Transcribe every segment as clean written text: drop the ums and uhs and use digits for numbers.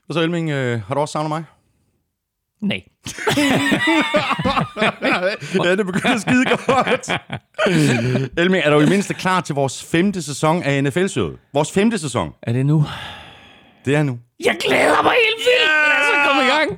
Og så Elming, har du også savnet mig? Nej. Ja, det begynder skide godt. Elming, er du i mindste klar til vores 5. sæson af NFL-showet? Vores 5. sæson. Er det nu? Det er nu. Jeg glæder mig helt vildt. Lad os så komme i gang.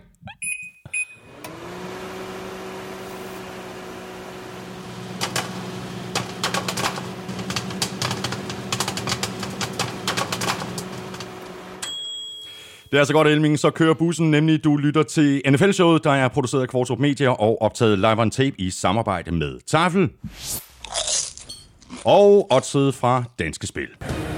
Det er så godt, Elming. Så kører bussen, nemlig du lytter til NFL-showet, der er produceret af Kvartrup Media og optaget live on tape i samarbejde med Tafel og oddset fra Danske Spil.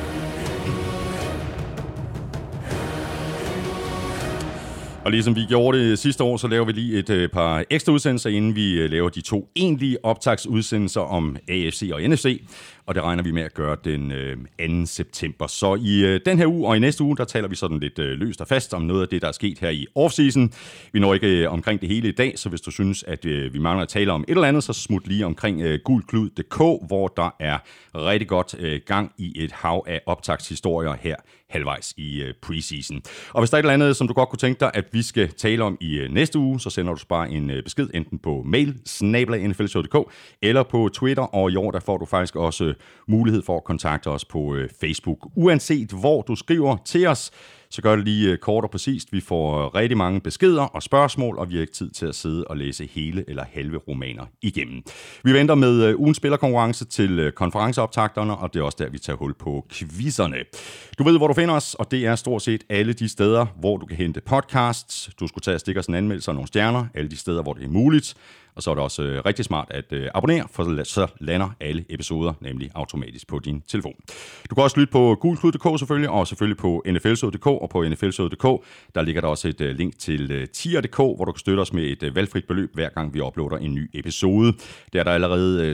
Og ligesom vi gjorde det sidste år, så laver vi lige et par ekstra udsendelser, inden vi laver de 2 egentlige optagsudsendelser om AFC og NFC. Og det regner vi med at gøre den 2. september. Så i den her uge og i næste uge, der taler vi sådan lidt løst og fast om noget af det, der er sket her i offseason. Vi når ikke omkring det hele i dag, så hvis du synes, at vi mangler at tale om et eller andet, så smut lige omkring gulklud.dk, hvor der er rigtig godt gang i et hav af optagshistorier her halvvejs i preseason. Og hvis der er et eller andet, som du godt kunne tænke dig, at vi skal tale om i næste uge, så sender du bare en besked enten på mail@nflshow.dk eller på Twitter, og i år der får du faktisk også mulighed for at kontakte os på Facebook. Uanset hvor du skriver til os, så gør det lige kort og præcist. Vi får rigtig mange beskeder og spørgsmål, og vi har ikke tid til at sidde og læse hele eller halve romaner igennem. Vi venter med ugens spillerkonkurrence til konferenceoptakterne, og det er også der, vi tager hul på quizzerne. Du ved, hvor du finder os, og det er stort set alle de steder, hvor du kan hente podcasts. Du skulle tage og stikke os en anmeldelse og nogle stjerner, alle de steder, hvor det er muligt. Og så er det også rigtig smart at abonnere, for så lander alle episoder nemlig automatisk på din telefon. Du kan også lytte på gulklud.dk selvfølgelig, og selvfølgelig på nflshow.dk, og på nflshow.dk, der ligger der også et link til tier.dk, hvor du kan støtte os med et valgfrit beløb, hver gang vi uploader en ny episode. Det er der allerede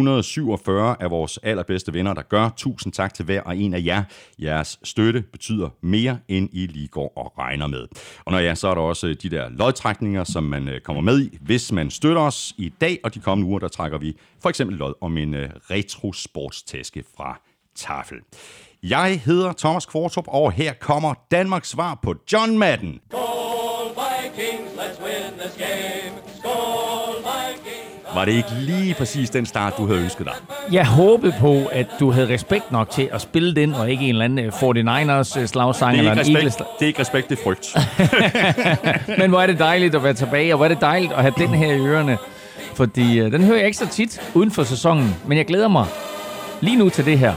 247 af vores allerbedste venner, der gør. Tusind tak til hver og en af jer. Jeres støtte betyder mere, end I lige går og regner med. Og når ja, så er der også de der lodtrækninger, som man kommer med i, hvis man støtter os. I dag og de kommende uger, der trækker vi for eksempel lod om en retro-sportstaske fra Tafel. Jeg hedder Thomas Kvartrup, og her kommer Danmarks svar på John Madden. Skål Vikings, let's win this game. Skål Vikings. Var det ikke lige præcis den start, du havde ønsket dig? Jeg håbede på, at du havde respekt nok til at spille den, og ikke en eller anden 49ers slagsang. Det er eller ikke en respekt, det er ikke respekt, det er frygt. Men hvor er det dejligt at være tilbage, og hvor er det dejligt at have den her i ørerne. Fordi den hører jeg ikke så tit uden for sæsonen, men jeg glæder mig lige nu til det her.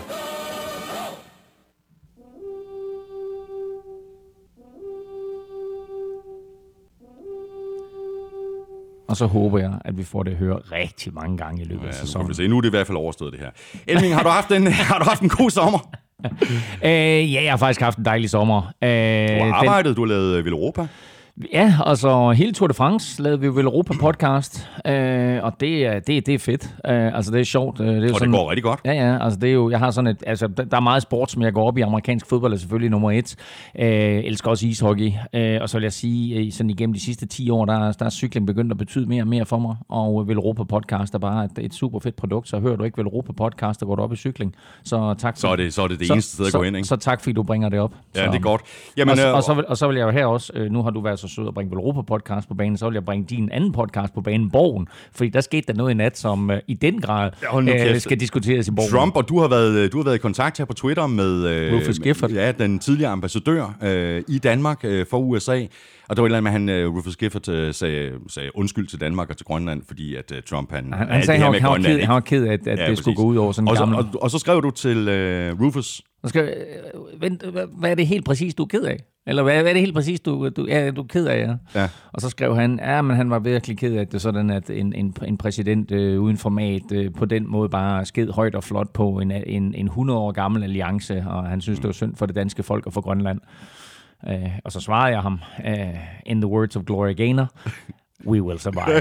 Og så håber jeg, at vi får det at høre rigtig mange gange i løbet af sæsonen. Nu er det i hvert fald overstået det her. Elming, har du haft en god sommer? Ja, jeg har faktisk haft en dejlig sommer. Du har arbejdet, du har lavet Villeuropa. Ja, altså hele Tour de France lavede vi jo Villeuropa podcast, og det er fedt. Altså det er sjovt. Det er og sådan, det går rigtig godt. Ja, altså det er jo, jeg har sådan et, altså der er meget sport, som jeg går op i. Amerikansk fodbold er selvfølgelig nummer 1. Elsker også ishockey, og så vil jeg sige, sådan igennem de sidste 10 år, der er cykling begyndt at betyde mere og mere for mig, og Villeuropa podcast er bare et super fedt produkt, så hører du ikke Villeuropa podcast, der går du op i cykling. Så tak. Så er det eneste sted at gå ind, ikke? Så tak, fordi du bringer det op. Ja, det er godt. Jamen, og så vil jeg jo her også, nu har du været så sød at bringe Villeuropa podcast på banen, så vil jeg bringe din anden podcast på banen, Borgen, fordi der skete der noget i nat, som i den grad skal diskuteres i Borgen. Trump, og du har været i kontakt her på Twitter med Rufus Gifford. Ja, den tidligere ambassadør i Danmark for USA. Og det var et eller andet med, at Rufus Gifford sagde undskyld til Danmark og til Grønland, fordi at Trump han sagde, han var ked af, at det skulle gå ud over sådan en gammel. Og så skrev du til Rufus. Hvad er det helt præcis, du er ked af? Eller hvad er det helt præcis, du er ked af? Ja. Og så skrev han, men han var virkelig ked af, at det sådan, at en præsident uden format på den måde bare sked højt og flot på en 100 år gammel alliance, og han synes, det var synd for det danske folk og for Grønland. Og så svarede jeg ham, in the words of Gloria Gaynor, we will survive.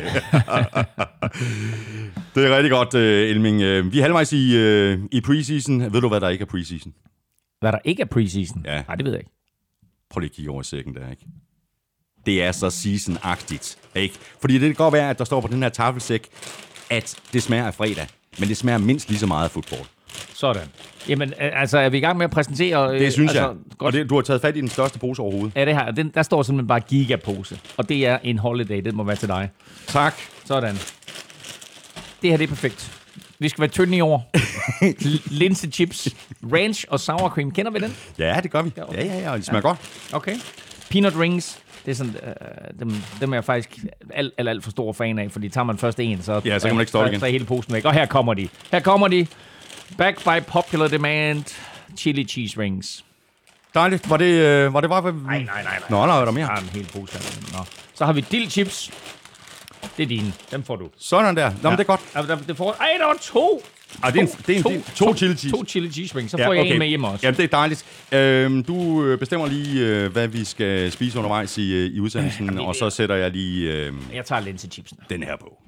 Det er rigtig godt, Elming. Vi er halvvejs i preseason. Ved du, hvad der ikke er preseason? Hvad der ikke er preseason? Ja. Nej, det ved jeg ikke. Prøv lige at kigge over i sækken der, ikke? Det er så season-agtigt, ikke? Fordi det kan godt være, at der står på den her tafelsæk, at det smager af fredag, men det smager mindst lige så meget af fodbold. Sådan. Jamen, altså, er vi i gang med at præsentere? Det synes jeg. Godt. Og du har taget fat i den største pose overhovedet. Ja, det her. Der står simpelthen bare gigapose. Og det er en holiday. Det må være til dig. Tak. Sådan. Det her, det er perfekt. Vi skal være tynde i år. Linsechips, ranch og sour cream. Kender vi den? Ja, det gør vi. Ja, det smager godt. Okay. Peanut rings. Det er sådan, dem er jeg faktisk alt for stor fan af, fordi tager man først en, så kan man ikke stoppe igen. Så er hele posen væk. Og her kommer de. Back by popular demand, chili cheese rings. Dejligt. Var det bare... Nej. Nå, der er der mere. Jeg har en hel pose. Nå. Så har vi dill chips. Det er dine. Dem får du. Sådan der. Nå, men det er godt. Det får... der var to. Det er to chili cheese. To chili cheese rings. Så får jeg en med hjemme også. Jamen, det er dejligt. Du bestemmer lige, hvad vi skal spise undervejs i udsendelsen, og så sætter jeg lige... Jeg tager linsechipsen. Den her på.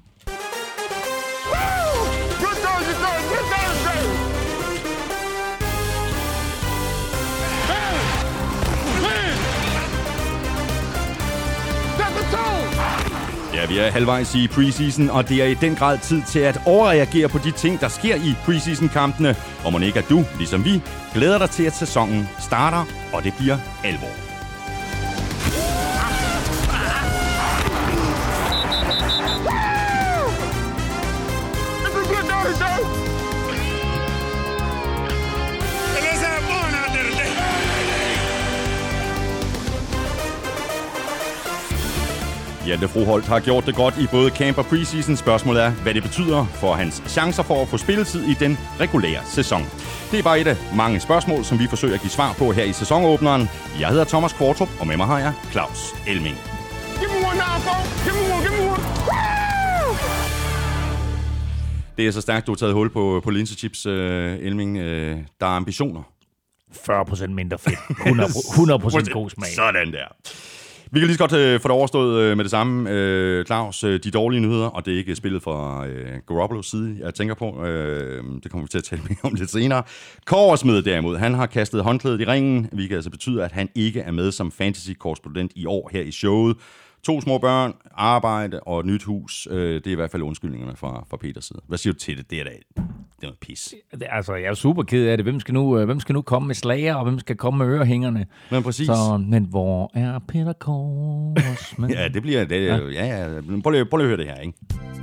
Ja, vi er halvvejs i preseason, og det er i den grad tid til at overreagere på de ting, der sker i preseason-kampene. Og må ikke, at du, ligesom vi, glæder dig til, at sæsonen starter, og det bliver alvor. Hjalte Froholt har gjort det godt i både camp og preseason. Spørgsmålet er, hvad det betyder for hans chancer for at få spilletid i den regulære sæson. Det er bare et af mange spørgsmål, som vi forsøger at give svar på her i sæsonåbneren. Jeg hedder Thomas Kvartrup, og med mig har jeg Claus Elming. Det er så stærkt, du har taget hul på linsechips, Elming. Der er ambitioner. 40% mindre fedt. 100% god smag. Sådan der. Vi kan lige så godt få det overstået med det samme, Claus. De dårlige nyheder, og det er ikke spillet fra Garoppolo's side, jeg tænker på. Det kommer vi til at tale mere om lidt senere. Kåresmed derimod, han har kastet håndklædet i ringen, hvilket altså betyder, at han ikke er med som fantasy-korrespondent i år her i showet. 2 små børn, arbejde og et nyt hus. Det er i hvert fald undskyldningerne fra Peters side. Hvad siger du til det? Det er noget pis. Altså, jeg er super ked af det. Hvem skal nu komme med slager, og hvem skal komme med ørehængerne? Men præcis. Men hvor er Peter Kåresmed? Ja, det bliver det. Ja. Prøv lige at høre det her, ikke?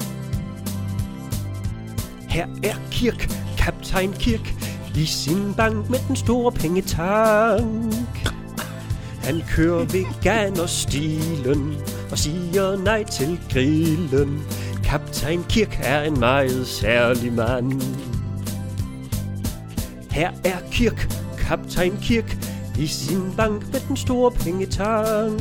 Her er Kirk, kaptajn Kirk, i sin bank med den store pengetank. Han kører veganerstilen og siger nej til grillen. Kaptajn Kirk er en meget særlig mand. Her er Kirk, kaptajn Kirk, i sin bank med den store pengetank.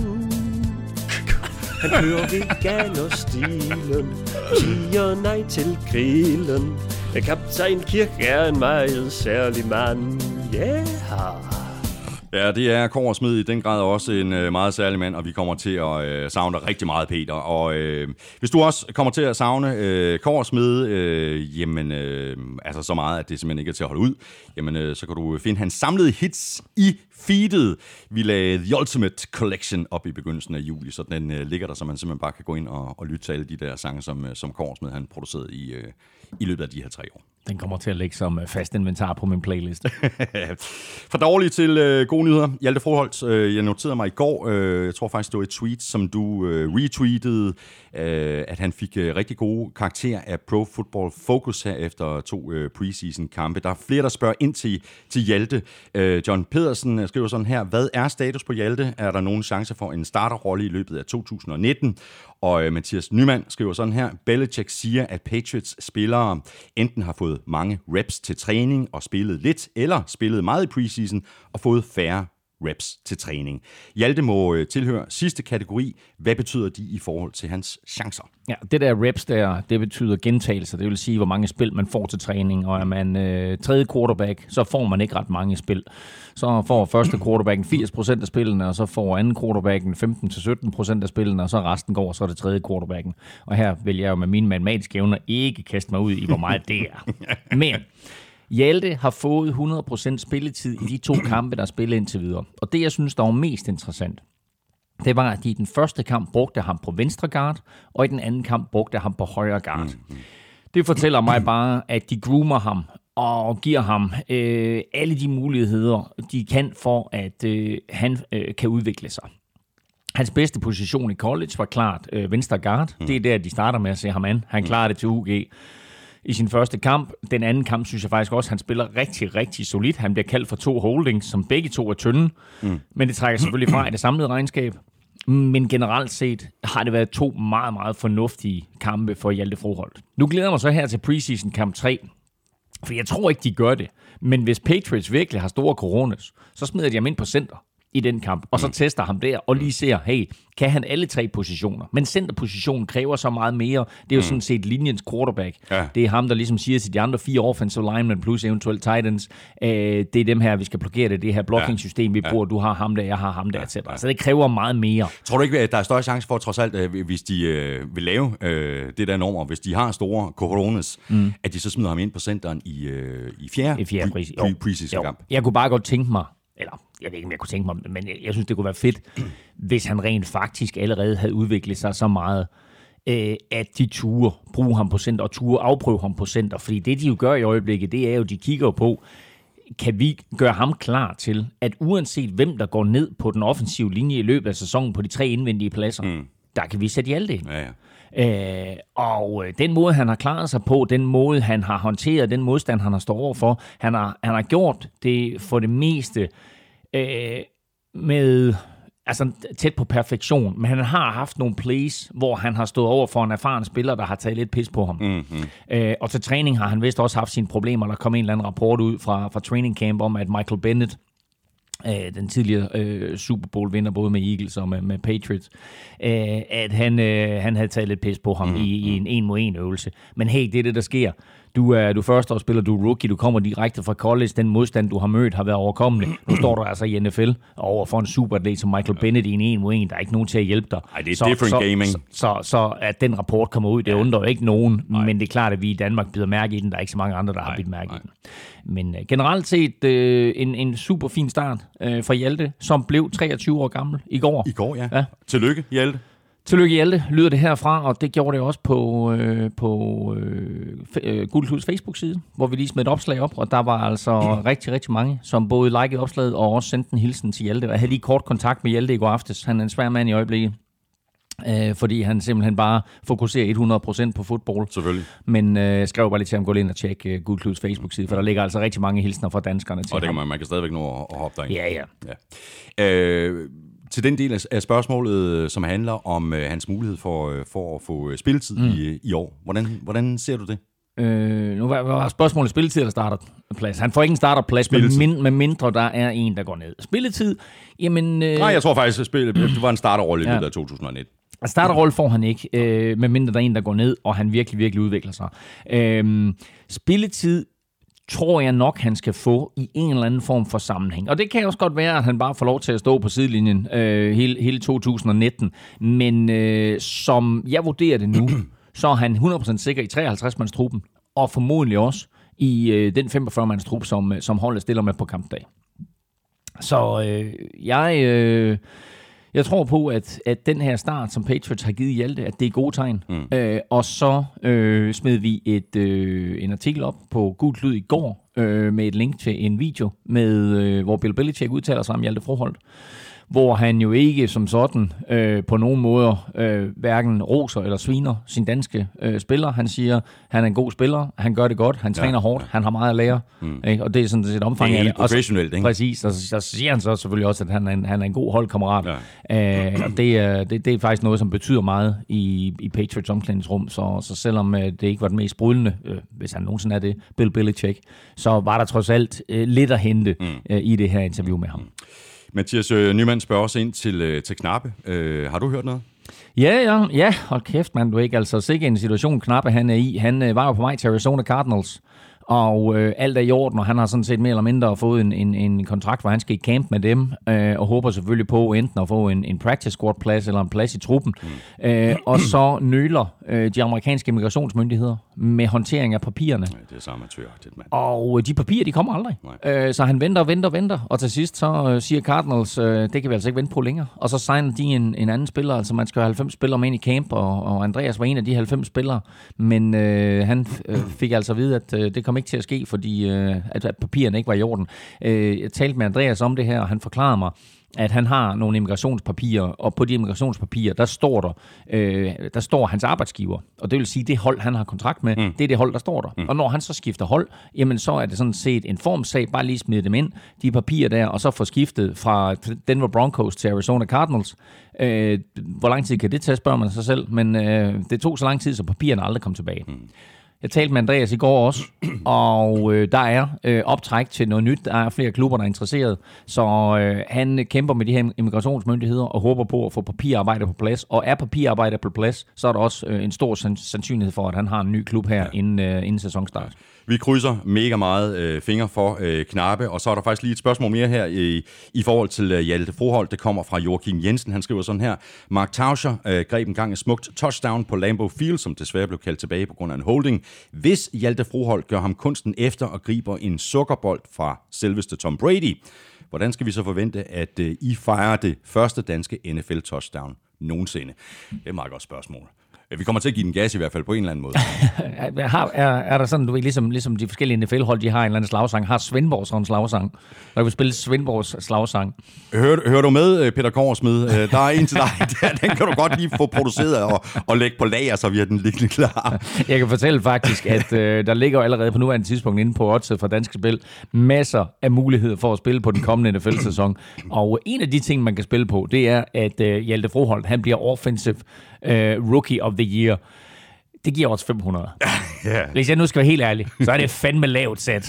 Han kører veganerstilen og siger nej til grillen. Kaptajn Kirk er en meget særlig mand. Yeah. Ja, det er Kåresmed i den grad også en meget særlig mand, og vi kommer til at savne rigtig meget, Peter. Og hvis du også kommer til at savne Kåresmed, altså så meget, at det simpelthen ikke er til at holde ud, jamen så kan du finde hans samlede hits i feedet. Vi lagde The Ultimate Collection op i begyndelsen af juli, så den ligger der, så man simpelthen bare kan gå ind og lytte til alle de der sange, som Kåresmed han producerede i løbet af de her 3 år. Den kommer til at ligge som fast inventar på min playlist. Fra dårlige til gode nyheder. Hjalte Froholt, jeg noterede mig i går, jeg tror faktisk, det var et tweet, som du retweetede, at han fik rigtig gode karakterer af Pro Football Focus her efter 2 preseason-kampe. Der er flere, der spørger ind til Hjalte. John Pedersen skriver sådan her: hvad er status på Hjalte? Er der nogen chance for en starterrolle i løbet af 2019? Og Mathias Nyman skriver sådan her: Belichick siger, at Patriots spillere enten har fået mange reps til træning og spillet lidt, eller spillet meget i preseason og fået færre reps til træning. Hjalte må tilhøre sidste kategori. Hvad betyder de i forhold til hans chancer? Ja, det der reps der, det betyder gentagelser. Det vil sige, hvor mange spil man får til træning. Og er man tredje quarterback, så får man ikke ret mange spil. Så får første quarterbacken 80% af spillene, og så får anden quarterbacken 15-17% af spillene, og så resten går, så er det tredje quarterbacken. Og her vil jeg jo med mine matematiske evner ikke kaste mig ud i, hvor meget det er. Men Hjalte har fået 100% spilletid i de 2 kampe, der er spillet indtil videre. Og det, jeg synes, der var mest interessant, det var, at de i den første kamp brugte ham på venstre guard, og i den anden kamp brugte ham på højre guard. Det fortæller mig bare, at de groomer ham og giver ham alle de muligheder, de kan for, at han kan udvikle sig. Hans bedste position i college var klart venstre guard. Det er der, de starter med at se ham an. Han klarer det til UG i sin første kamp. Den anden kamp synes jeg faktisk også, han spiller rigtig, rigtig solidt. Han bliver kaldt for 2 holdings, som begge 2 er tynde. Men det trækker selvfølgelig fra i det samlede regnskab. Men generelt set har det været 2 meget, meget fornuftige kampe for Hjalte Froholt. Nu glæder jeg mig så her til preseason kamp 3. For jeg tror ikke, de gør det. Men hvis Patriots virkelig har store coronas, så smider de ham ind på center i den kamp, og så tester ham der, og lige ser, hey, kan han alle 3 positioner? Men centerpositionen kræver så meget mere. Det er jo sådan set linjens quarterback. Ja. Det er ham, der ligesom siger til de andre 4 offensive linemen, plus eventuelt tight ends, det er dem her, vi skal blokere det her blocking-system, vi bruger. Du har ham der, jeg har ham der, etc. Så det kræver meget mere. Tror du ikke, at der er større chance for, trods alt, hvis de vil lave det der nummer, hvis de har store coronas, at de så smider ham ind på centeren i fjerde preseason-kamp? Jeg kunne bare godt tænke mig, eller jeg ved ikke, om jeg kunne tænke mig, men jeg synes, det kunne være fedt, hvis han rent faktisk allerede havde udviklet sig så meget, at de turde bruge ham på center, og turde afprøve ham på center. Fordi det, de jo gør i øjeblikket, det er jo, de kigger på, kan vi gøre ham klar til, at uanset hvem, der går ned på den offensive linje i løbet af sæsonen på de 3 indvendige pladser, der kan vi sætte Hjalte ind. Ja. Og den måde, han har klaret sig på, den måde, han har håndteret, den modstand, han har stået overfor, han har gjort det for det meste med altså tæt på perfektion, men han har haft nogle plays, hvor han har stået over for en erfaren spiller, der har taget lidt pis på ham. Og til træning har han vist også haft sine problemer. Der kom en eller anden rapport ud fra training camp om, at Michael Bennett, den tidligere Super Bowl vinder både med Eagles og med Patriots, at han havde taget lidt pis på ham i en 1-mod-1 øvelse. Men hey, det er det, der sker. Du er førsteårsspiller, du er rookie, du kommer direkte fra college, den modstand, du har mødt, har været overkommelig. Nu står du altså i NFL over for en superatlet som Michael Bennett i en 1-mod-1. Der er ikke nogen til at hjælpe dig. Ej, det er different gaming. Så at den rapport kommer ud, det undrer jo ikke nogen, men det er klart, at vi i Danmark bider mærke i den. Der er ikke så mange andre, der har bidt mærke i den. Men generelt set en super fin start for Hjalte, som blev 23 år gammel i går. I går, ja. Tillykke, Hjalte. Tillykke, Hjalte, lyder det herfra, og det gjorde det også på Guld Klubs Facebook-side, hvor vi lige smed et opslag op, og der var altså rigtig, rigtig mange, som både likede opslaget og også sendte en hilsen til Hjalte. Jeg havde lige kort kontakt med Hjalte i går aftes. Han er en svær mand i øjeblikket, fordi han simpelthen bare fokuserer 100% på fodbold. Selvfølgelig. Men skrev bare lige til ham, gå ind og tjekke Guld Klubs Facebook-side, for der ligger altså rigtig mange hilsner fra danskerne til ham. Og det kan man kan stadigvæk nå at hoppe derind. Ja. Til den del af spørgsmålet, som handler om hans mulighed for at få spilletid i år. Hvordan ser du det? Nu var spørgsmålet spilletid eller starterplads. Han får ikke en starterplads, med mindre der er en, der går ned. Spilletid, jamen... Nej, jeg tror faktisk, det var en starterrolle i løbet af 2019. Starterrolle får han ikke, med mindre der er en, der går ned, og han virkelig, virkelig udvikler sig. Spilletid tror jeg nok, han skal få i en eller anden form for sammenhæng. Og det kan også godt være, at han bare får lov til at stå på sidelinjen hele 2019. Men som jeg vurderer det nu, så er han 100% sikker i 53-mandstruppen, og formodentlig også i den 45-mandstrup, som holdet stiller med på kampdag. Så jeg tror på, at den her start, som Patriots har givet Hjalte, at det er gode tegn. Og så smed vi en artikel op på Gult Lyd i går, med et link til en video, hvor Bill Belichick udtaler sig om Hjalte Froholt, hvor han jo ikke som sådan på nogen måder hverken roser eller sviner sin danske spiller. Han siger, han er en god spiller, han gør det godt, han træner hårdt, han har meget at lære, ikke? Og det er sådan et omfang af det. Professionelt, ikke? Præcis, og så siger han så selvfølgelig også, at han er en god holdkammerat. Og det er faktisk noget, som betyder meget i Patriots omklædningsrum, så selvom det ikke var den mest sprudlende, hvis han nogensinde er det, Bill Belichick, så var der trods alt lidt at hente i det her interview med ham. Mathias Nyman spørger også ind til Knappe. Har du hørt noget? Ja, hold kæft, mand, du er ikke altså sikkert en situation, Knappe han er i. Han var jo på vej til Arizona Cardinals, og alt er i orden, og han har sådan set mere eller mindre fået en kontrakt, hvor han skal i camp med dem, og håber selvfølgelig på enten at få en practice squad plads eller en plads i truppen. Og så nøler de amerikanske immigrationsmyndigheder med håndtering af papirerne. Det er så amatøragtigt, mand. Og de papirer, de kommer aldrig. Så han venter, og til sidst så siger Cardinals, det kan vi altså ikke vente på længere. Og så signer de en anden spiller, altså man skal have 90 spillere med ind i camp, og Andreas var en af de 90 spillere, men han fik altså at vide, at det kom kom ikke til at ske, fordi at papirerne ikke var i orden. Jeg talte med Andreas om det her, og han forklarede mig, at han har nogle immigrationspapirer, og på de immigrationspapirer, der står hans arbejdsgiver. Og det vil sige, det hold, han har kontrakt med, det er det hold, der står der. Og når han så skifter hold, jamen så er det sådan set en formsag, bare lige smide dem ind, de papirer der, og så få skiftet fra Denver Broncos til Arizona Cardinals. Hvor lang tid kan det tage, spørger man sig selv, men det tog så lang tid, så papirerne aldrig kom tilbage. Jeg talte med Andreas i går også, og der er optræk til noget nyt. Der er flere klubber, der er interesseret. Så han kæmper med de her immigrationsmyndigheder og håber på at få papirarbejde på plads. Og er papirarbejde på plads, så er der også en stor sandsynlighed for, at han har en ny klub her inden sæsonstart. Vi krydser mega meget fingre for Knappe, og så er der faktisk lige et spørgsmål mere her i forhold til Hjalte Froholt. Det kommer fra Joachim Jensen. Han skriver sådan her: Mark Tauscher greb engang et smukt touchdown på Lambeau Field, som desværre blev kaldt tilbage på grund af en holding. Hvis Hjalte Froholt gør ham kunsten efter og griber en sukkerbold fra selveste Tom Brady, hvordan skal vi så forvente, at I fejrer det første danske NFL-touchdown nogensinde? Det er et meget godt spørgsmål. Vi kommer til at give den gas i hvert fald på en eller anden måde. Er der sådan, du ved, ligesom de forskellige NFL-hold, de har en eller anden slagsang, har Svendborg sådan en slagsang? Der kan spille Svendborgs slagsang. Hører du med, Peter Korsmed? Der er en til dig. Den kan du godt lige få produceret og lægge på lager, så vi har den liggende klar. Jeg kan fortælle faktisk, at der ligger allerede på nuværende tidspunkt inde på Oddset fra Danske Spil masser af muligheder for at spille på den kommende NFL-sæson. Og en af de ting, man kan spille på, det er, at Hjalte Froholt, han bliver offensive rookie of the year. Det giver også 500. Yeah. Hvis jeg nu skal være helt ærlig, så er det fandme lavt sat.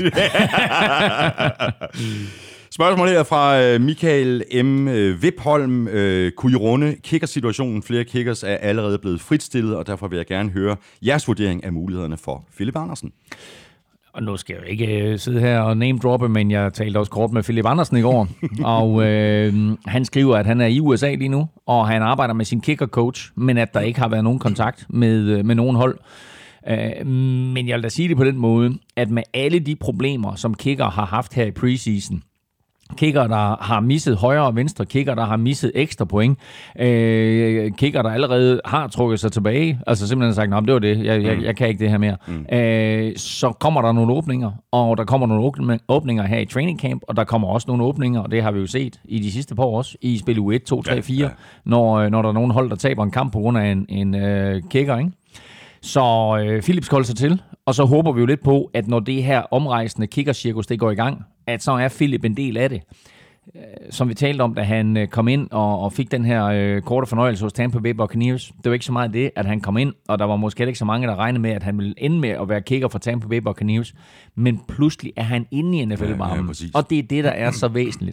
Spørgsmålet her fra Michael M. Vipholm. Kunne I runde kickersituationen? Flere kickers er allerede blevet fritstillet, og derfor vil jeg gerne høre jeres vurdering af mulighederne for Philip Andersen. Og nu skal jeg ikke sidde her og name-droppe, men jeg talte også kort med Philip Andersen i går, og han skriver, at han er i USA lige nu, og han arbejder med sin kicker-coach, men at der ikke har været nogen kontakt med nogen hold. Men jeg vil da sige det på den måde, at med alle de problemer, som kicker har haft her i preseason, kicker, der har misset højre og venstre, kicker, der har misset ekstra point, kicker, der allerede har trukket sig tilbage, altså simpelthen sagt, det var det, jeg kan ikke det her mere. Så kommer der nogle åbninger, og der kommer nogle åbninger her i training camp, og der kommer også nogle åbninger, og det har vi jo set i de sidste par år også, i spil U1, 2, 3, 4, når der er nogen hold, der taber en kamp på grund af en kicker, ikke? Så Philip skal holde sig til, og så håber vi jo lidt på, at når det her omrejsende kickercirkus, det går i gang, at så er Philip en del af det. Som vi talte om, da han kom ind og fik den her korte fornøjelse hos Tampa Bay Buccaneers. Det var ikke så meget det, at han kom ind, og der var måske ikke så mange, der regnede med, at han ville ende med at være kicker for Tampa Bay Buccaneers. Men pludselig er han inde i NFL-varmen, og det er det, der er så væsentligt.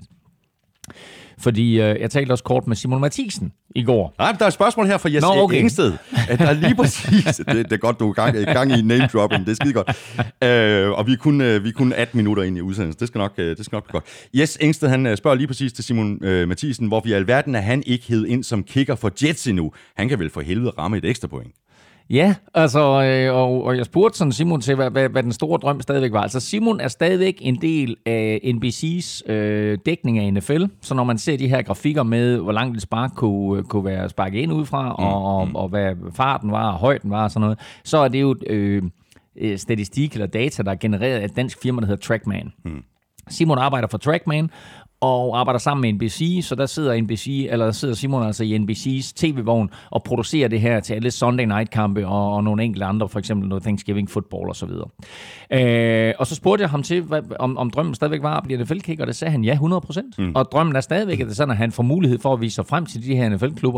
Fordi jeg talte også kort med Simon Mathisen i går. Nej, der er et spørgsmål her fra Jes Engsted. Der er lige præcis... Det er godt, du er gang i name-dropping. Det er skide godt. Og vi er kun 18 minutter ind i udsendelsen. Det skal nok blive godt. Jes Engsted, han spørger lige præcis til Simon Mathisen, hvorfor i alverden er han ikke hed ind som kicker for Jets endnu. Han kan vel for helvede ramme et ekstra point. Ja, altså, og jeg spurgte sådan Simon til, hvad den store drøm stadigvæk var. Altså, Simon er stadigvæk en del af NBC's dækning af NFL, så når man ser de her grafikker med, hvor langt et spark kunne være sparket ind udefra, og hvad farten var, og højden var og sådan noget, så er det jo statistik eller data, der er genereret af et dansk firma, der hedder Trackman. Simon arbejder for Trackman, og arbejder sammen med NBC, så der sidder Simon altså i NBC's tv-vogn og producerer det her til alle Sunday Night-kampe og nogle enkelte andre, for eksempel noget Thanksgiving football og så videre. Og så spurgte jeg ham til, om drømmen stadigvæk var at blive NFL-kicker, og det sagde han ja, 100%. Og drømmen er stadigvæk, at det er sådan, at han får mulighed for at vise sig frem til de her NFL-klubber,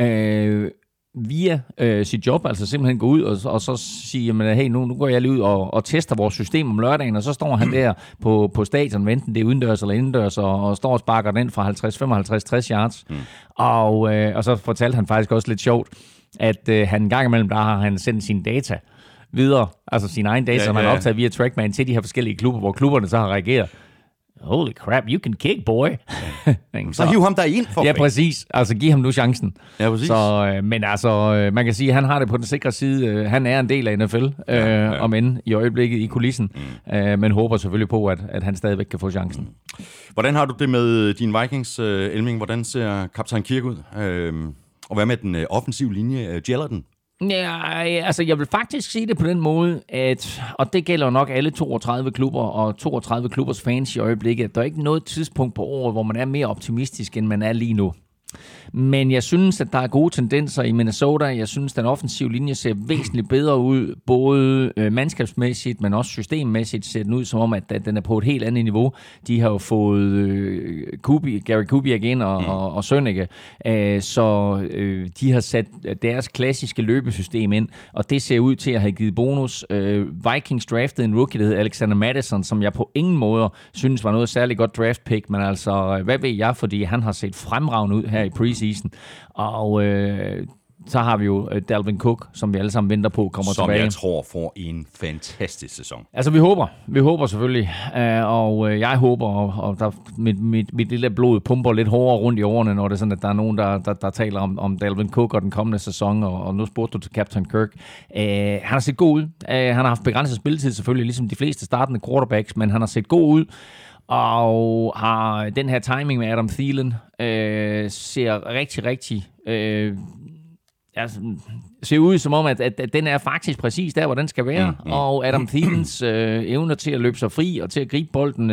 via sit job, altså simpelthen gå ud og så sige, jamen, hey, nu går jeg lige ud og tester vores system om lørdagen, og så står han der på stadion, enten det er udendørs eller indendørs, og står og sparker den fra 50, 55, 60 yards. Og så fortalte han faktisk også lidt sjovt, at han en gang imellem, der har han sendt sine data videre, altså sine egne data, som han optager via Trackman til de her forskellige klubber, hvor klubberne så har reageret. Holy crap, you can kick, boy. Så hiv ham der ind for Ja, præcis. Altså, giv ham nu chancen. Ja, præcis. Så, men altså, man kan sige, at han har det på den sikre side. Han er en del af NFL, om end i øjeblikket i kulissen, men håber selvfølgelig på, at han stadigvæk kan få chancen. Hvordan har du det med din Vikings, Elming? Hvordan ser kaptajn Kirk ud? Og hvad med den offensive linje, Jellerden? Ja, altså jeg vil faktisk sige det på den måde, at, og det gælder nok alle 32 klubber og 32 klubbers fans i øjeblikket, at der er ikke noget tidspunkt på året, hvor man er mere optimistisk, end man er lige nu. Men jeg synes, at der er gode tendenser i Minnesota. Jeg synes, at den offensive linje ser væsentligt bedre ud, både mandskabsmæssigt, men også systemmæssigt ser den ud som om, at den er på et helt andet niveau. De har jo fået Gary Kubiak ind og Sønneke, så de har sat deres klassiske løbesystem ind, og det ser ud til at have givet bonus. Vikings draftede en rookie, der hedder Alexander Mattison, som jeg på ingen måde synes var noget særligt godt draft pick, men altså, hvad ved jeg, fordi han har set fremragende ud her i preseason. Og så har vi jo Dalvin Cook, som vi alle sammen venter på, kommer tilbage. Som jeg tror får en fantastisk sæson. Altså, vi håber selvfølgelig, og jeg håber, og der, mit lille blod pumper lidt hårdere rundt i årene, når det er sådan, at der er nogen, der taler om Dalvin Cook og den kommende sæson, og nu spurgte du til Captain Kirk. Han har set god ud. Han har haft begrænset spilletid selvfølgelig, ligesom de fleste startende quarterbacks, men han har set god ud. Og har den her timing med Adam Thielen ser rigtig ser ud som om, at den er faktisk præcis der, hvor den skal være. Og Adam Thielens evner til at løbe sig fri og til at gribe bolden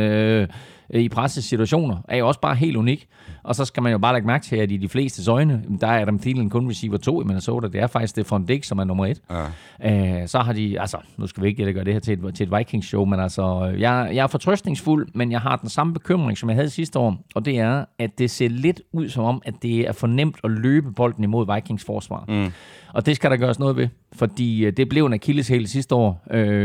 i pressesituationer er jo også bare helt unik. Og så skal man jo bare lægge mærke til, at i de flestes øjne, der er Adam Thielen kun receiver 2 i Minnesota. Det er faktisk Stefan Diggs, som er nummer 1. Ja. Så har de, altså, nu skal vi ikke gøre det her til et Vikings-show, men altså, jeg er fortrøstningsfuld, men jeg har den samme bekymring, som jeg havde sidste år, og det er, at det ser lidt ud som om, at det er for nemt at løbe bolden imod Vikings forsvar. Og det skal der gøres noget ved, fordi det blev en akilleshæl sidste år,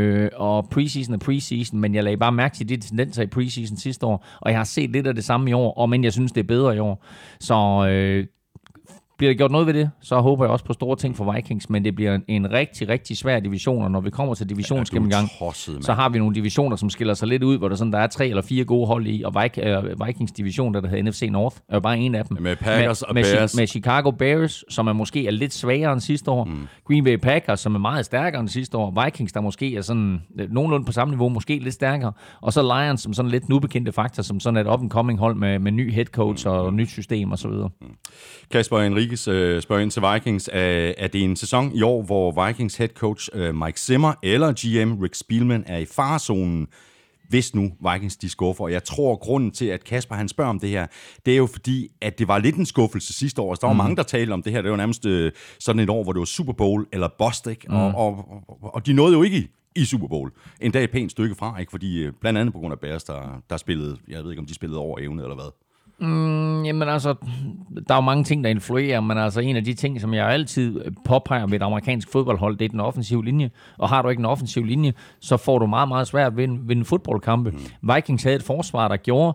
og preseason er preseason, men jeg lagde bare mærke til de tendenser i preseason sidste år, og jeg har set lidt af det samme i år, og men jeg synes, det er bedre i år. Så bliver der gjort noget ved det, så håber jeg også på store ting for Vikings, men det bliver en rigtig svær division, og når vi kommer til divisionsgennemgang, så har vi nogle divisioner, som skiller sig lidt ud, hvor der er 3 eller 4 gode hold i, og Vikings division, der hedder NFC North, er jo bare en af dem. Med Packers og Bears. Med Chicago Bears, som er måske er lidt svagere end sidste år. Green Bay Packers, som er meget stærkere end sidste år. Vikings, der måske er sådan nogenlunde på samme niveau, måske lidt stærkere. Og så Lions, som sådan lidt nubekendte faktor, som sådan et up-and-coming hold med ny head coach og nyt system osv. Kasper Enriquez spørger ind til Vikings. Er det en sæson i år, hvor Vikings head coach Mike Zimmer eller GM Rick Spielman er i farezonen, hvis nu Vikings de skuffer? Jeg tror, grunden til, at Kasper han spørger om det her, det er jo fordi, at det var lidt en skuffelse sidste år. Altså, der var mange, der talte om det her. Det var nærmest sådan et år, hvor det var Super Bowl eller bust, ikke? Og de nåede jo ikke i Super Bowl. Endda et pænt stykke fra, ikke? Fordi blandt andet på grund af Bears, der spillede, jeg ved ikke, om de spillede over evne eller hvad. Jamen altså, der er jo mange ting, der influerer, men altså en af de ting, som jeg altid påpeger ved et amerikansk fodboldhold, det er den offensive linje. Og har du ikke en offensiv linje, så får du meget svært ved at vinde fodboldkampe. Vikings havde et forsvar, der gjorde,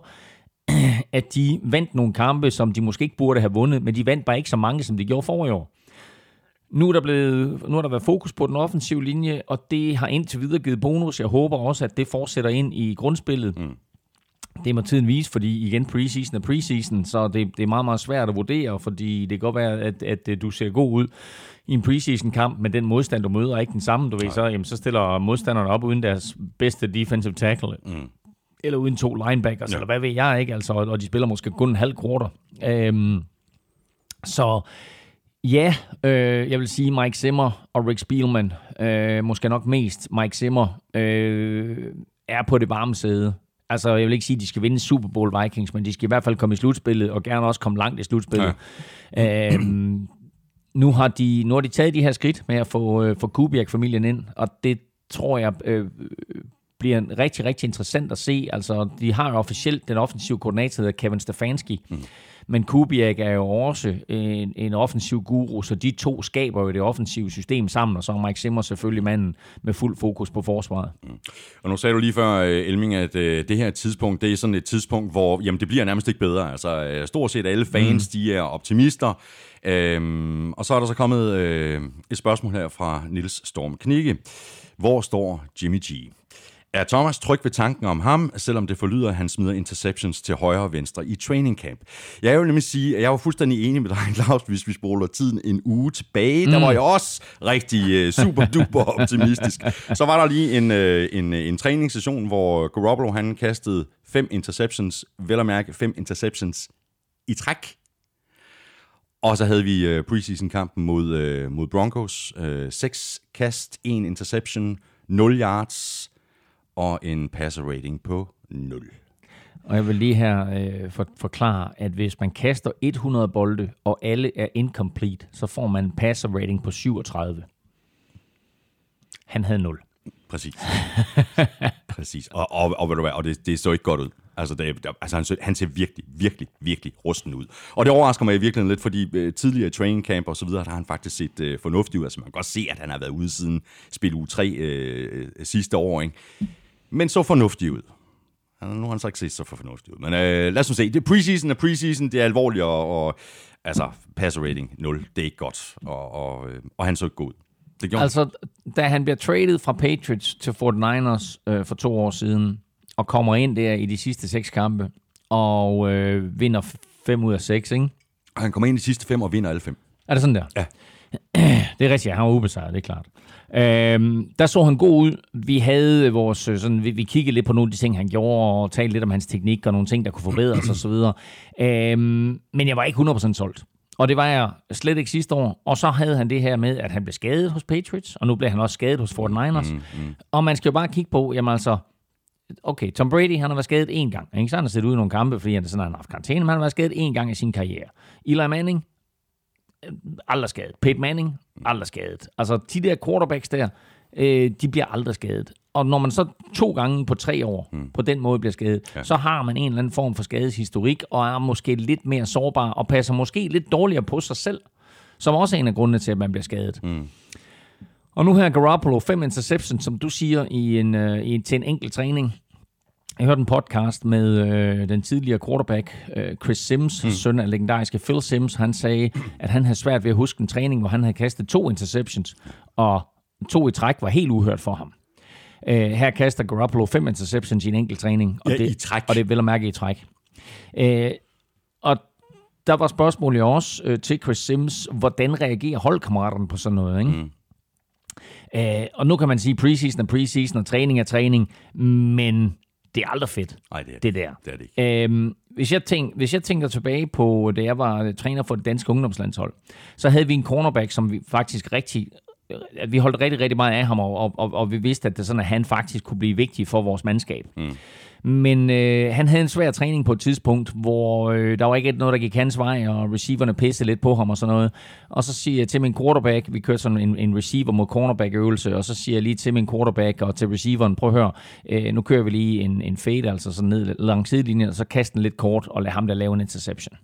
at de vandt nogle kampe, som de måske ikke burde have vundet, men de vandt bare ikke så mange, som de gjorde forrige år. Nu har der været fokus på den offensive linje, og det har indtil videre givet bonus. Jeg håber også, at det fortsætter ind i grundspillet. Det må tiden vise, fordi igen preseason er preseason, så det er meget svært at vurdere, fordi det kan godt være, at du ser god ud i en preseason-kamp, men den modstand, du møder, er ikke den samme. Du ved, så stiller modstanderne op uden deres bedste defensive tackle, eller uden 2 linebackers, eller hvad ved jeg ikke, altså, og de spiller måske kun en halv quarter. Så ja, jeg vil sige Mike Zimmer og Rick Spielman, måske nok mest Mike Zimmer, er på det varme sæde. Altså, jeg vil ikke sige, at de skal vinde Super Bowl Vikings, men de skal i hvert fald komme i slutspillet, og gerne også komme langt i slutspillet. Ja. Nu har de taget de her skridt med at få Kubiak-familien ind, og det tror jeg bliver rigtig interessant at se. Altså, de har jo officielt den offensive koordinator, der hedder Kevin Stefanski, men Kubiak er jo også en offensiv guru, så de to skaber jo det offensive system sammen, og så er Mike Zimmer selvfølgelig manden med fuld fokus på forsvaret. Og nu sagde du lige før, Elming, at det her tidspunkt, det er sådan et tidspunkt, hvor jamen, det bliver nærmest ikke bedre. Altså, stort set alle fans, de er optimister. Og så er der så kommet et spørgsmål her fra Niels Storm Knigge. Hvor står Jimmy G? Er Thomas tryg ved tanken om ham, selvom det forlyder, at han smider interceptions til højre og venstre i training camp? Jeg vil nemlig sige, at jeg var fuldstændig enig med dig, Claus, hvis vi spoler tiden en uge tilbage. Der var jeg også rigtig super duper optimistisk. Så var der lige en træningssession, hvor Garoppolo han kastede 5 interceptions, vel at mærke 5 interceptions i træk. Og så havde vi preseason-kampen mod Broncos. 6 kast, 1 interception, 0 yards og en passer rating på 0. Og jeg vil lige her forklare, at hvis man kaster 100 bolde, og alle er incomplete, så får man en passer rating på 37. Han havde 0. Præcis. Præcis. Og ved du hvad, og det så ikke godt ud. Altså, han ser virkelig, virkelig, virkelig rusten ud. Og det overrasker mig i virkeligheden lidt, fordi tidligere training camp og så videre, der har han faktisk set fornuftig ud. Altså, man kan godt se, at han har været ude siden spil uge 3 sidste år, ikke? Men så fornuftig ud. Nu har han så ikke set så fornuftig ud. Men lad os nu se. Det er preseason, det er alvorligt, og altså, passer rating 0, det er ikke godt. Og han så ikke god ud. Altså, da han bliver traded fra Patriots til 49ers for 2 år siden, og kommer ind der i de sidste 6 kampe, og vinder 5 ud af 6, ikke? Og han kommer ind i de sidste 5 og vinder alle 5. Er det sådan der? Ja. Det er rigtigt, han var ubesejret, det er klart. Der så han god ud. Vi havde vores sådan, vi kiggede lidt på nogle af de ting, han gjorde, og talte lidt om hans teknik, og nogle ting, der kunne forbedres og så videre. Men jeg var ikke 100% solgt. Og det var jeg slet ikke sidste år. Og så havde han det her med, at han blev skadet hos Patriots, og nu blev han også skadet hos 49ers. Og man skal jo bare kigge på, jamen altså, okay, Tom Brady, han har været skadet 1 gang. Ikke? Så han har set ud i nogle kampe, fordi han sådan har haft karantæne, men han har været skadet 1 gang i sin karriere. Eli Manning, aldrig skadet. Peyton Manning, aldrig skadet. Altså, de der quarterbacks der, de bliver aldrig skadet. Og når man så 2 gange på 3 år på den måde bliver skadet, så har man en eller anden form for skadeshistorik, og er måske lidt mere sårbar, og passer måske lidt dårligere på sig selv, som også er en af grundene til, at man bliver skadet. Og nu her Garoppolo, 5 interceptions, som du siger, til en enkelt træning. Jeg hørte en podcast med den tidligere quarterback, Chris Sims, søn af legendariske Phil Sims. Han sagde, at han havde svært ved at huske en træning, hvor han havde kastet 2 interceptions, og 2 i træk var helt uhørt for ham. Her kaster Garoppolo 5 interceptions i en enkelt træning. Og i træk. Og det er vel at mærke i træk. Og der var spørgsmålet også til Chris Sims, hvordan reagerer holdkammeraterne på sådan noget, ikke? Og nu kan man sige, preseason, og træning er træning, men det er aldrig fedt. Nej, det der. Det er det ikke. Hvis jeg tænker tilbage på, da jeg var træner for det danske ungdomslandshold, så havde vi en cornerback, som vi faktisk vi holdt rigtig, rigtig meget af ham, og vi vidste, at det sådan, at han faktisk kunne blive vigtig for vores mandskab. Men han havde en svær træning på et tidspunkt, hvor der var ikke noget, der gik hans vej, og receiverne pissede lidt på ham og sådan noget. Og så siger jeg til min quarterback, vi kørte sådan en receiver mod cornerback-øvelse, og så siger jeg lige til min quarterback og til receiveren, prøv at høre, nu kører vi lige en fade, altså sådan ned langs sidelinjen, og så kaster den lidt kort, og lad ham der lave en interception.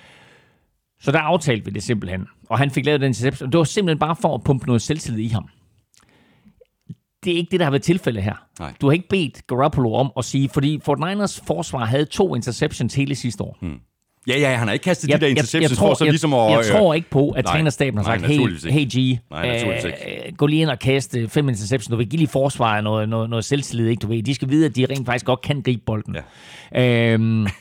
Så der aftalte vi det simpelthen. Og han fik lavet den interception. Det var simpelthen bare for at pumpe noget selvtillid i ham. Det er ikke det, der har været tilfældet her. Nej. Du har ikke bedt Garoppolo om at sige, fordi 49ers forsvar havde 2 interceptions hele sidste år. Ja, han har ikke kastet de der interceptions for så ligesom at... Jeg tror ikke på, at trænerstaben har sagt, hey G, gå lige ind og kaste 5 interceptions. Du vil give lige forsvaret noget selvtillid, ikke? Du ved, de skal vide, at de rent faktisk godt kan gribe bolden. Ja.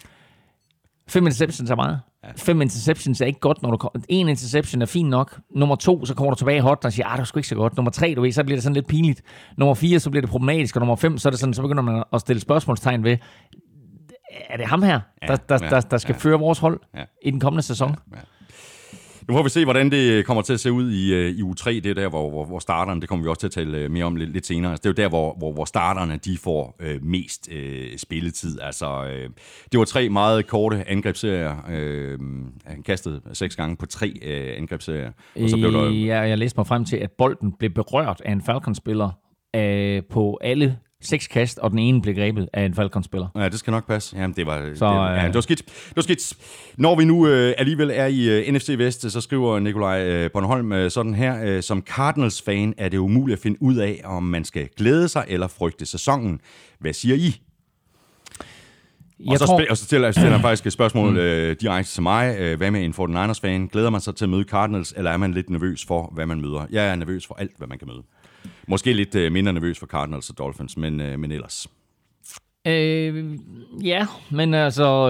5 interceptions er meget. 5 interceptions er ikke godt, når du... 1 interception er fint nok. Nummer 2, så kommer du tilbage hot og siger, det var sgu ikke så godt. Nummer 3, du ved, så bliver det sådan lidt pinligt. Nummer 4, så bliver det problematisk. Og nummer 5, så er det sådan, så begynder man at stille spørgsmålstegn ved, er det ham her, der skal føre vores hold i den kommende sæson? Ja. Nu får vi se, hvordan det kommer til at se ud i uge 3. Det er der, hvor starterne, det kommer vi også til at tale mere om lidt senere. Det er jo der, hvor starterne de får mest spilletid. Altså, det var 3 meget korte angrebsserier. Han kastede 6 gange på 3 angrebsserier. Og så blev der... Jeg læste mig frem til, at bolden blev berørt af en Falcons-spiller på alle 6 kast, og den ene blev grebet af en Falcons-spiller. Ja, det skal nok passe. Jamen, det var skidt. Når vi nu alligevel er i NFC Vest, så skriver Nikolaj Bornholm sådan her. Som Cardinals-fan er det umuligt at finde ud af, om man skal glæde sig eller frygte sæsonen. Hvad siger I? Og så stiller han faktisk et spørgsmål direkte til mig. Hvad med en 49ers-fan? Glæder man sig til at møde Cardinals, eller er man lidt nervøs for, hvad man møder? Jeg er nervøs for alt, hvad man kan møde. Måske lidt mindre nervøs for Cardinals og Dolphins, men ellers. Ja, men altså...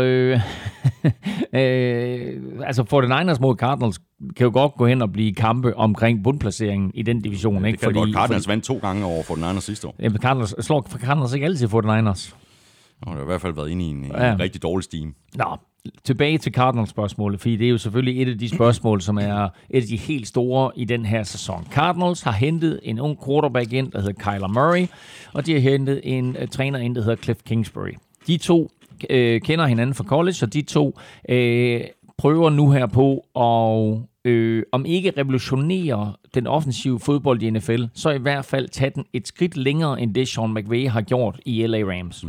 altså 49ers mod Cardinals kan jo godt gå hen og blive kampe omkring bundplaceringen i den division. Det kan godt. Cardinals vandt 2 gange over 49ers sidste år. Jamen, Cardinals ikke altid 49ers. Det har i hvert fald været inde i en rigtig dårlig steam. Nå, tilbage til Cardinals-spørgsmålet, fordi det er jo selvfølgelig et af de spørgsmål, som er et af de helt store i den her sæson. Cardinals har hentet en ung quarterback ind, der hedder Kyler Murray, og de har hentet en træner ind, der hedder Cliff Kingsbury. De to kender hinanden fra college, og de to prøver nu her på at om ikke revolutionere den offensive fodbold i NFL, så i hvert fald tage den et skridt længere, end det Sean McVay har gjort i LA Rams.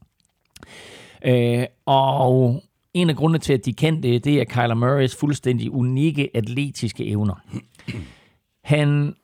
Og en af grundene til, at de kan det er Kyler Murrays fuldstændig unikke atletiske evner. Han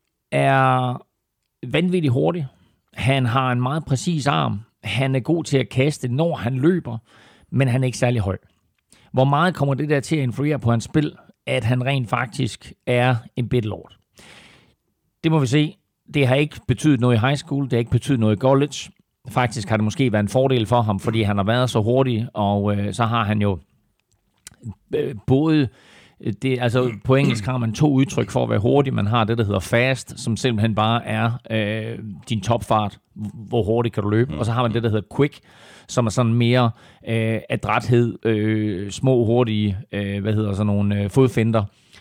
er vanvittigt hurtig. Han har en meget præcis arm. Han er god til at kaste, når han løber, men han er ikke særlig høj. Hvor meget kommer det der til at influere på hans spil, at han rent faktisk er en bitlord? Det må vi se. Det har ikke betydet noget i high school, det har ikke betydet noget i college. Faktisk har det måske været en fordel for ham, fordi han har været så hurtig, og så har han jo både... Det, altså på engelsk har man 2 udtryk for at være hurtig. Man har det, der hedder fast, som simpelthen bare er din topfart. Hvor hurtigt kan du løbe? Og så har man det, der hedder quick, som er sådan mere adræthed, små, hurtige, sådan nogle fodfinder,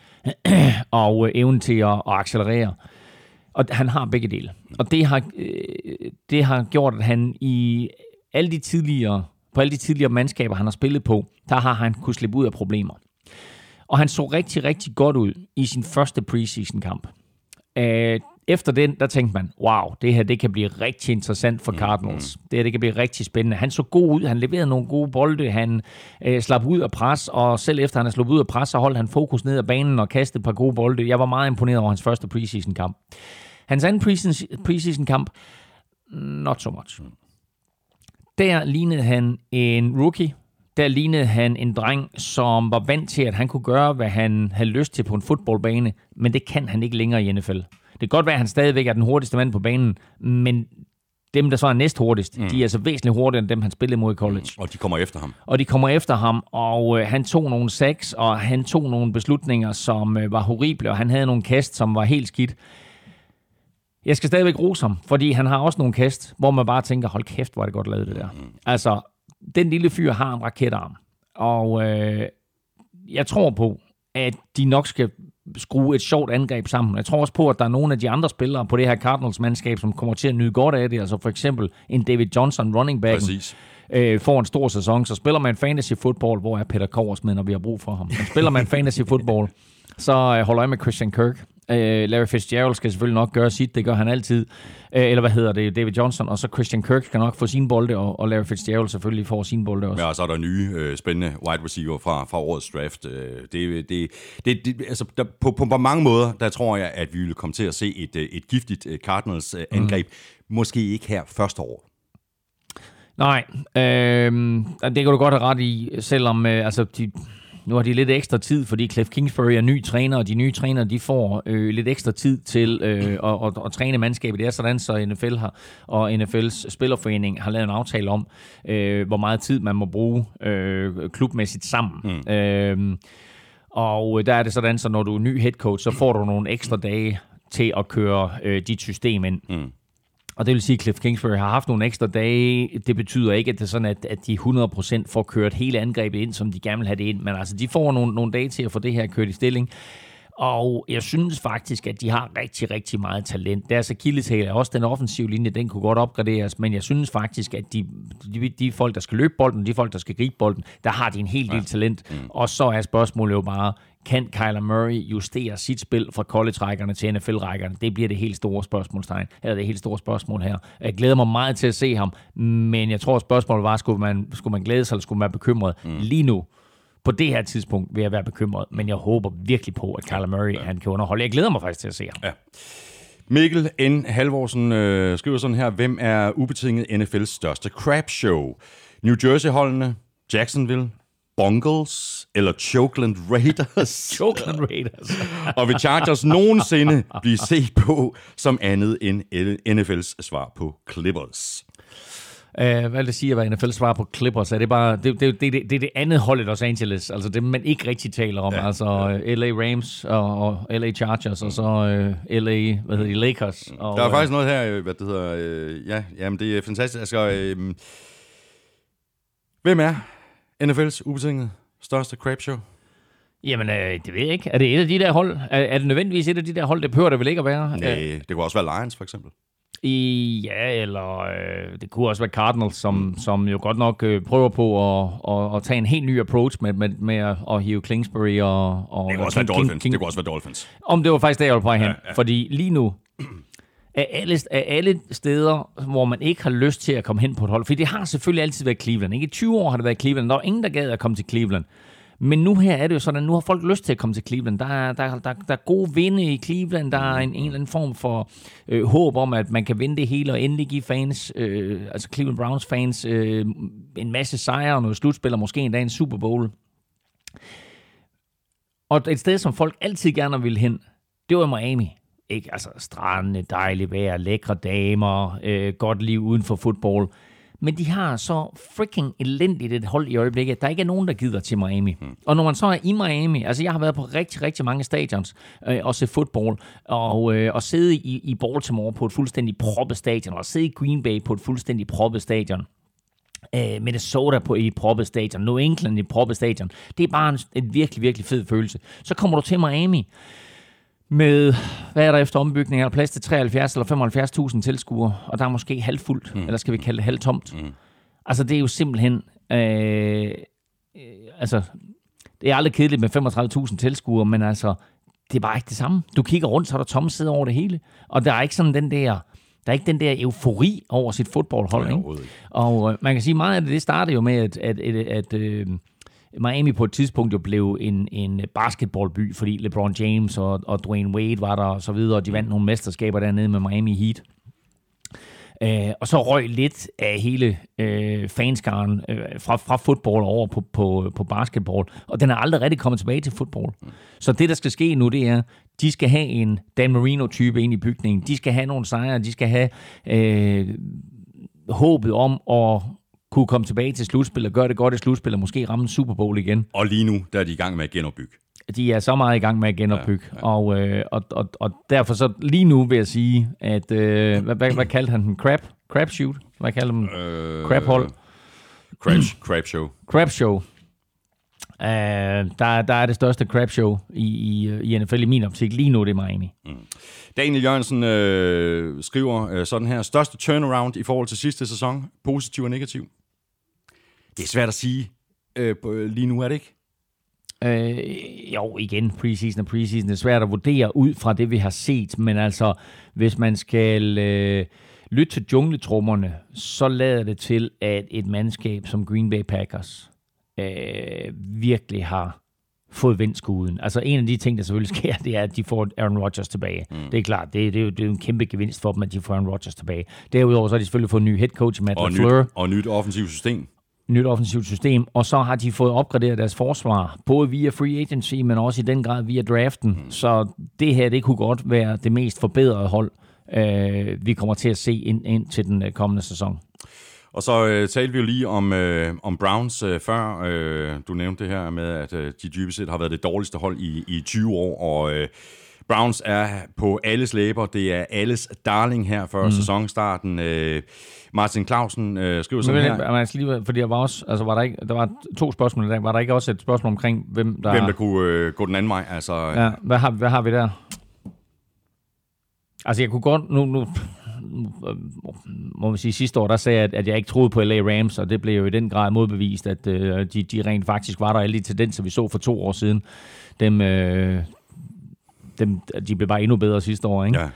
og evnen til at accelerere. Og han har begge dele. Og det har gjort, at han i på alle de tidligere mandskaber, han har spillet på, der har han kunne slippe ud af problemer. Og han så rigtig, rigtig godt ud i sin første preseason-kamp. Efter den, der tænkte man, wow, det her det kan blive rigtig interessant for Cardinals. Det kan blive rigtig spændende. Han så god ud, han leverede nogle gode bolde, han slap ud af pres, og selv efter han er sluppet ud af pres, så holdt han fokus ned ad banen og kastede et par gode bolde. Jeg var meget imponeret over hans første preseason-kamp. Hans anden preseason-kamp, not so much. Der lignede han en rookie. Der lignede han en dreng, som var vant til, at han kunne gøre, hvad han havde lyst til på en fodboldbane, men det kan han ikke længere i NFL. Det kan godt være, at han stadigvæk er den hurtigste mand på banen, men dem, der så er næsthurtigst, de er altså væsentligt hurtigere end dem, han spillede mod i college. Og de kommer efter ham. Og han tog nogle sacks, og han tog nogle beslutninger, som var horrible, og han havde nogle kast, som var helt skidt. Jeg skal stadigvæk rose ham, fordi han har også nogle kast, hvor man bare tænker, hold kæft, hvor er det godt lavet det der. Altså, den lille fyr har en raketarm, og jeg tror på, at de nok skal skrue et sjovt angreb sammen. Jeg tror også på, at der er nogle af de andre spillere på det her Cardinals-mandskab, som kommer til at nyde godt af det. Altså for eksempel en David Johnson, running backen, får en stor sæson. Så spiller man fantasy-football, hvor er Peter Kors med, når vi har brug for ham. Så spiller man fantasy-football, så holder jeg med Christian Kirk. Larry Fitzgerald skal selvfølgelig nok gøre sit, det gør han altid. David Johnson, og så Christian Kirk skal nok få sine bolde, og Larry Fitzgerald selvfølgelig får sine bolde også. Ja, og så er der nye spændende wide receiver fra årets draft. Altså, på mange måder, der tror jeg, at vi vil komme til at se et giftigt Cardinals angreb. Måske ikke her første år. Nej, det kan du godt have ret i, selvom nu har de lidt ekstra tid, fordi Cliff Kingsbury er ny træner, og de nye trænere, de får lidt ekstra tid til at træne mandskabet. Det er sådan, så NFL og NFL's spillerforening har lavet en aftale om, hvor meget tid man må bruge klubmæssigt sammen. Og der er det sådan, så når du er ny head coach, så får du nogle ekstra dage til at køre dit system ind. Og det vil sige, at Cliff Kingsbury har haft nogle ekstra dage. Det betyder ikke, at det er sådan, at de 100% får kørt hele angrebet ind, som de gerne vil have det ind. Men altså, de får nogle dage til at få det her kørt i stilling. Og jeg synes faktisk, at de har rigtig, rigtig meget talent. Deres akilleshæl er også den offensive linje, den kunne godt opgraderes. Men jeg synes faktisk, at de folk, der skal løbe bolden, de folk, der skal gribe bolden, der har de en hel del talent. Og så er spørgsmålet jo bare, kan Kyler Murray justere sit spil fra college-rækkerne til NFL-rækkerne? Det bliver det helt store spørgsmålstegn. Eller det helt store spørgsmål her. Jeg glæder mig meget til at se ham, men jeg tror, spørgsmålet var, skulle man glæde sig, eller skulle man være bekymret? Lige nu, på det her tidspunkt, vil jeg være bekymret, men jeg håber virkelig på, at Kyler Murray han kan underholde. Jeg glæder mig faktisk til at se ham. Ja. Mikkel N. Halvorsen skriver sådan her: hvem er ubetinget NFL's største crap show? New Jersey-holdene, Jacksonville, Bungles eller Chokeland Raiders? Chokeland Raiders. Og vil Chargers nogensinde blive set på som andet end NFL's svar på Clippers? Hvad vil det sige at være NFL's svar på Clippers? Er det bare det er det andet hold i Los Angeles, altså det man ikke rigtig taler om, altså LA Rams og LA Chargers og så LA Lakers. Og, der er faktisk noget her, hvad det hedder, jamen det er fantastisk. Altså, hvem er NFL's ubetinget største crapshow? Jamen, det ved jeg ikke. Er det et af de der hold? Er det nødvendigvis et af de der hold? Det behøver det vel ikke at være? Nej, det kunne også være Lions, for eksempel. Ja, eller det kunne også være Cardinals, som jo godt nok prøver på at tage en helt ny approach med at hive Kingsbury og det kunne også være Dolphins. Det kunne også være Dolphins. Om det var faktisk der, jeg var på hen. Ja. Fordi lige nu, af alle steder, hvor man ikke har lyst til at komme hen på et hold, for det har selvfølgelig altid været Cleveland. Ikke? I 20 år har det været Cleveland. Der var ingen, der gad at komme til Cleveland. Men nu her er det jo sådan, nu har folk lyst til at komme til Cleveland. Der er gode vinde i Cleveland. Der er en eller anden form for håb om, at man kan vinde det hele og endelig give fans, altså Cleveland Browns fans, en masse sejre og noget slutspil og måske endda en Super Bowl. Og et sted, som folk altid gerne vil hen, det var Miami. Ikke? Altså strandene, dejligt vejr, lækre damer, godt liv uden for fodbold. Men de har så freaking elendigt et hold i øjeblikket. Der ikke er nogen, der gider til Miami. Og når man så er i Miami, altså jeg har været på rigtig, rigtig mange stadions og se fodbold, og sidde i Baltimore på et fuldstændig proppet stadion, og sidde i Green Bay på et fuldstændig proppet stadion. Minnesota på et proppet stadion, New England i et proppet stadion. Det er bare en virkelig, virkelig fed følelse. Så kommer du til Miami med, hvad er der efter ombygning? Er der plads til 73 eller 75.000 tilskuere, og der er måske halvfuldt, eller skal vi kalde det halvtomt? Altså, det er jo simpelthen, altså, det er aldrig kedeligt med 35.000 tilskuere, men altså, det er bare ikke det samme. Du kigger rundt, så er der tomme sæder over det hele, og der er ikke sådan den der, eufori over sit fodboldhold, ikke? Og man kan sige, meget af det startede jo med, at Miami på et tidspunkt jo blev en basketballby, fordi LeBron James og Dwayne Wade var der og så videre, og de vandt nogle mesterskaber dernede med Miami Heat. Og så røg lidt af hele fanskaren fra fodbold over på basketball, og den er aldrig rigtig kommet tilbage til fodbold. Så det, der skal ske nu, det er, de skal have en Dan Marino-type ind i bygningen, de skal have nogle sejre, de skal have håbet om at kunne komme tilbage til slutspil og gøre det godt i slutspil og måske ramme en Super Bowl igen. Og lige nu, der er de i gang med at genopbygge. De er så meget i gang med at genopbygge. Ja. Og derfor så lige nu vil jeg sige, at hvad kaldte han den? Crab shoot? Hvad kaldte han den? Crab-hold? Crab show. Crab show. Der er det største crab show i NFL i min optik. Lige nu det er Miami. Daniel Jørgensen skriver sådan her. Største turnaround i forhold til sidste sæson. Positiv og negativ? Det er svært at sige lige nu, er det ikke? Jo, igen, preseason. Det er svært at vurdere ud fra det, vi har set. Men altså, hvis man skal lytte til jungletrummerne, så lader det til, at et mandskab som Green Bay Packers virkelig har fået vindskuden. Altså en af de ting, der selvfølgelig sker, det er, at de får Aaron Rodgers tilbage. Det er klart, det er jo en kæmpe gevinst for dem, at de får Aaron Rodgers tilbage. Derudover så har de selvfølgelig fået en ny head coach, Matt LaFleur. Og nyt offensivt system. Nyt offensivt system, og så har de fået opgraderet deres forsvar, både via free agency, men også i den grad via draften. Så det her, det kunne godt være det mest forbedrede hold, vi kommer til at se ind til den kommende sæson. Og så talte vi jo lige om Browns før. Du nævnte det her med, at de dybest set har været det dårligste hold i 20 år, og Browns er på alles læber. Det er alles darling her før sæsonstarten. Martin Clausen skriver sådan her. Fordi der var også, altså der var 2 spørgsmål i dag. Var der ikke også et spørgsmål omkring, hvem der kunne gå den anden vej? Altså, ja, hvad har vi der? Altså jeg kunne godt nu må man sige, sidste år, der sagde jeg, at jeg ikke troede på LA Rams, og det blev jo i den grad modbevist, at de rent faktisk var der alle de tendenser, vi så for 2 år siden. De blev bare endnu bedre sidste år, ikke?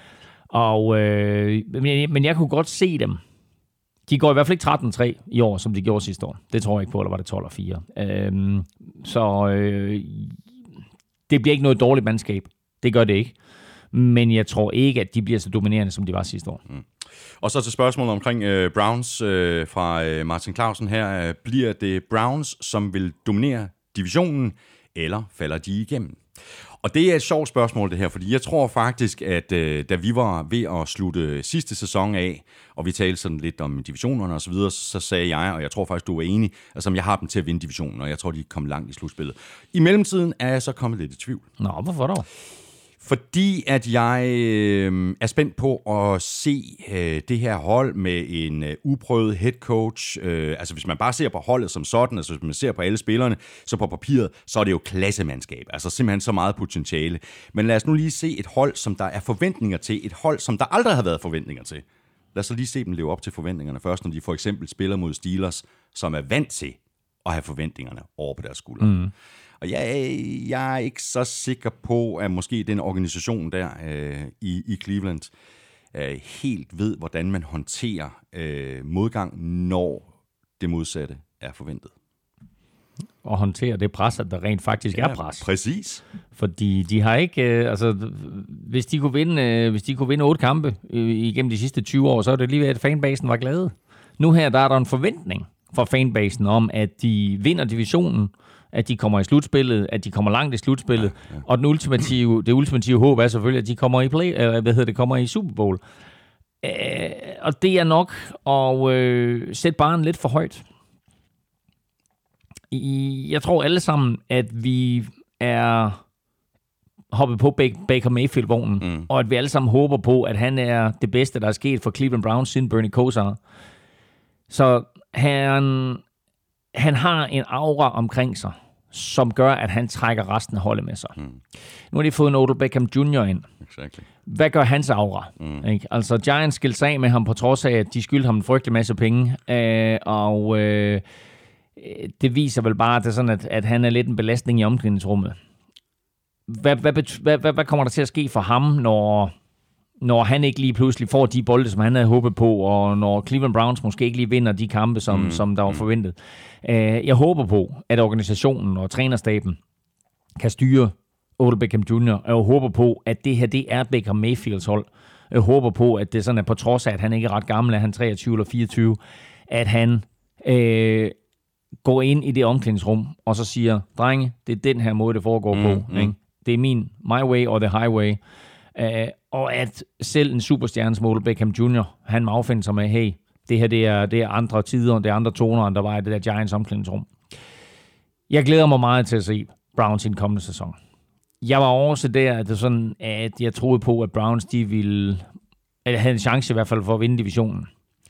Ja. Men jeg kunne godt se dem. De går i hvert fald ikke 13-3 i år, som de gjorde sidste år. Det tror jeg ikke på, eller var det 12-4. Så det bliver ikke noget dårligt mandskab. Det gør det ikke. Men jeg tror ikke, at de bliver så dominerende, som de var sidste år. Og så til spørgsmålet omkring Browns fra Martin Clausen her. Bliver det Browns, som vil dominere divisionen, eller falder de igennem? Og det er et sjovt spørgsmål, det her, fordi jeg tror faktisk, at da vi var ved at slutte sidste sæson af, og vi talte sådan lidt om divisionerne og så videre, så sagde jeg, og jeg tror faktisk, du er enig, altså jeg har dem til at vinde divisionen, og jeg tror, de er kommet langt i slutspillet. I mellemtiden er jeg så kommet lidt i tvivl. Nå, hvorfor dog? Fordi at jeg er spændt på at se det her hold med en uprøvet head coach. Altså hvis man bare ser på holdet som sådan, altså hvis man ser på alle spillerne, så på papiret, så er det jo klassemandskab. Altså simpelthen så meget potentiale. Men lad os nu lige se et hold, som der er forventninger til. Et hold, som der aldrig har været forventninger til. Lad os så lige se dem leve op til forventningerne først, når de for eksempel spiller mod Steelers, som er vant til at have forventningerne over på deres skuldre. Mm. Og jeg er ikke så sikker på, at måske den organisation der i Cleveland helt ved, hvordan man håndterer modgang, når det modsatte er forventet. Og håndtere det pres, at der rent faktisk er pres. Præcis. Fordi de har ikke, hvis de kunne vinde 8 kampe igennem de sidste 20 år, så er det lige ved, at fanbasen var glade. Nu her, der er der en forventning fra fanbasen om, at de vinder divisionen, at de kommer i slutspillet, at de kommer langt i slutspillet, og det ultimative håb er selvfølgelig, at de kommer kommer i Super Bowl. Og det er nok at sætte barren lidt for højt. Jeg tror alle sammen, at vi er hoppet på Baker Mayfield-vognen, og at vi alle sammen håber på, at han er det bedste, der er sket for Cleveland Browns siden Bernie Kosar. Så han har en aura omkring sig, som gør, at han trækker resten af holdet med sig. Nu har de fået en Odell Beckham Jr. ind. Exactly. Hvad gør hans aura? Ikke? Altså, Giants skilte sig af med ham på trods af, at de skyldte ham en frygtelig masse penge. Det viser vel bare, at det er sådan, at han er lidt en belastning i omklædningsrummet. Hvad kommer der til at ske for ham, når han ikke lige pludselig får de bolde, som han havde håbet på, og når Cleveland Browns måske ikke lige vinder de kampe, som der var forventet? Jeg håber på, at organisationen og trænerstaben kan styre Odell Beckham Jr., og jeg håber på, at det her, det er Baker Mayfields hold. Jeg håber på, at det er sådan, at på trods af, at han ikke er ret gammel, er han 23 eller 24, at han går ind i det omklædningsrum, og så siger, drenge, det er den her måde, det foregår på. Ikke? Det er my way or the highway. Og at selv en superstjerne som Odell Beckham Jr., han må affinde sig med, hey, det her det er andre tider, det er andre toner, end der var i det der Giants omklædningsrum. Jeg glæder mig meget til at se Browns i den kommende sæson. Jeg var også der, at det sådan, at jeg troede på, at Browns de ville have en chance i hvert fald for at vinde divisionen.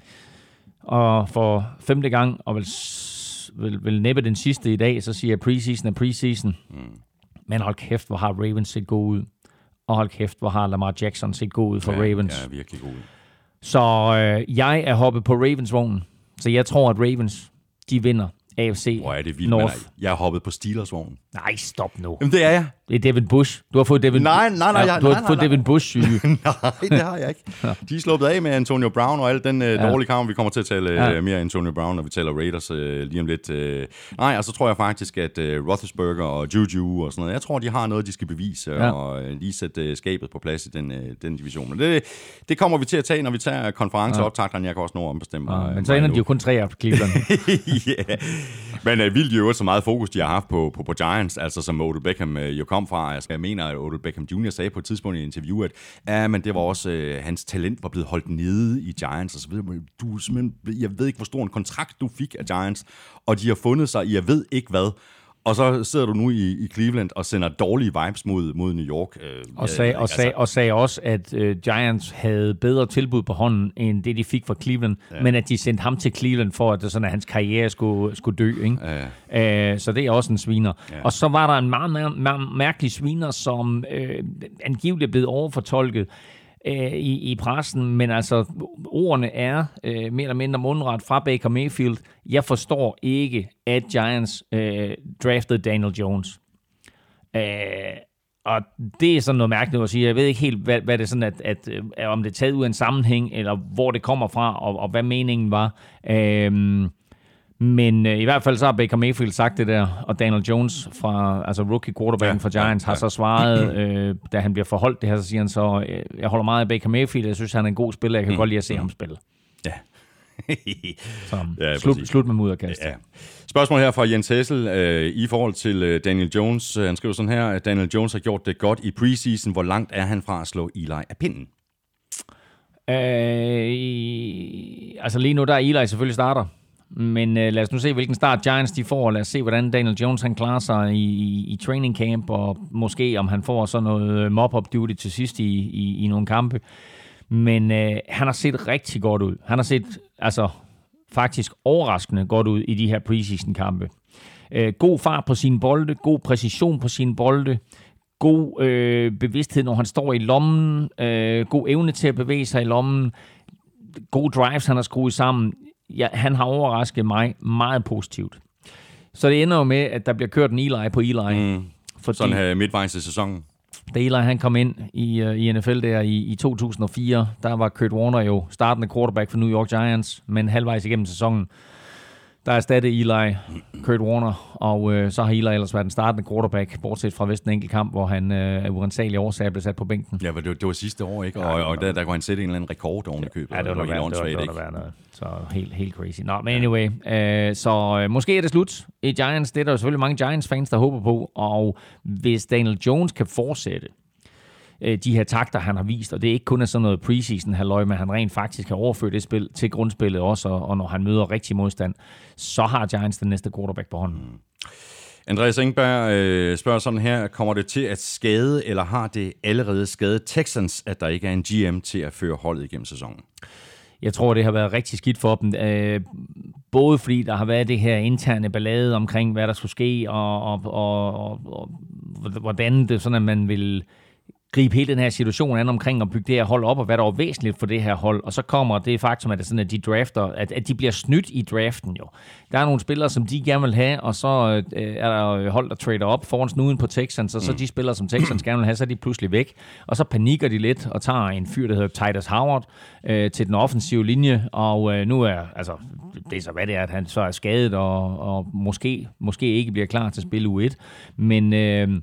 Og for 5. gang, og vil næppe den sidste i dag, så siger jeg preseason er preseason. Men hold kæft, hvor har Ravens set god ud. Og hold kæft, hvor har Lamar Jackson set god ud for Ravens. Ja, virkelig god ud. Så jeg er hoppet på Ravens-vognen. Så jeg tror, at Ravens, de vinder AFC Hvor er det vildt, North. Jeg er hoppet på Steelers-vognen. Nej, stop nu. Jamen, det er jeg. Det er Devin Bush. Du har fået Devin Devin Bush-syge. Nej, det har jeg ikke. De er sluppet af med Antonio Brown og al den dårlige kamp. Vi kommer til at tale mere Antonio Brown, når vi taler Raiders lige om lidt. Nej, og så tror jeg faktisk, at Roethlisberger og Juju og sådan noget, jeg tror, de har noget, de skal bevise og lige sætte skabet på plads i den division. Men det kommer vi til at tage, når vi tager konferenceoptagterne. Jeg kan også nå at bestemme. Men så ender de jo kun 3 af Cleveland. Yeah. Men vildt jo så meget fokus, de har haft på Giants, altså som Odell Beckham jo kom fra. Jeg mener, at Odell Beckham Jr. sagde på et tidspunkt i et interview, at men det var også, hans talent var blevet holdt nede i Giants og så videre. Jeg ved ikke, hvor stor en kontrakt du fik af Giants, og de har fundet sig i, jeg ved ikke hvad. Og så sidder du nu i Cleveland og sender dårlige vibes mod New York. Og sagde også, at Giants havde bedre tilbud på hånden, end det de fik fra Cleveland, men at de sendte ham til Cleveland for, at, sådan, at hans karriere skulle dø. Ikke? Så det er også en sviner. Ja. Og så var der en meget mærkelig sviner, som angiveligt er blevet overfortolket i pressen, men altså ordene er mere eller mindre mundret fra Baker Mayfield. Jeg forstår ikke, at Giants draftede Daniel Jones. Og det er sådan noget mærkeligt at sige. Jeg ved ikke helt, hvad det er sådan, at om det er taget ud af en sammenhæng, eller hvor det kommer fra, og hvad meningen var. Men i hvert fald så har Baker Mayfield sagt det der, og Daniel Jones, altså rookie quarterbacken for Giants, har så svaret, da han bliver forholdt det her, så siger han så, jeg holder meget af Baker Mayfield, jeg synes, han er en god spiller, jeg kan godt lide at se ham spille. Ja. Så slut med mudderkast. Ja. Spørgsmål her fra Jens Hessel i forhold til Daniel Jones. Han skriver sådan her, at Daniel Jones har gjort det godt i preseason. Hvor langt er han fra at slå Eli af pinden? Altså lige nu, der er Eli selvfølgelig starter. Men lad os nu se, hvilken start Giants de får. Lad os se, hvordan Daniel Jones han klarer sig i training camp, og måske om han får sådan noget mop-up duty til sidst i nogle kampe. Men han har set rigtig godt ud. Han har set faktisk overraskende godt ud i de her preseason-kampe. God fart på sine bolde, god præcision på sine bolde, god bevidsthed, når han står i lommen, god evne til at bevæge sig i lommen, gode drives, han har skruet sammen. Ja, han har overrasket mig meget positivt. Så det ender jo med, at der bliver kørt en Eli på Eli. Sådan her midtvejs i sæsonen. Da Eli han kom ind i NFL der i 2004, der var Kurt Warner jo startende quarterback for New York Giants, men halvvejs igennem sæsonen, der erstattede Eli Kurt Warner, og så har Eli ellers været den startende quarterback, bortset fra vist en enkelt kamp, hvor han af urensagelige årsager blev sat på bænken. Ja, men det var sidste år, ikke? Og der kunne han sætte en eller anden rekord oven i købet. Ja, det var noget. Så helt crazy. Nå, men anyway, så måske er det slut i Giants. Det er der jo selvfølgelig mange Giants-fans, der håber på, og hvis Daniel Jones kan fortsætte de her takter, han har vist, og det er ikke kun sådan noget preseason halløj, men han rent faktisk kan overføre det spil til grundspillet også, og når han møder rigtig modstand, så har Giants den næste quarterback på hånden. Andreas Engberg spørger sådan her, kommer det til at skade, eller har det allerede skadet Texans, at der ikke er en GM til at føre holdet igennem sæsonen? Jeg tror, det har været rigtig skidt for dem. Både fordi der har været det her interne ballade omkring, hvad der skulle ske, og hvordan det sådan, at man vil gribe hele den her situation an omkring at bygge det her hold op, og hvad der er væsentligt for det her hold. Og så kommer det faktum, at det sådan, at de drafter, at de bliver snydt i draften jo. Der er nogle spillere, som de gerne vil have, og så er der hold, der trader op foran snuden på Texans, og så de spillere, som Texans gerne vil have, så er de pludselig væk. Og så panikker de lidt og tager en fyr, der hedder Titus Howard, til den offensive linje, og nu er, det er så hvad det er, at han så er skadet, og måske ikke bliver klar til at spille U1. Men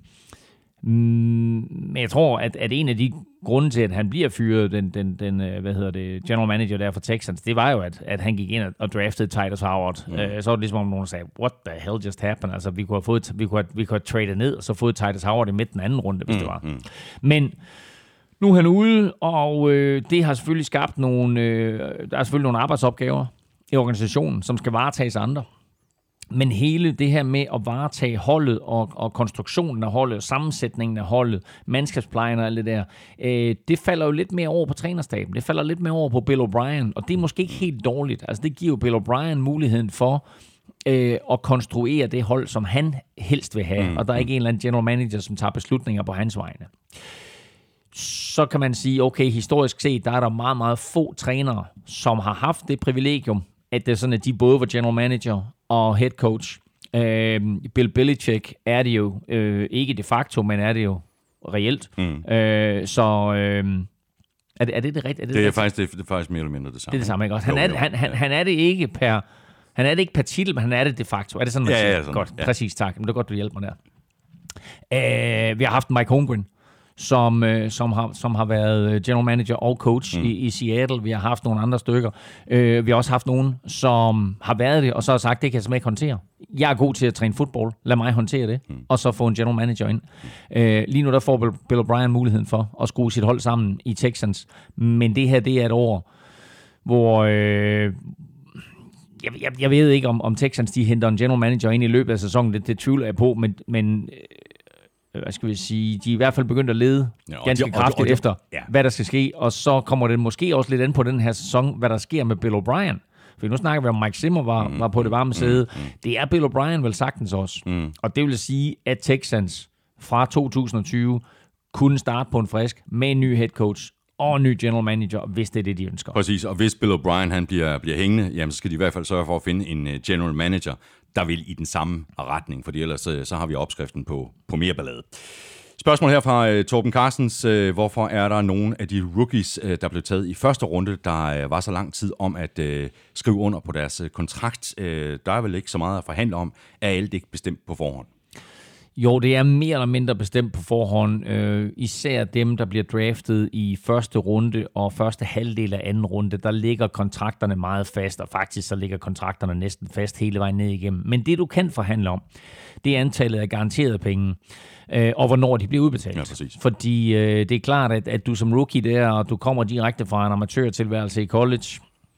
jeg tror, at en af de grunde til, at han bliver fyret, den general manager der for Texans, det var jo, at han gik ind og draftede Titus Howard. Så var det ligesom, om nogen sagde, what the hell just happened? Altså, vi kunne have tradet ned, og så fået Titus Howard i midten af anden runde, hvis det var. Men nu er han ude, og det har selvfølgelig skabt der er selvfølgelig nogle arbejdsopgaver i organisationen, som skal varetages af andre. Men hele det her med at varetage holdet og konstruktionen af holdet, sammensætningen af holdet, mandskabsplejen og alt det der, det falder jo lidt mere over på trænerstaben. Det falder lidt mere over på Bill O'Brien, og det er måske ikke helt dårligt. Altså det giver jo Bill O'Brien muligheden for at konstruere det hold, som han helst vil have, og der er ikke en eller anden general manager, som tager beslutninger på hans vegne. Så kan man sige, okay, historisk set, der er der meget, meget få trænere, som har haft det privilegium, at det er sådan, at de både var general manager og head coach. Bill Belichick er det jo ikke de facto, men er det jo reelt. Er det rigtigt? Det er faktisk mere eller mindre det samme. Det er det samme, ikke også? Han er det ikke per titel, men han er det de facto. Er det sådan, man siger? Sådan, godt, præcis, tak. Men det er godt, du hjælper mig der. Vi har haft Mike Holmgren, som har været general manager og coach i Seattle. Vi har haft nogle andre stykker. Vi har også haft nogen, som har været det, og så har sagt, det kan jeg simpelthen ikke håndtere. Jeg er god til at træne fodbold. Lad mig håndtere det. Og så få en general manager ind. Lige nu der får Bill O'Brien muligheden for at skrue sit hold sammen i Texans. Men det her, det er et år, hvor jeg ved ikke, om Texans de henter en general manager ind i løbet af sæsonen. Det tvivler jeg på, men hvad skal vi sige, de er i hvert fald begyndt at lede ganske kraftigt efter, hvad der skal ske, og så kommer det måske også lidt an på den her sæson, hvad der sker med Bill O'Brien. For nu snakker vi om, Mike Zimmer var på det varme sæde. Det er Bill O'Brien vel sagtens også. Og det vil sige, at Texans fra 2020 kunne starte på en frisk med en ny head coach og en ny general manager, hvis det er det, de ønsker. Præcis, og hvis Bill O'Brien han bliver hængende, jamen, så skal de i hvert fald sørge for at finde en general manager, der vil i den samme retning, fordi ellers så har vi opskriften på mere ballade. Spørgsmål her fra Torben Carstens. Hvorfor er der nogle af de rookies, der blev taget i første runde, der var så lang tid om at skrive under på deres kontrakt? Der er vel ikke så meget at forhandle om. Er alt ikke bestemt på forhånd? Jo, det er mere eller mindre bestemt på forhånd. Især dem, der bliver draftet i første runde og første halvdel af anden runde, der ligger kontrakterne meget fast, og faktisk så ligger kontrakterne næsten fast hele vejen ned igennem. Men det, du kan forhandle om, det er antallet af garanterede penge, og hvornår de bliver udbetalt. Ja, præcis. Fordi det er klart, at du som rookie der, og du kommer direkte fra en amatørtilværelse i college,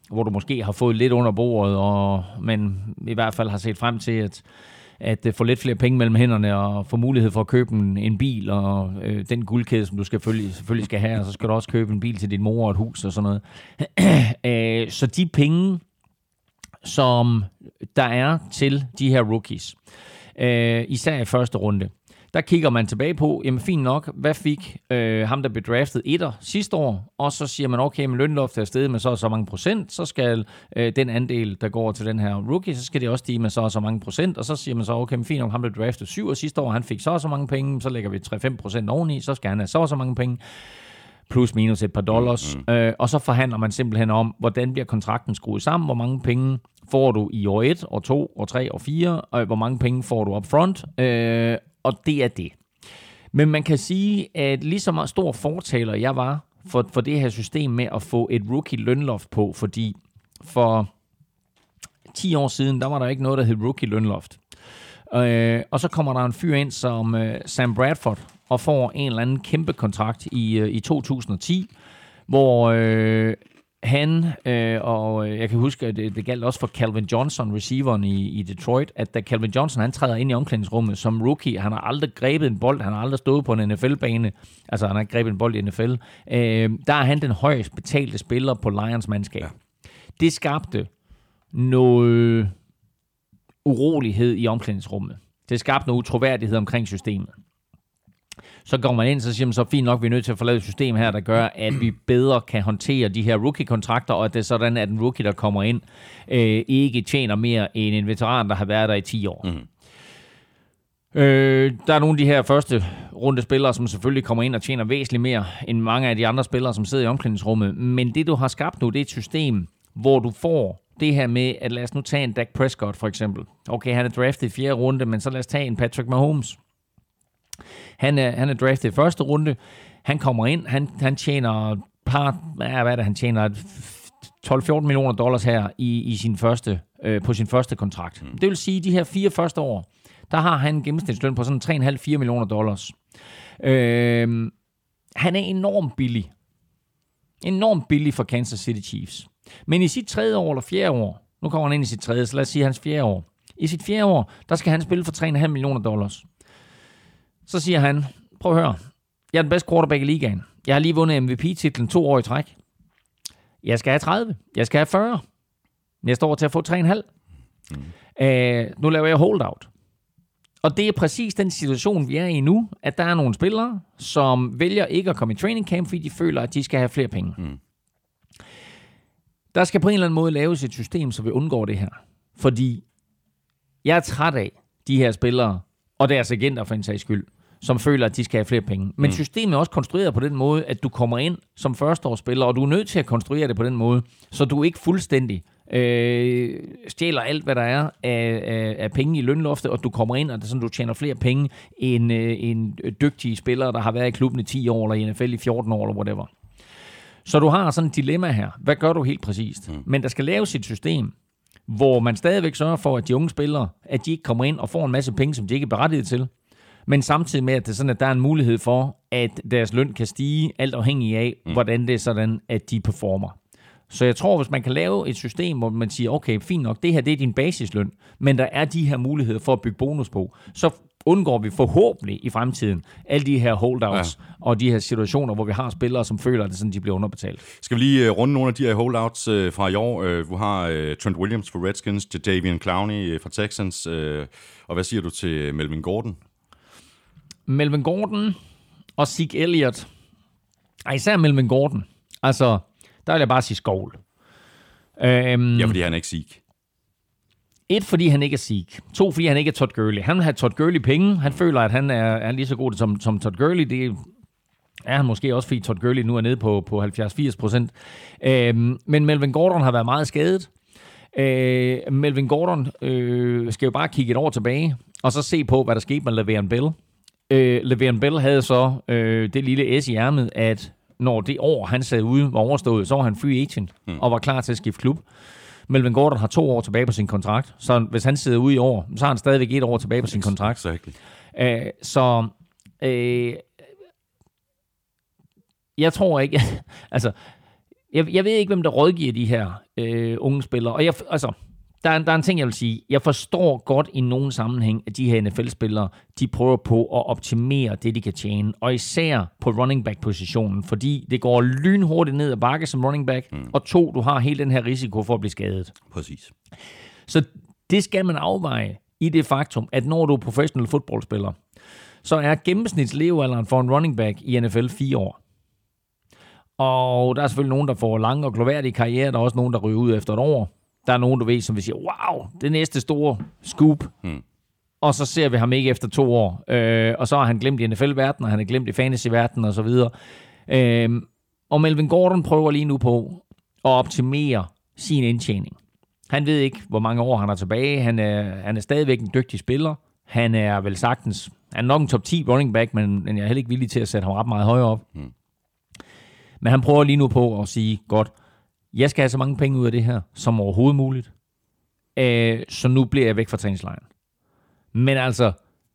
hvor du måske har fået lidt under bordet, men i hvert fald har set frem til at få lidt flere penge mellem hænderne og få mulighed for at købe en bil og den guldkæde, som du selvfølgelig skal have, og så skal du også købe en bil til din mor og et hus og sådan noget. Så de penge, som der er til de her rookies, især i første runde, der kigger man tilbage på, jamen fint nok, hvad fik ham, der blev draftet etter sidste år, og så siger man, okay, men lønloftet er steget med så mange procent, så skal den andel, der går til den her rookie, så skal det også stige med så mange procent, og så siger man så, okay, men fint nok, ham, der blev draftet 7 år sidste år, han fik så mange penge, så lægger vi 3-5% oveni, så skal han have så mange penge, plus minus et par dollars, og så forhandler man simpelthen om, hvordan bliver kontrakten skruet sammen, hvor mange penge får du i år 1, år 2, år 3, år 4, og hvor mange penge får du up front, og det er det. Men man kan sige, at lige så meget stor fortaler jeg var for det her system med at få et rookie-lønloft på, fordi for 10 år siden, der var der ikke noget, der hed rookie-lønloft. Og så kommer der en fyr ind som Sam Bradford og får en eller anden kæmpe kontrakt i 2010, hvor han, og jeg kan huske, at det galt også for Calvin Johnson, receiveren i Detroit, at da Calvin Johnson han træder ind i omklædningsrummet som rookie, han har aldrig grebet en bold, han har aldrig stået på en NFL-bane, altså han har ikke grebet en bold i NFL, der er han den højest betalte spiller på Lions mandskab. Ja. Det skabte noget urolighed i omklædningsrummet. Det skabte noget utroværdighed omkring systemet. Så går man ind, så siger man så, fint nok, vi er nødt til at få lavet et system her, der gør, at vi bedre kan håndtere de her rookie-kontrakter, og at det er sådan, at en rookie, der kommer ind, ikke tjener mere end en veteran, der har været der i 10 år. Mm. Der er nogle af de her første runde spillere, som selvfølgelig kommer ind og tjener væsentligt mere, end mange af de andre spillere, som sidder i omklædningsrummet. Men det, du har skabt nu, det er et system, hvor du får det her med, at lad os nu tage en Dak Prescott, for eksempel. Okay, han er draftet i 4. runde, men så lad os tage en Patrick Mahomes. Han er draftet i første runde. Han kommer ind. Han tjener han tjener $12-14 millioner her i sin første på sin første kontrakt. Det vil sige, de her 4 første år, der har han en gennemsnitsløn på sådan $3,5-4 millioner. Han er enormt billig. Enormt billig for Kansas City Chiefs. Men i sit 3. år eller 4. år, nu kommer han ind i sit 3., så lad os sige hans 4. år. I sit 4. år, der skal han spille for $3,5 millioner. Så siger han, prøv at høre, jeg er den bedste quarterback i ligaen. Jeg har lige vundet MVP-titlen 2 år i træk. Jeg skal have 30. Jeg skal have 40. Jeg står til at få 3,5. Nu laver jeg holdout. Og det er præcis den situation, vi er i nu, at der er nogle spillere, som vælger ikke at komme i training camp, fordi de føler, at de skal have flere penge. Der skal på en eller anden måde laves et system, så vi undgår det her. Fordi jeg er træt af de her spillere, og deres agenter for en sags skyld, som føler, at de skal have flere penge. Men systemet er også konstrueret på den måde, at du kommer ind som førsteårsspiller, og du er nødt til at konstruere det på den måde, så du ikke fuldstændig stjæler alt, hvad der er af penge i lønloftet, og du kommer ind, og det er sådan, du tjener flere penge end en dygtig spiller, der har været i klubben i 10 år, eller i NFL i 14 år, eller whatever. Så du har sådan et dilemma her. Hvad gør du helt præcist? Men der skal laves et system, hvor man stadigvæk sørger for, at de unge spillere, at de ikke kommer ind og får en masse penge, som de ikke er berettiget til, men samtidig med, at det er sådan, at der er en mulighed for, at deres løn kan stige, alt afhængig af, hvordan det er sådan, at de performer. Så jeg tror, hvis man kan lave et system, hvor man siger, okay, fint nok, det her det er din basisløn, men der er de her muligheder for at bygge bonus på, så undgår vi forhåbentlig i fremtiden alle de her holdouts og de her situationer, hvor vi har spillere, som føler, at det sådan, de bliver underbetalt. Skal vi lige runde nogle af de her holdouts fra i år? Du har Trent Williams for Redskins, Jadeveon Clowney fra Texans, og hvad siger du til Melvin Gordon? Melvin Gordon og Zeke Elliott. Især Melvin Gordon. Altså, der vil jeg bare sige skål. Ja, fordi han er ikke Zeke. 1, fordi han ikke er Zeke. 2, fordi han ikke er Todd Gurley. Han vil have Todd Gurley penge. Han føler, at han er lige så god som Todd Gurley. Det er han måske også, fordi Todd Gurley nu er nede på 70-80%. Men Melvin Gordon har været meget skadet. Melvin Gordon skal jo bare kigge et år tilbage, og så se på, hvad der skete med Le'Veon Bell. Le'Veon Bell havde så det lille S i ærmet, at når det år, han sad ude, var overstået, så var han free agent og var klar til at skifte klub. Melvin Gordon har 2 år tilbage på sin kontrakt, så hvis han sidder ude i år, så har han stadigvæk 1 år tilbage på sin kontrakt. Jeg tror ikke, altså, Jeg ved ikke, hvem der rådgiver de her unge spillere. Og der er en ting, jeg vil sige. Jeg forstår godt i nogen sammenhæng, at de her NFL-spillere, de prøver på at optimere det, de kan tjene. Og især på running back-positionen, fordi det går lynhurtigt ned ad bakke som running back. Og 2, du har hele den her risiko for at blive skadet. Præcis. Så det skal man afveje i det faktum, at når du er professionel fodboldspiller, så er gennemsnitslevealderen for en running back i NFL 4 år. Og der er selvfølgelig nogen, der får lange og gloværdige karriere. Der er også nogen, der ryger ud efter et år. Der er nogen, du ved, som vil sige, wow, det næste store scoop. Og så ser vi ham ikke efter 2 år. Og så har han glemt i NFL-verdenen, og han har glemt i fantasy-verdenen og så videre. Og Melvin Gordon prøver lige nu på at optimere sin indtjening. Han ved ikke, hvor mange år han er tilbage. Han er stadigvæk en dygtig spiller. Han er vel sagtens, han er nok en top 10 running back, men jeg er heller ikke villig til at sætte ham ret meget højere op. Men han prøver lige nu på at sige, godt, jeg skal have så mange penge ud af det her, som overhovedet muligt. Så nu bliver jeg væk fra træningslejren. Men altså,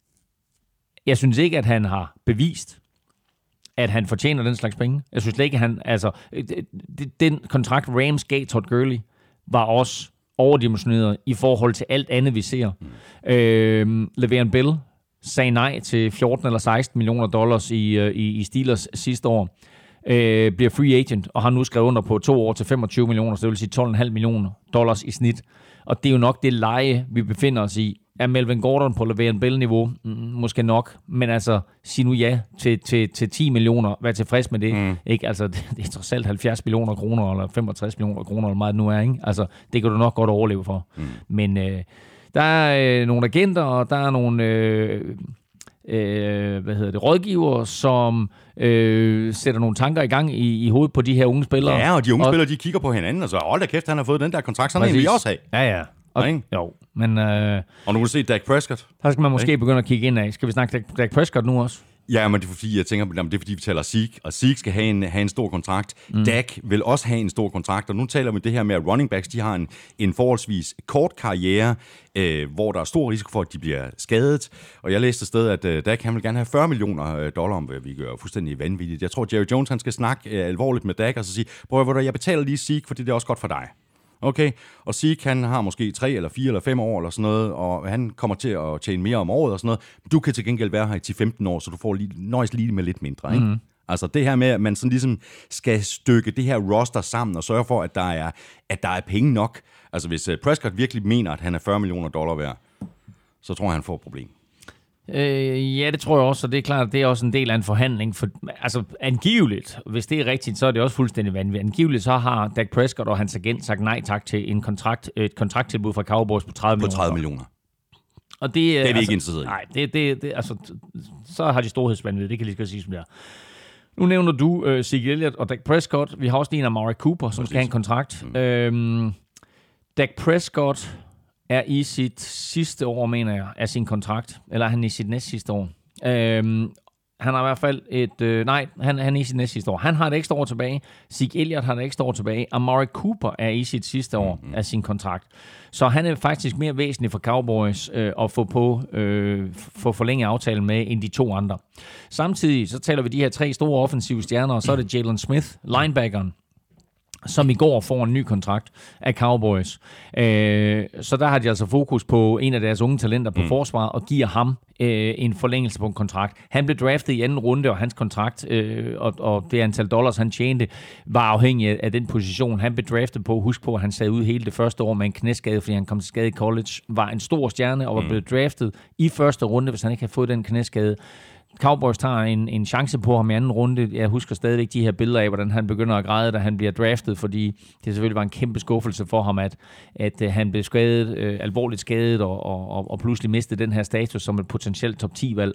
jeg synes ikke, at han har bevist, at han fortjener den slags penge. Jeg synes ikke, at han, altså, den kontrakt Rams gav Todd Gurley, var også overdimensioneret i forhold til alt andet, vi ser. Le'Veon Bell sagde nej til 14 eller 16 millioner dollars i Steelers sidste år. Bliver free agent, og har nu skrevet under på 2 år til 25 millioner, så det vil sige 12,5 millioner dollars i snit. Og det er jo nok det leje, vi befinder os i. Er Melvin Gordon på Le'Veon Bell-niveau? Måske nok, men altså, sig nu ja til 10 millioner. Vær tilfreds med det. Ikke? Altså, det er trods alt 70 millioner kroner, eller 65 millioner kroner, eller meget det nu er. Ikke? Altså, det kan du nok godt overleve for. Men der er nogle agenter, og der er nogle rådgivere, som sætter nogle tanker i gang i hovedet på de her unge spillere. Ja, og de unge spillere, de kigger på hinanden, og så hold da kæft, han har fået den der kontrakt, sådan en vi også have. Ja. Jo, men... og nu kan du se Dak Prescott. Der skal man måske begynde at kigge ind af. Skal vi snakke Dak Prescott nu også? Ja, men det er fordi, jeg tænker, det er fordi, vi taler Zeke, og Zeke skal have en stor kontrakt. Dak vil også have en stor kontrakt, og nu taler vi det her med, at running backs, de har en forholdsvis kort karriere, hvor der er stor risiko for, at de bliver skadet. Og jeg læste et sted, at Dak, han vil gerne have 40 millioner dollar, om vi gør fuldstændig vanvittigt. Jeg tror, Jerry Jones, han skal snakke alvorligt med Dak, og så sige, prøv at jeg betaler lige Zeke, fordi det er også godt for dig. Okay, og Zeke, han har måske 3 eller 4 eller 5 år eller sådan noget, og han kommer til at tjene mere om året og sådan noget. Du kan til gengæld være her i 10-15 år, så du får nøjes lige med lidt mindre, ikke? Altså det her med, at man sådan ligesom skal stykke det her roster sammen og sørge for, at der er penge nok. Altså hvis Prescott virkelig mener, at han er 40 millioner dollar værd, så tror jeg, han får et problem. Ja, det tror jeg også, og det er klart, at det er også en del af en forhandling. For, altså angiveligt, hvis det er rigtigt, så er det også fuldstændig vanvittigt. Angiveligt så har Dak Prescott og hans agent sagt nej tak til et kontrakttilbud fra Cowboys på 30 millioner. På 30 millioner. Og det er vi ikke interesseret i. Nej, det altså, så har de storhedsvanvid, det kan lige så sige som det er. Nu nævner du Zeke Elliott og Dak Prescott. Vi har også lige en Amari Cooper, som skal have en kontrakt. Dak Prescott er i sit sidste år, mener jeg, af sin kontrakt. Eller er han i sit næst sidste år? Han har i hvert fald han er i sit næst sidste år. Han har et ekstra år tilbage. Zeke Elliott har et ekstra år tilbage. Amari Cooper er i sit sidste år af sin kontrakt. Så han er faktisk mere væsentlig for Cowboys at få forlænget aftalen med, end de 2 andre. Samtidig så taler vi de her 3 store offensive stjerner, og så er det Jalen Smith, linebackeren, som i går får en ny kontrakt af Cowboys. Så der har de altså fokus på en af deres unge talenter på forsvar, og giver ham en forlængelse på en kontrakt. Han blev draftet i anden runde, og hans kontrakt og det antal dollars, han tjente, var afhængig af den position, han blev draftet på. Husk på, at han sad ud hele det første år med en knæskade, fordi han kom til skade i college, var en stor stjerne og var blevet draftet i første runde, hvis han ikke havde fået den knæskade. Cowboys tager en chance på ham i anden runde. Jeg husker stadigvæk de her billeder af, hvordan han begynder at græde, da han bliver draftet, fordi det selvfølgelig var en kæmpe skuffelse for ham, at han blev skadet, alvorligt skadet, og pludselig mistede den her status som et potentielt top 10-valg.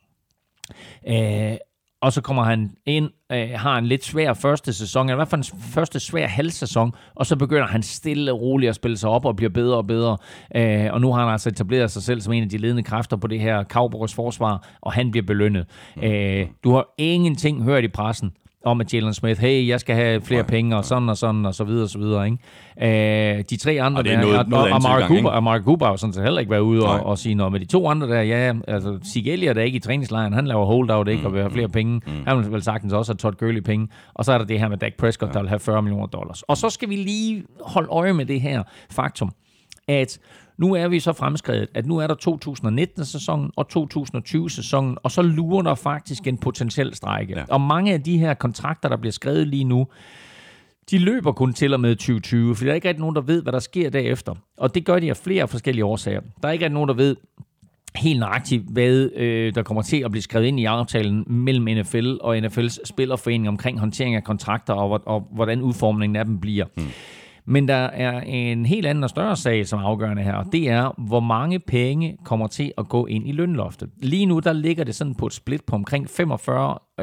Og så kommer han ind, har en lidt svær første sæson, i hvert fald en første svær halvsæson, og så begynder han stille og roligt at spille sig op og bliver bedre og bedre. Og nu har han altså etableret sig selv som en af de ledende kræfter på det her Cowboys forsvar, og han bliver belønnet. Du har ingenting hørt i pressen om at Jalen Smith, hey, jeg skal have flere penge, og sådan, og så videre, og så videre, ikke? De 3 andre der, og Mark Cooper har sådan set heller ikke været ude og sige noget, med de 2 andre der, altså Zeke Elliott er ikke i træningslejren, han laver holdout, ikke, og vil have flere penge, han vil vel sagtens også have Todd Gurley penge, og så er der det her med Dak Prescott, der vil have $40 million. Og så skal vi lige holde øje med det her faktum, at nu er vi så fremskredet, at nu er der 2019-sæsonen og 2020-sæsonen, og så lurer der faktisk en potentiel strejke. Ja. Og mange af de her kontrakter, der bliver skrevet lige nu, de løber kun til og med 2020, for der er ikke rigtig nogen, der ved, hvad der sker derefter. Og det gør de af flere forskellige årsager. Der er ikke rigtig nogen, der ved helt nøjagtigt, hvad der kommer til at blive skrevet ind i aftalen mellem NFL og NFL's spillerforening omkring håndtering af kontrakter og hvordan udformningen af dem bliver. Men der er en helt anden og større sag, som er afgørende her, og det er, hvor mange penge kommer til at gå ind i lønloftet. Lige nu, der ligger det sådan på et split på omkring 45% og 55%.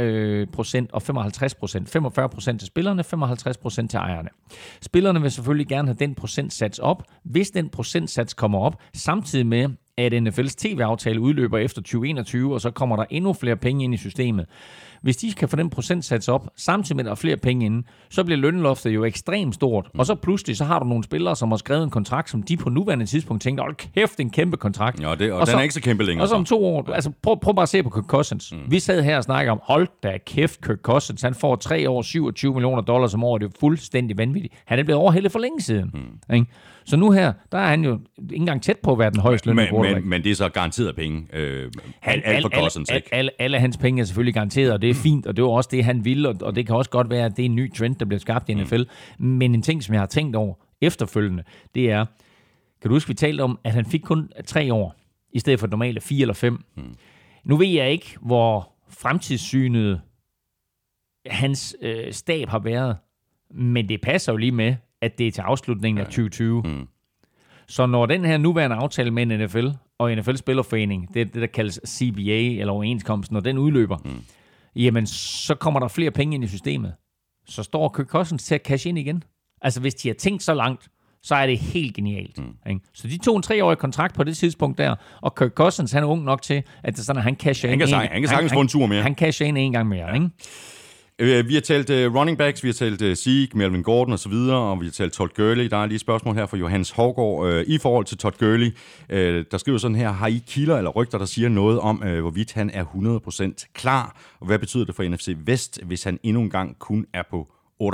45% til spillerne, 55% til ejerne. Spillerne vil selvfølgelig gerne have den procentsats op. Hvis den procentsats kommer op, samtidig med, at NFL's tv-aftale udløber efter 2021, og så kommer der endnu flere penge ind i systemet. Hvis de kan få den procentsats op, samtidig med at der er flere penge inde, så bliver lønloftet jo ekstremt stort. Og så pludselig, så har du nogle spillere, som har skrevet en kontrakt, som de på nuværende tidspunkt tænker, hold kæft, en kæmpe kontrakt. Ja, og den er ikke så kæmpe længere. Og så om 2 år, altså prøv bare at se på Kirk Cousins. Vi sad her og snakkede om, hold da kæft, Kirk Cousins, han får 3 år, $27 million om året, det er fuldstændig vanvittigt. Han er blevet overhældet for længe siden. Ikke? Så nu her, der er han jo ikke engang tæt på at være den højeste løn. Men det er så garanteret penge. Alt for Cousins, ikke? Alle hans penge er selvfølgelig garanteret, og det er fint, og det er også det, han vil, og det kan også godt være, at det er en ny trend, der bliver skabt i NFL. Men en ting, som jeg har tænkt over efterfølgende, det er, kan du huske, vi talte om, at han fik kun 3 år, i stedet for normale 4 eller 5. Nu ved jeg ikke, hvor fremtidssynet hans stab har været, men det passer jo lige med, at det er til afslutningen af 2020. Så når den her nuværende aftale med NFL og NFL Spillerforening, det er det, der kaldes CBA, eller overenskomsten, når den udløber, jamen, så kommer der flere penge ind i systemet. Så står Kirk Cousins til at cash ind igen. Altså, hvis de har tænkt så langt, så er det helt genialt. Ikke? Så de tog en 3-årig kontrakt på det tidspunkt der, og Kirk Cousins, han er ung nok til, at det er sådan, at han casher ind. Han kan sagtens få en tur mere. Han casher ind en gang mere, ikke? Vi har talt running backs, vi har talt Zeke, Melvin Gordon og så videre, og vi har talt Todd Gurley. Der er lige et spørgsmål her fra Johannes Hovgaard i forhold til Todd Gurley. Der skriver sådan her, har I kilder eller rygter, der siger noget om, hvorvidt han er 100% klar? Og hvad betyder det for NFC Vest, hvis han endnu en gang kun er på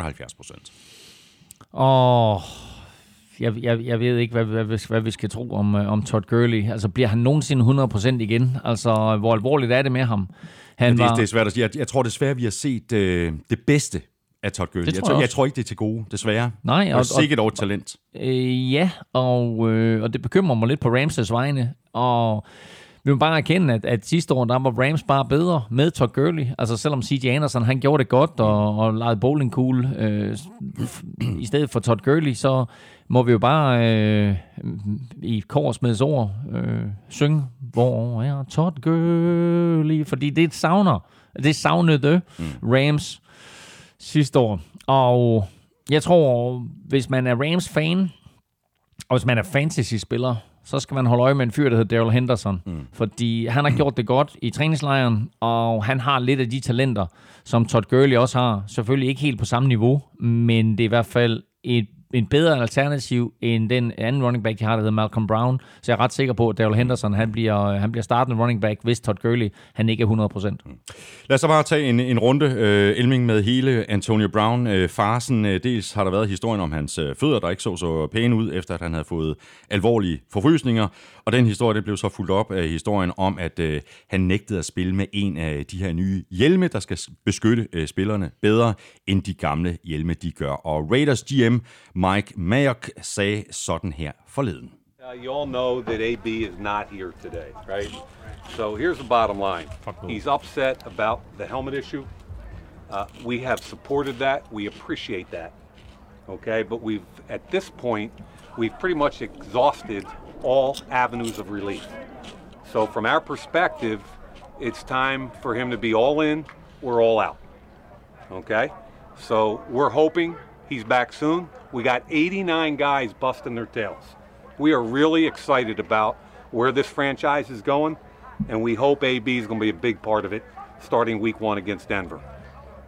78%? Jeg ved ikke, hvad vi skal tro om Todd Gurley. Altså, bliver han nogensinde 100% igen? Altså, hvor alvorligt er det med ham? Det er svært at sige. Jeg tror desværre, vi har set det bedste af Todd Gurley. Jeg tror ikke, det er til gode, desværre. Nej, og sikkert over talent. Og det bekymrer mig lidt på Rams' vegne. Og vi må bare erkende, at sidste år, der var Rams bare bedre med Todd Gurley. Altså selvom C.J. Anderson, han gjorde det godt og legede bowlingkugle i stedet for Todd Gurley, så må vi jo bare i Kåresmeds ord synge, hvor er Todd Gurley? Fordi det savner. Det savnede Rams sidste år. Og jeg tror, hvis man er Rams-fan, og hvis man er fantasy-spiller, så skal man holde øje med en fyr, der hedder Darrell Henderson. Fordi han har gjort det godt i træningslejren, og han har lidt af de talenter, som Todd Gurley også har. Selvfølgelig ikke helt på samme niveau, men det er i hvert fald en bedre alternativ end den anden running back, de har, der hedder Malcolm Brown. Så jeg er ret sikker på, at Darrell Henderson, han bliver startende running back, hvis Todd Gurley, han ikke er 100%. Lad os så bare tage en runde, Elming, med hele Antonio Brown-farsen. Dels har der været historien om hans fødder, der ikke så pæne ud, efter at han havde fået alvorlige forfrysninger. Og den historie, det blev så fulgt op af historien om, at han nægtede at spille med en af de her nye hjelme, der skal beskytte spillerne bedre, end de gamle hjelme, de gør. Og Raiders GM Mike Mayock sagde sådan her forleden. You all know that AB is not here today, right? So here's the bottom line. He's upset about the helmet issue. We have supported that. We appreciate that. Okay, but at this point, we've pretty much exhausted all avenues of relief. So from our perspective, it's time for him to be all in or all out. Okay? So we're hoping he's back soon. We got 89 guys busting their tails. We are really excited about where this franchise is going, and we hope AB is going to be a big part of it starting week 1 against Denver.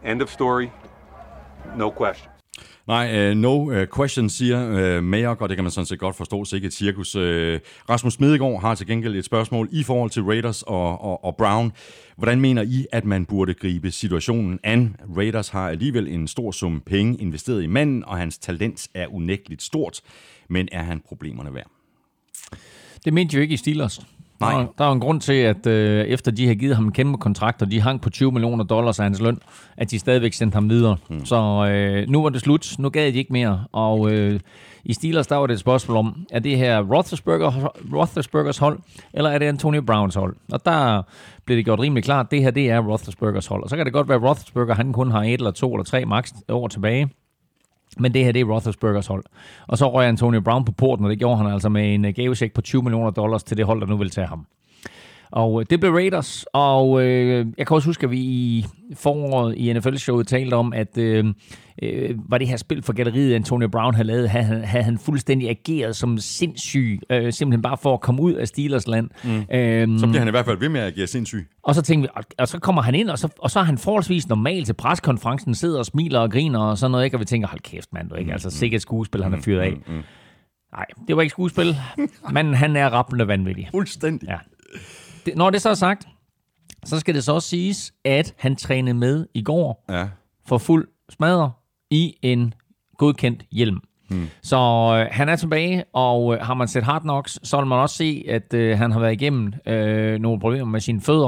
End of story. No question. Nej, no question, siger Mayock, og det kan man sådan set godt forstå, så ikke et cirkus. Rasmus Smedegaard har til gengæld et spørgsmål i forhold til Raiders og Brown. Hvordan mener I, at man burde gribe situationen an? Raiders har alligevel en stor sum penge investeret i manden, og hans talent er unægteligt stort. Men er han problemerne værd? Det mente jo ikke i Steelers. Nej. Der er en grund til, at efter de har givet ham en kæmpe kontrakt, og de hang på $20 million af hans løn, at de stadigvæk sendte ham videre. Så nu var det slut. Nu gad de ikke mere. Og i Steelers, der var det et spørgsmål om, er det her Roethlisbergers hold, eller er det Antonio Browns hold? Og der blev det gjort rimelig klart, at det her, det er Roethlisbergers hold. Og så kan det godt være, at Roethlisberger, han kun har 1 eller 2 eller 3 max år tilbage. Men det her, det er Roethlisbergers hold. Og så røg Antonio Brown på porten, og det gjorde han altså med en gavecheck på $20 million til det hold, der nu vil tage ham. Og det blev Raiders, og jeg kan også huske, at vi i foråret i NFL-showet talte om, at var det her spil for galleriet, Antonio Brown havde lavet, havde han fuldstændig ageret som sindssyg, simpelthen bare for at komme ud af Steelers land. Så bliver han i hvert fald ved med at agere sindssyg. Og så tænkte vi, og så kommer han ind, og så er han forholdsvis normal til preskonferencen, sidder og smiler og griner og sådan noget, ikke? Og vi tænker, hold kæft mand, du ikke? Altså sikkert skuespil, han har fyret af. Nej, det var ikke skuespil, men han er rappende vanvittig. Fuldstændig. Ja. Når det så er sagt, så skal det så også siges, at han trænede med i går for fuld smadre i en godkendt hjelm. Så han er tilbage, og har man set Hard Knocks, så vil man også se, at han har været igennem nogle problemer med sine fødder,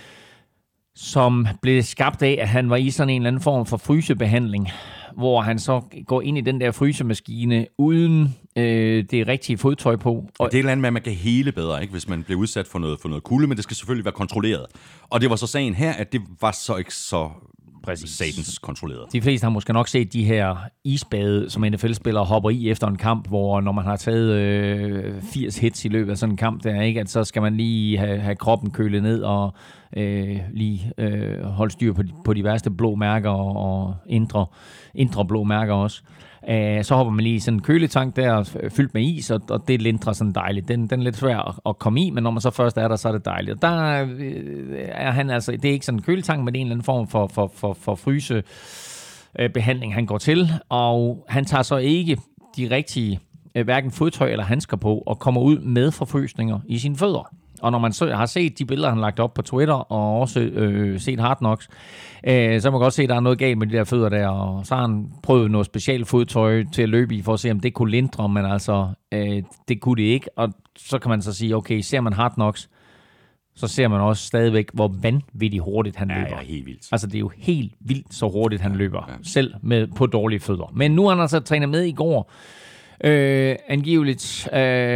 som blev skabt af, at han var i sådan en eller anden form for frysebehandling, hvor han så går ind i den der frysemaskine uden det rigtige fodtøj på. Og det er et eller andet med, at man kan hele bedre, ikke, hvis man bliver udsat for noget kulde, men det skal selvfølgelig være kontrolleret. Og det var så sagen her, at det var så ikke så satans kontrolleret. De fleste har måske nok set de her isbade, som NFL-spillere hopper i efter en kamp, hvor når man har taget 80 hits i løbet af sådan en kamp, der, ikke, at så skal man lige have kroppen kølet ned og lige holde styr på de værste blå mærker og indre blå mærker også. Så hopper man lige i sådan en køletank der, fyldt med is, og det lindrer sådan dejligt. Den er lidt svær at komme i, men når man så først er der, så er det dejligt. Og der er han altså, det er ikke sådan en køletank, men det er en eller anden form for frysebehandling, han går til, og han tager så ikke de rigtige, hverken fodtøj eller handsker på, og kommer ud med forfrysninger i sine fødder. Og når man så har set de billeder, han har lagt op på Twitter, og også set Hard Knocks, så kan man godt se, at der er noget galt med de der fødder der. Og så har han prøvet noget specielt fodtøj til at løbe i, for at se, om det kunne lindre, men altså, det kunne det ikke. Og så kan man så sige, okay, ser man Hard Knocks, så ser man også stadigvæk, hvor vanvittigt hurtigt han løber. Ja, helt vildt. Altså, det er jo helt vildt, så hurtigt han løber, selv på dårlige fødder. Men nu har han altså trænet med i går, angiveligt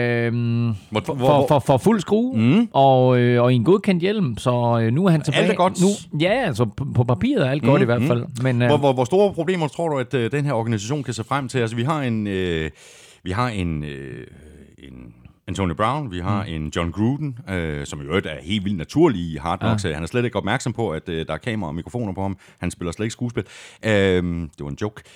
for fuld skrue og i en godkendt hjelm, så nu er han tilbage. Alt er godt. Nu, ja, altså på papiret er alt godt i hvert fald. Men, hvor store problemer tror du, at den her organisation kan se frem til? Altså, vi har en Antonio Brown, vi har en John Gruden, som i øvrigt er helt vildt naturlig i Hard Knocks. Han er slet ikke opmærksom på, at der er kamera og mikrofoner på ham. Han spiller slet ikke skuespil. Det var en joke.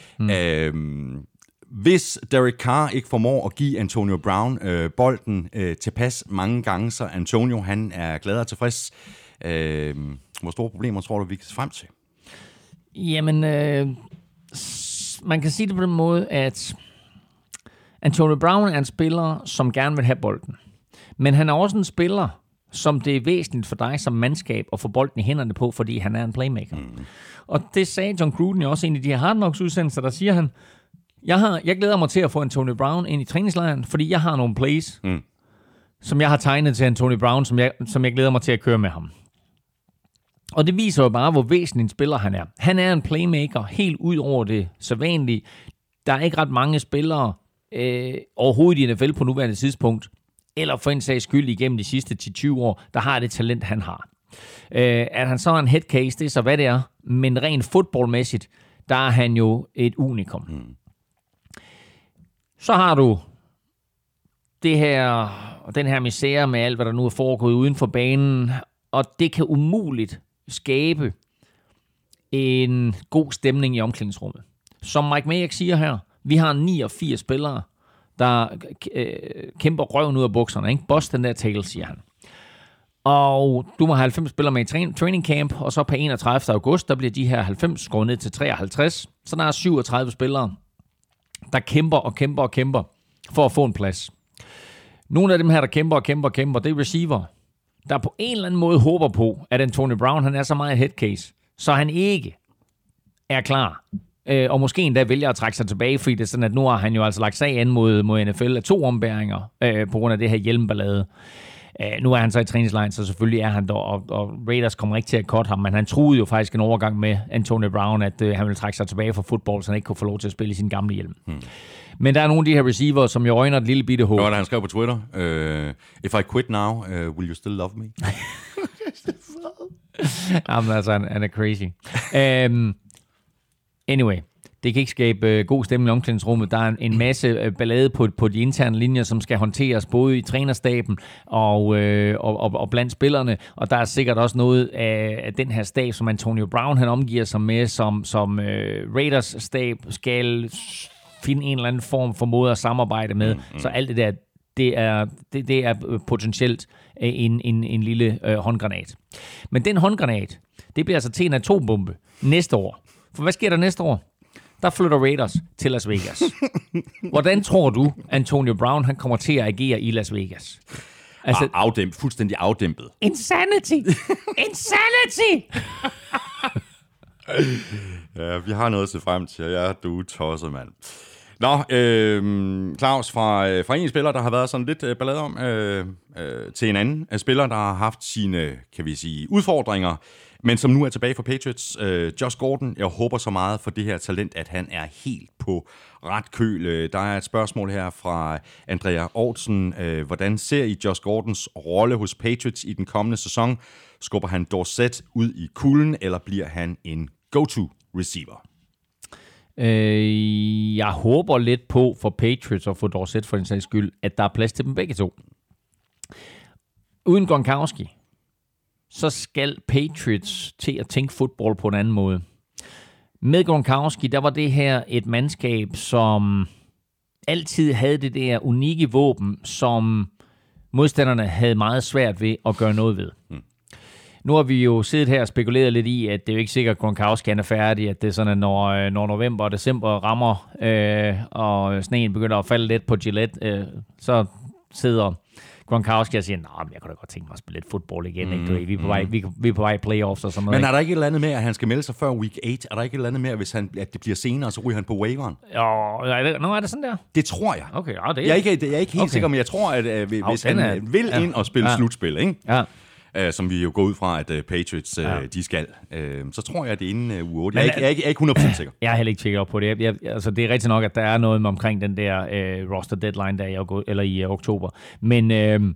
Hvis Derek Carr ikke formår at give Antonio Brown bolden tilpas mange gange, så Antonio han er glad og tilfreds. Hvor store problemer tror du, vi kan se frem til? Jamen, man kan sige det på den måde, at Antonio Brown er en spiller, som gerne vil have bolden. Men han er også en spiller, som det er væsentligt for dig som mandskab at få bolden i hænderne på, fordi han er en playmaker. Og det sagde John Gruden også en af de her Hard Knocks udsendelser, der siger han, jeg glæder mig til at få Antonio Brown ind i træningslejren, fordi jeg har nogle plays, som jeg har tegnet til Antonio Brown, som jeg glæder mig til at køre med ham. Og det viser jo bare, hvor væsentlig en spiller han er. Han er en playmaker, helt ud over det sædvanlige. Der er ikke ret mange spillere overhovedet i NFL på nuværende tidspunkt, eller for en sags skyld igennem de sidste 10-20 år, der har det talent, han har. At han så er en headcase, det er så hvad det er, men rent fodboldmæssigt, der er han jo et unikum. Så har du den her misære med alt, hvad der nu er foregået uden for banen, og det kan umuligt skabe en god stemning i omklædningsrummet. Som Mike Mayock siger her, vi har 89 spillere, der kæmper røven ud af bukserne, ikke? Boss den der tail, siger han. Og du må have 90 spillere med i training camp, og så på 31. august, der bliver de her 90 skåret ned til 53. Så der er 37 spillere, der kæmper for at få en plads. Nogle af dem her, der kæmper, det er receiver, der på en eller anden måde håber på, at Antonio Brown, han er så meget headcase, så han ikke er klar. Og måske endda vælger at trække sig tilbage, fordi det er sådan, at nu har han jo altså lagt sag an mod NFL af 2 ombæringer på grund af det her hjelmballade. Nu er han så i træningslejren, så selvfølgelig er han der, og Raiders kommer ikke til at cutte ham, men han truede jo faktisk en overgang med Antonio Brown, at han ville trække sig tilbage fra fodbold, så han ikke kunne få lov til at spille i sin gamle hjelm. Men der er nogle af de her receiver, som jo øjner et lille bitte håb. Han skrev på Twitter, if I quit now, will you still love me? Jamen altså, han er crazy. Anyway, det kan ikke skabe god stemning i omklædningsrummet. Der er en masse ballade på de interne linjer, som skal håndteres både i trænerstaben og blandt spillerne. Og der er sikkert også noget af den her stab, som Antonio Brown han omgiver sig med, som Raiders stab skal finde en eller anden form for måde at samarbejde med. Så alt det der, det er potentielt en lille håndgranat. Men den håndgranat, det bliver altså til en atombombe næste år. For hvad sker der næste år? Der flytter Raiders til Las Vegas. Hvordan tror du, Antonio Brown han kommer til at agere i Las Vegas? Altså, fuldstændig afdæmpet. Insanity! Ja, vi har noget at se frem til. Ja, du er tosset, mand. Nå, Claus, fra en spiller, der har været sådan lidt ballade om, til en anden spiller, der har haft sine, kan vi sige, udfordringer, men som nu er tilbage for Patriots. Josh Gordon, jeg håber så meget for det her talent, at han er helt på ret køl. Der er et spørgsmål her fra Andrea Aarhusen. Hvordan ser I Josh Gordons rolle hos Patriots i den kommende sæson? Skubber han Dorsett ud i kulden, eller bliver han en go-to-receiver? Jeg håber lidt på for Patriots og for Dorsett for den sags skyld, at der er plads til dem begge to. Uden Gronkowski, så skal Patriots til at tænke fodbold på en anden måde. Med Gronkowski, der var det her et mandskab, som altid havde det der unikke våben, som modstanderne havde meget svært ved at gøre noget ved. Nu har vi jo siddet her og spekuleret lidt i, at det er jo ikke sikkert, at Gronkowski er færdig, at det er sådan, at når november og december rammer, og sneen begynder at falde lidt på Gillette, så sidder Gronkowski og siger, men jeg kunne da godt tænke mig at spille lidt fodbold igen. Ikke? Vi er på vej i playoffs og sådan noget. Men er der ikke et eller andet med, at han skal melde sig før week 8? Er der ikke et eller andet med, at det bliver senere, så ryger han på waiveren? Jo, er det sådan der? Det tror jeg. Okay, det jeg er ikke helt sikker, men jeg tror, at hvis han vil ind og spille slutspil, ikke? Ja. Som vi jo går ud fra, at Patriots de skal, så tror jeg, at det er inden uge 8. Jeg er ikke 100% sikker. Jeg er heller ikke tjekket op på det. Altså, det er rigtigt nok, at der er noget omkring den der roster deadline der i oktober. Men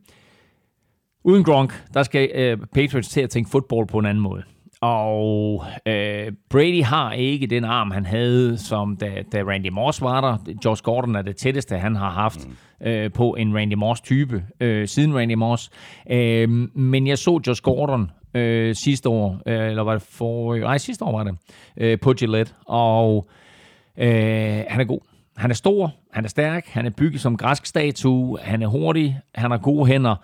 uden Gronk, der skal Patriots til at tænke fodbold på en anden måde. Og Brady har ikke den arm, han havde, som da Randy Moss var der. Josh Gordon er det tætteste, han har haft på en Randy Moss-type siden Randy Moss. Men jeg så Josh Gordon sidste år, eller var det sidste år var det, på Gillette. Og han er god. Han er stor, han er stærk, han er bygget som græsk statue, han er hurtig, han har gode hænder.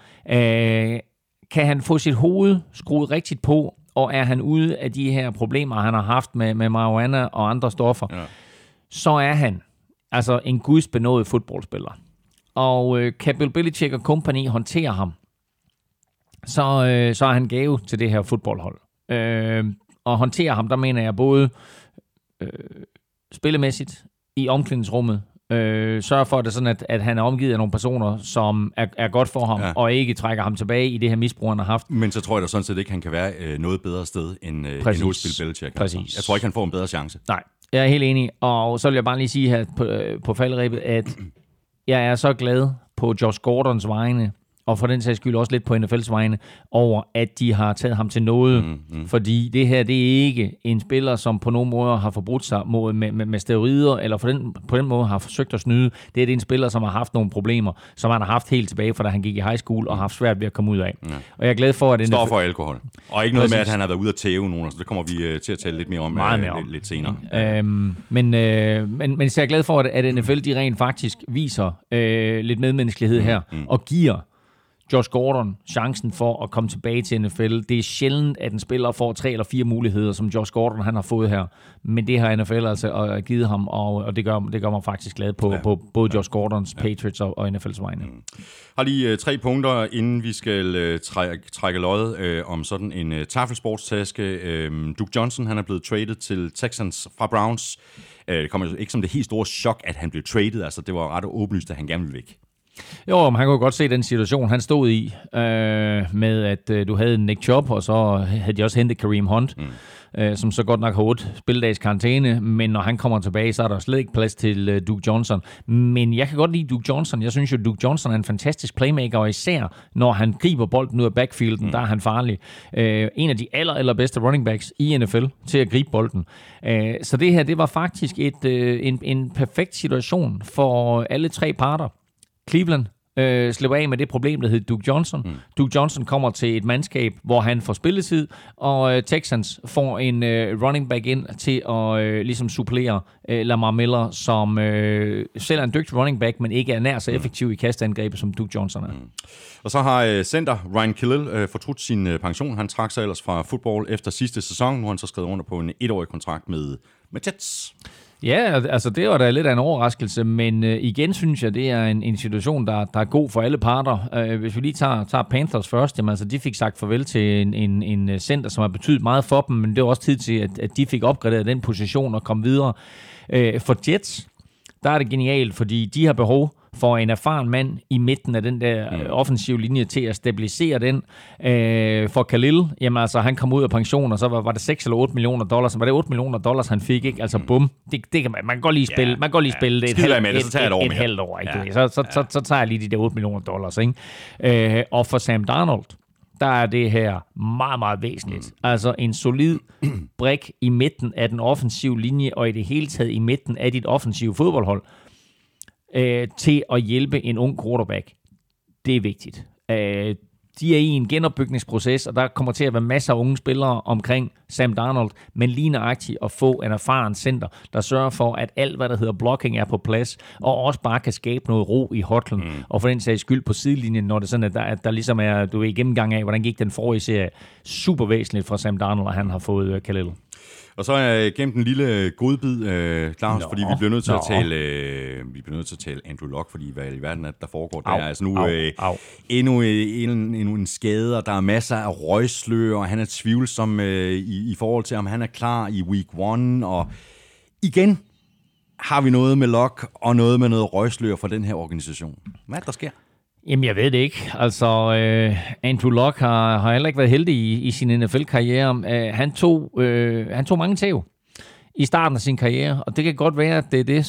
Kan han få sit hoved skruet rigtigt på, og er han ude af de her problemer, han har haft med marijuana og andre stoffer, så er han altså en gudsbenådet fodboldspiller. Og kan Bill Belichick og company håndtere ham, så er han gave til det her fodboldhold. Og håndtere ham, der mener jeg både spillemæssigt i omklædningsrummet, sørge for, at det sådan, at han er omgivet af nogle personer, som er godt for ham, og ikke trækker ham tilbage i det her misbrug, han har haft. Men så tror jeg da sådan set ikke, han kan være noget bedre sted end hos Bill Belichick. Præcis. Jeg tror ikke, han får en bedre chance. Nej, jeg er helt enig. Og så vil jeg bare lige sige her på falderebet, at jeg er så glad på Josh Gordons vegne, og for den sags skyld også lidt på NFL's vegne, over at de har taget ham til noget. Fordi det her, det er ikke en spiller, som på nogen måde har forbrudt sig med steroider, eller på den måde har forsøgt at snyde. Det er en spiller, som har haft nogle problemer, som han har haft helt tilbage, fra da han gik i high school, og har haft svært ved at komme ud af. Ja. Og jeg er glad for, at står for alkohol. Og ikke noget med, at han har været ude at tæve nogen, så det kommer vi til at tale lidt mere om, lidt senere. Men så er jeg glad for, at NFL de rent faktisk viser lidt medmenneskelighed her, og giver Josh Gordon chancen for at komme tilbage til NFL. Det er sjældent, at en spiller får 3 eller 4 muligheder, som Josh Gordon han har fået her. Men det har NFL altså givet ham, og det gør mig faktisk glad på både Josh Gordons, Patriots og NFL's vegne. Har lige 3 punkter, inden vi skal trække lod om sådan en taffelsportstaske. Duke Johnson, han er blevet traded til Texans fra Browns. Det kommer ikke som det helt store chok, at han blev traded. Altså, det var ret åbenlyst, at han gerne ville væk. Jo, men han kunne godt se den situation, han stod i, med at du havde Nick Chubb, og så havde de også hentet Kareem Hunt, som så godt nok har 8 spilledags karantæne, men når han kommer tilbage, så er der slet ikke plads til Duke Johnson. Men jeg kan godt lide Duke Johnson. Jeg synes jo, Duke Johnson er en fantastisk playmaker, og især når han griber bolden ud af backfielden, der er han farlig. En af de allerbedste running backs i NFL til at gribe bolden. Så det her, det var faktisk en perfekt situation for alle 3 parter. Cleveland slipper af med det problem, der hedder Duke Johnson. Duke Johnson kommer til et mandskab, hvor han får spilletid, og Texans får en running back ind til at ligesom supplere Lamar Miller, som selv er en dygtig running back, men ikke er nær så effektiv i kastangrebet, som Duke Johnson er. Og så har center Ryan Khalil fortrudt sin pension. Han trak sig ellers fra fodbold efter sidste sæson. Nu har han så skrevet under på en 1-årig kontrakt med Jets. Ja, altså det var da lidt af en overraskelse, men igen synes jeg, det er en situation, der er god for alle parter. Hvis vi lige tager Panthers først, jamen altså de fik sagt farvel til en center, som har betydet meget for dem, men det var også tid til, at de fik opgraderet den position og kom videre. For Jets, der er det genialt, fordi de har behov for en erfaren mand i midten af den der offensive linje til at stabilisere den. For Khalil, jamen altså, han kom ud af pension, og så var det 6 eller 8 millioner dollars. Var det 8 millioner dollars, han fik, ikke? Altså, bum. Det kan man kan godt lige spille. Man kan godt lige spille det et halvt år, ikke? Ja. Så tager jeg lige de der 8 millioner dollars, ikke? Og for Sam Darnold, der er det her meget, meget væsentligt. Altså en solid brik i midten af den offensive linje, og i det hele taget i midten af dit offensive fodboldhold, til at hjælpe en ung quarterback. Det er vigtigt. De er i en genopbygningsproces, og der kommer til at være masser af unge spillere omkring Sam Darnold, men lige nøjagtigt at få en erfaren center, der sørger for, at alt, hvad der hedder blocking, er på plads, og også bare kan skabe noget ro i hotlen, og for den sags skyld på sidelinjen, når det er sådan, at der ligesom er, du er i gennemgang af, hvordan gik den forrige serie, super væsentligt fra Sam Darnold, og han har fået Khalil. Og så er jeg gemt en lille godbid, Claus, fordi vi bliver nødt til at tale Andrew Luck, fordi hvad i verden der foregår der. Altså nu endnu en skade, og der er masser af røgslør, og han er tvivlsom i forhold til, om han er klar i week 1, og igen har vi noget med Luck og noget med noget røgslør fra den her organisation. Hvad er der sker? Jamen, jeg ved det ikke. Altså, Andrew Luck har heller ikke været heldig i sin NFL-karriere. Han tog mange tæv i starten af sin karriere, og det kan godt være, at det er det,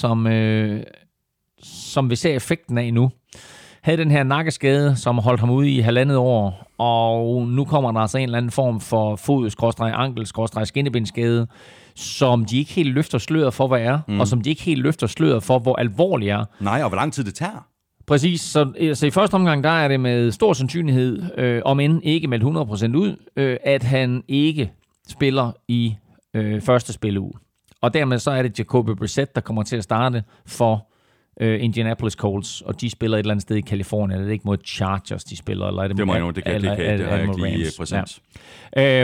som vi ser effekten af nu. Havde den her nakkeskade, som holdt ham ude i 1,5 år, og nu kommer der altså en eller anden form for fod-ankel-skinnebindskade, som de ikke helt løfter sløret for, hvad er, og som de ikke helt løfter sløret for, hvor alvorlig er. Nej, og hvor lang tid det tager. Præcis, så i første omgang, der er det med stor sandsynlighed, om end ikke meldt 100% ud, at han ikke spiller i første spilleuge. Og dermed så er det Jacoby Brissett, der kommer til at starte for Indianapolis Colts, og de spiller et eller andet sted i Kalifornien. Er det ikke mod Chargers, de spiller? Eller er det må jeg nu, det har jeg ikke lige præsent. Ja.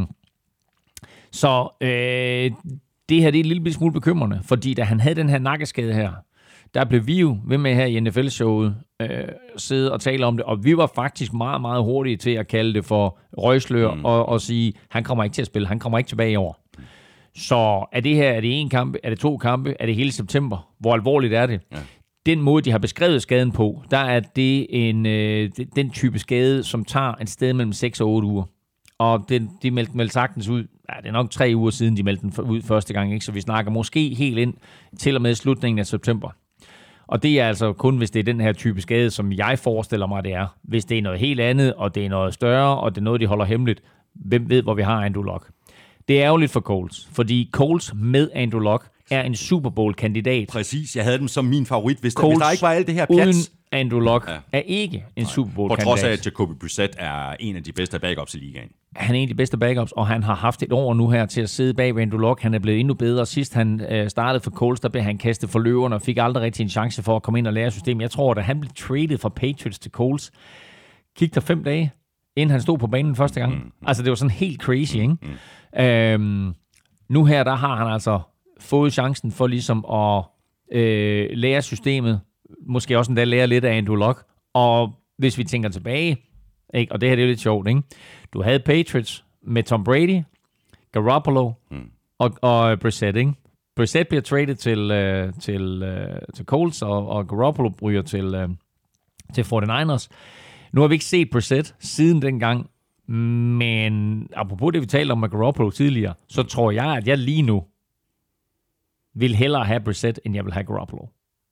Det her det er en lille smule bekymrende, fordi da han havde den her nakkeskade her, der blev vi jo ved med her i NFL-showet sidde og tale om det, og vi var faktisk meget, meget hurtige til at kalde det for røgslør og sige, han kommer ikke til at spille, han kommer ikke tilbage i år. Så er det en kamp, er det 2 kampe, er det hele september? Hvor alvorligt er det? Ja. Den måde, de har beskrevet skaden på, der er det den type skade, som tager et sted mellem 6 og 8 uger. Og de meldte sagtens ud, det er nok 3 uger siden, de meldte den ud første gang, ikke? Så vi snakker måske helt ind til og med slutningen af september. Og det er altså kun, hvis det er den her type skade, som jeg forestiller mig, det er. Hvis det er noget helt andet, og det er noget større, og det er noget, de holder hemmeligt, hvem ved, hvor vi har Andrew Luck? Det er ærgerligt for Colts, fordi Colts med Andrew Luck er en Super Bowl-kandidat. Præcis, jeg havde dem som min favorit, hvis der ikke var alt det her pjat. Uden Andrew Luck er ikke en Super Bowl-kandidat. På trods af, at Jacoby Brissett er en af de bedste backups i ligaen. Han er en af de bedste backups, og han har haft et år nu her til at sidde bag ved Andrew Luck. Han er blevet endnu bedre. Sidst han startede for Colts, der blev han kastet for løverne og fik aldrig rigtig en chance for at komme ind og lære systemet. Jeg tror, at han blev traded fra Patriots til Colts, Gik der 5 dage, inden han stod på banen første gang. Altså, det var sådan helt crazy, ikke? Nu her, der har han altså fået chancen for ligesom at lære systemet, måske også endda lære lidt af Andrew Luck. Og hvis vi tænker tilbage, ikke? Og det her det er lidt sjovt, ikke? Du havde Patriots med Tom Brady, Garoppolo og Brissett, ikke? Brissett bliver traded til Colts, og Garoppolo ryger til 49ers. Nu har vi ikke set Brissett siden dengang, men apropos det, vi talte om med Garoppolo tidligere, så tror jeg, at jeg lige nu vil hellere have Brissett, end jeg vil have Garoppolo.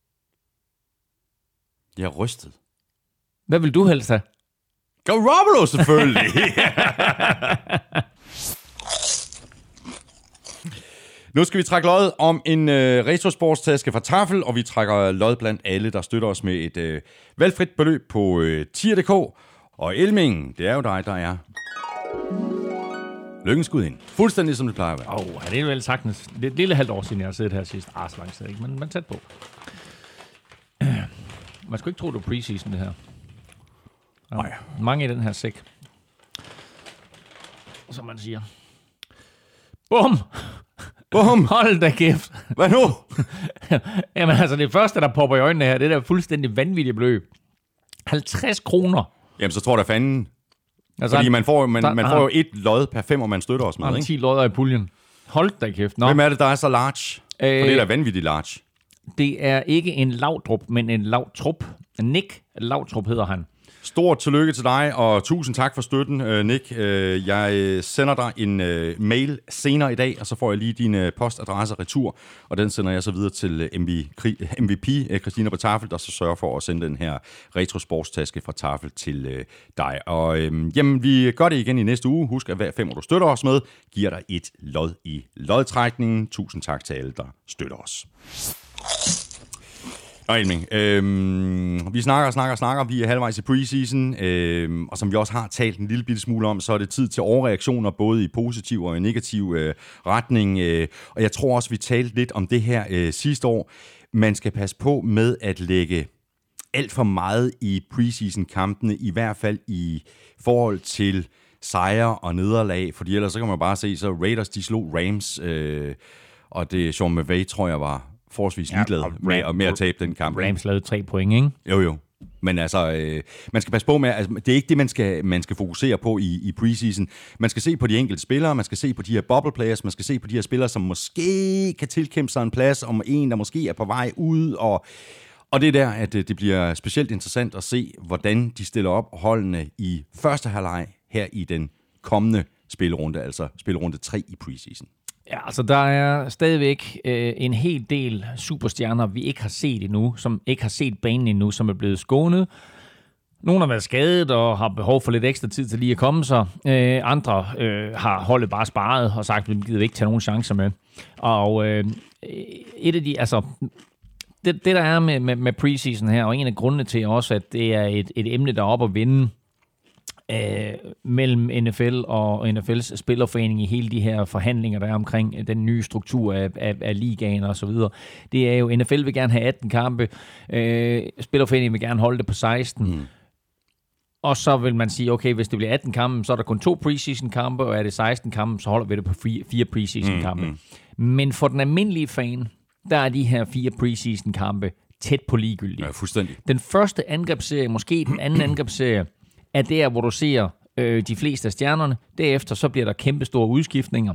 Jeg er rystet. Hvad vil du helst have? Garoppolo selvfølgelig! Nu skal vi trække lod om en retrosportstaske fra Tafel, og vi trækker lod blandt alle, der støtter os med et valgfrit beløb på tier.dk. Og Elming, det er jo dig, der er lykkenskud ind. Fuldstændig som det plejer at være. Det er vel sagtens. Det er et lille halvt år siden, jeg har siddet her sidst. Så langt siden ikke, men tæt på. Man skulle ikke tro, det var preseason, det her. Nej. Mange i den her sæk. Som man siger. Bum! Bum! Hold da kæft. Hvad nu? Jamen altså, det første, der popper i øjnene her, det der fuldstændig vanvittige beløb. 50 kroner. Jamen, så tror jeg fanden. Altså, fordi man får jo et lod per 5, og man støtter os med, ikke? 10 lodder i puljen. Hold da kæft. Nå. Hvem er det, der er så large? For det er da vanvittigt large. Det er ikke en Laudrup, men en Laudrup. Nick Laudrup hedder han. Stort tillykke til dig, og tusind tak for støtten, Nick. Jeg sender dig en mail senere i dag, og så får jeg lige din postadresse retur, og den sender jeg så videre til MVP, Christina på Tafel, der så sørger for at sende den her retrosportstaske fra Tafel til dig. Og jamen, vi gør det igen i næste uge. Husk, at hver 5, du støtter os med, giver dig et lod i lodtrækningen. Tusind tak til alle, der støtter os. Vi snakker. Vi er halvvejs i preseason, og som vi også har talt en lille bitte smule om, så er det tid til overreaktioner, både i positiv og i negativ retning. Og jeg tror også, vi talte lidt om det her sidste år. Man skal passe på med at lægge alt for meget i preseason-kampene, i hvert fald i forhold til sejre og nederlag, fordi ellers så kan man bare se, så Raiders, de slog Rams, og det Sean McVay, tror jeg, var forholdsvis ligeglad med at tabe den kamp. Rams lavede 3 point, ikke? Jo. Men altså, man skal passe på med, altså, det er ikke det, man skal fokusere på i preseason. Man skal se på de enkelte spillere, man skal se på de her bubble players, man skal se på de her spillere, som måske kan tilkæmpe sig en plads, om en, der måske er på vej ud, og det er der, at det bliver specielt interessant at se, hvordan de stiller op holdene i første halvleg her i den kommende spillerunde, altså spillerunde 3 i preseason. Ja, altså der er stadigvæk en hel del superstjerner, vi ikke har set endnu, som ikke har set banen endnu, som er blevet skånet. Nogle har været skadet og har behov for lidt ekstra tid til lige at komme sig. Andre har holdet bare sparet og sagt, at vi gider ikke tage nogen chancer med. Og et af de, altså det der er med preseason her, og en af grundene til også, at det er et emne, der er op at vinde, mellem NFL og NFL's spillerforening i hele de her forhandlinger, der er omkring den nye struktur af ligaen og så videre. Det er jo, NFL vil gerne have 18 kampe, spillerforeningen vil gerne holde det på 16. Og så vil man sige, okay, hvis det bliver 18 kampe, så er der kun 2 preseason-kampe, og er det 16 kampe, så holder vi det på 4 preseason-kampe. Men for den almindelige fan, der er de her 4 preseason-kampe tæt på ligegyldige. Ja, fuldstændig. Den første angrebsserie, måske den anden angrebsserie, er der, hvor du ser de fleste af stjernerne. Derefter så bliver der kæmpe store udskiftninger.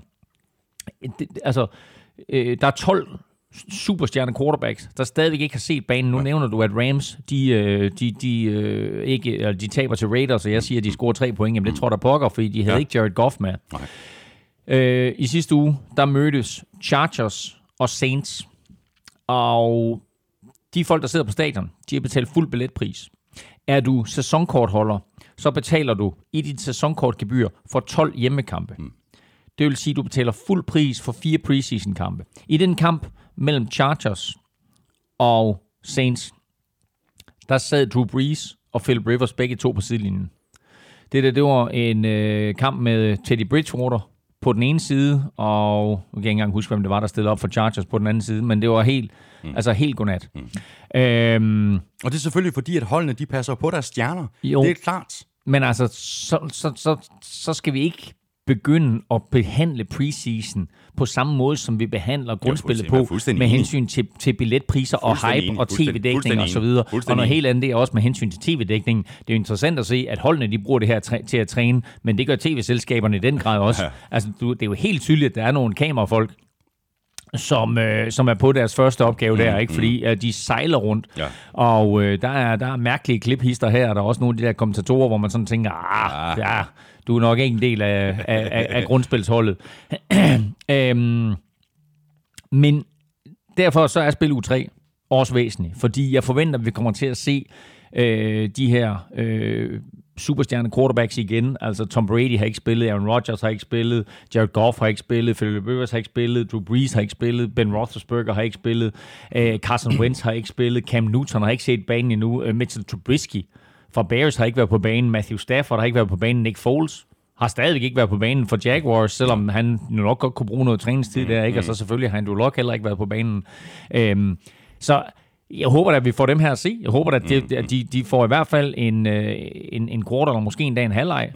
Der er 12 superstjerne quarterbacks, der stadigvæk ikke har set banen. Nu nævner du, at Rams, de taber til Raiders, og jeg siger, at de scorer 3 point. Jamen, det tror der pokker, fordi de havde ikke Jared Goff med. I sidste uge, der mødtes Chargers og Saints. Og de folk, der sidder på stadion, de har betalt fuld billetpris. Er du sæsonkortholder, så betaler du i dit sæsonkortgebyr for 12 hjemmekampe. Det vil sige, at du betaler fuld pris for 4 preseason-kampe. I den kamp mellem Chargers og Saints, der sad Drew Brees og Philip Rivers begge to på sidelinjen. Det var en kamp med Teddy Bridgewater på den ene side, og jeg kan ikke engang huske, hvem det var, der stillede op for Chargers på den anden side, men det var helt godnat. Og det er selvfølgelig fordi, at holdene de passer på deres stjerner. Jo. Det er klart. Men altså, så skal vi ikke begynde at behandle preseason på samme måde, som vi behandler grundspillet på, med hensyn til billetpriser og hype og tv-dækning og så videre. Og noget helt andet, det er også med hensyn til tv-dækningen. Det er jo interessant at se, at holdene de bruger det her til at træne, men det gør tv-selskaberne i den grad også. Ja. Altså, det er jo helt tydeligt, at der er nogle kamerafolk, som er på deres første opgave der, ikke? Fordi de sejler rundt, og der er mærkelige kliphister her, og der er også nogle af de der kommentatorer, hvor man sådan tænker, du er nok ikke en del af grundspilsholdet. Men derfor så er spil U3 også væsentligt, fordi jeg forventer, at vi kommer til at se de her superstjerne quarterbacks igen. Altså Tom Brady har ikke spillet, Aaron Rodgers har ikke spillet, Jared Goff har ikke spillet, Philip Rivers har ikke spillet, Drew Brees har ikke spillet, Ben Roethlisberger har ikke spillet, Carson Wentz har ikke spillet, Cam Newton har ikke set banen endnu, Mitchell Trubisky fra Bears har ikke været på banen, Matthew Stafford har ikke været på banen, Nick Foles har stadigvæk ikke været på banen for Jaguars, selvom han nok godt kunne bruge noget træningstid der, ikke? Og så selvfølgelig har Andrew Luck heller ikke været på banen. Så jeg håber at vi får dem her at se. Jeg håber at de får i hvert fald en quarter, eller måske en dag en halvleg.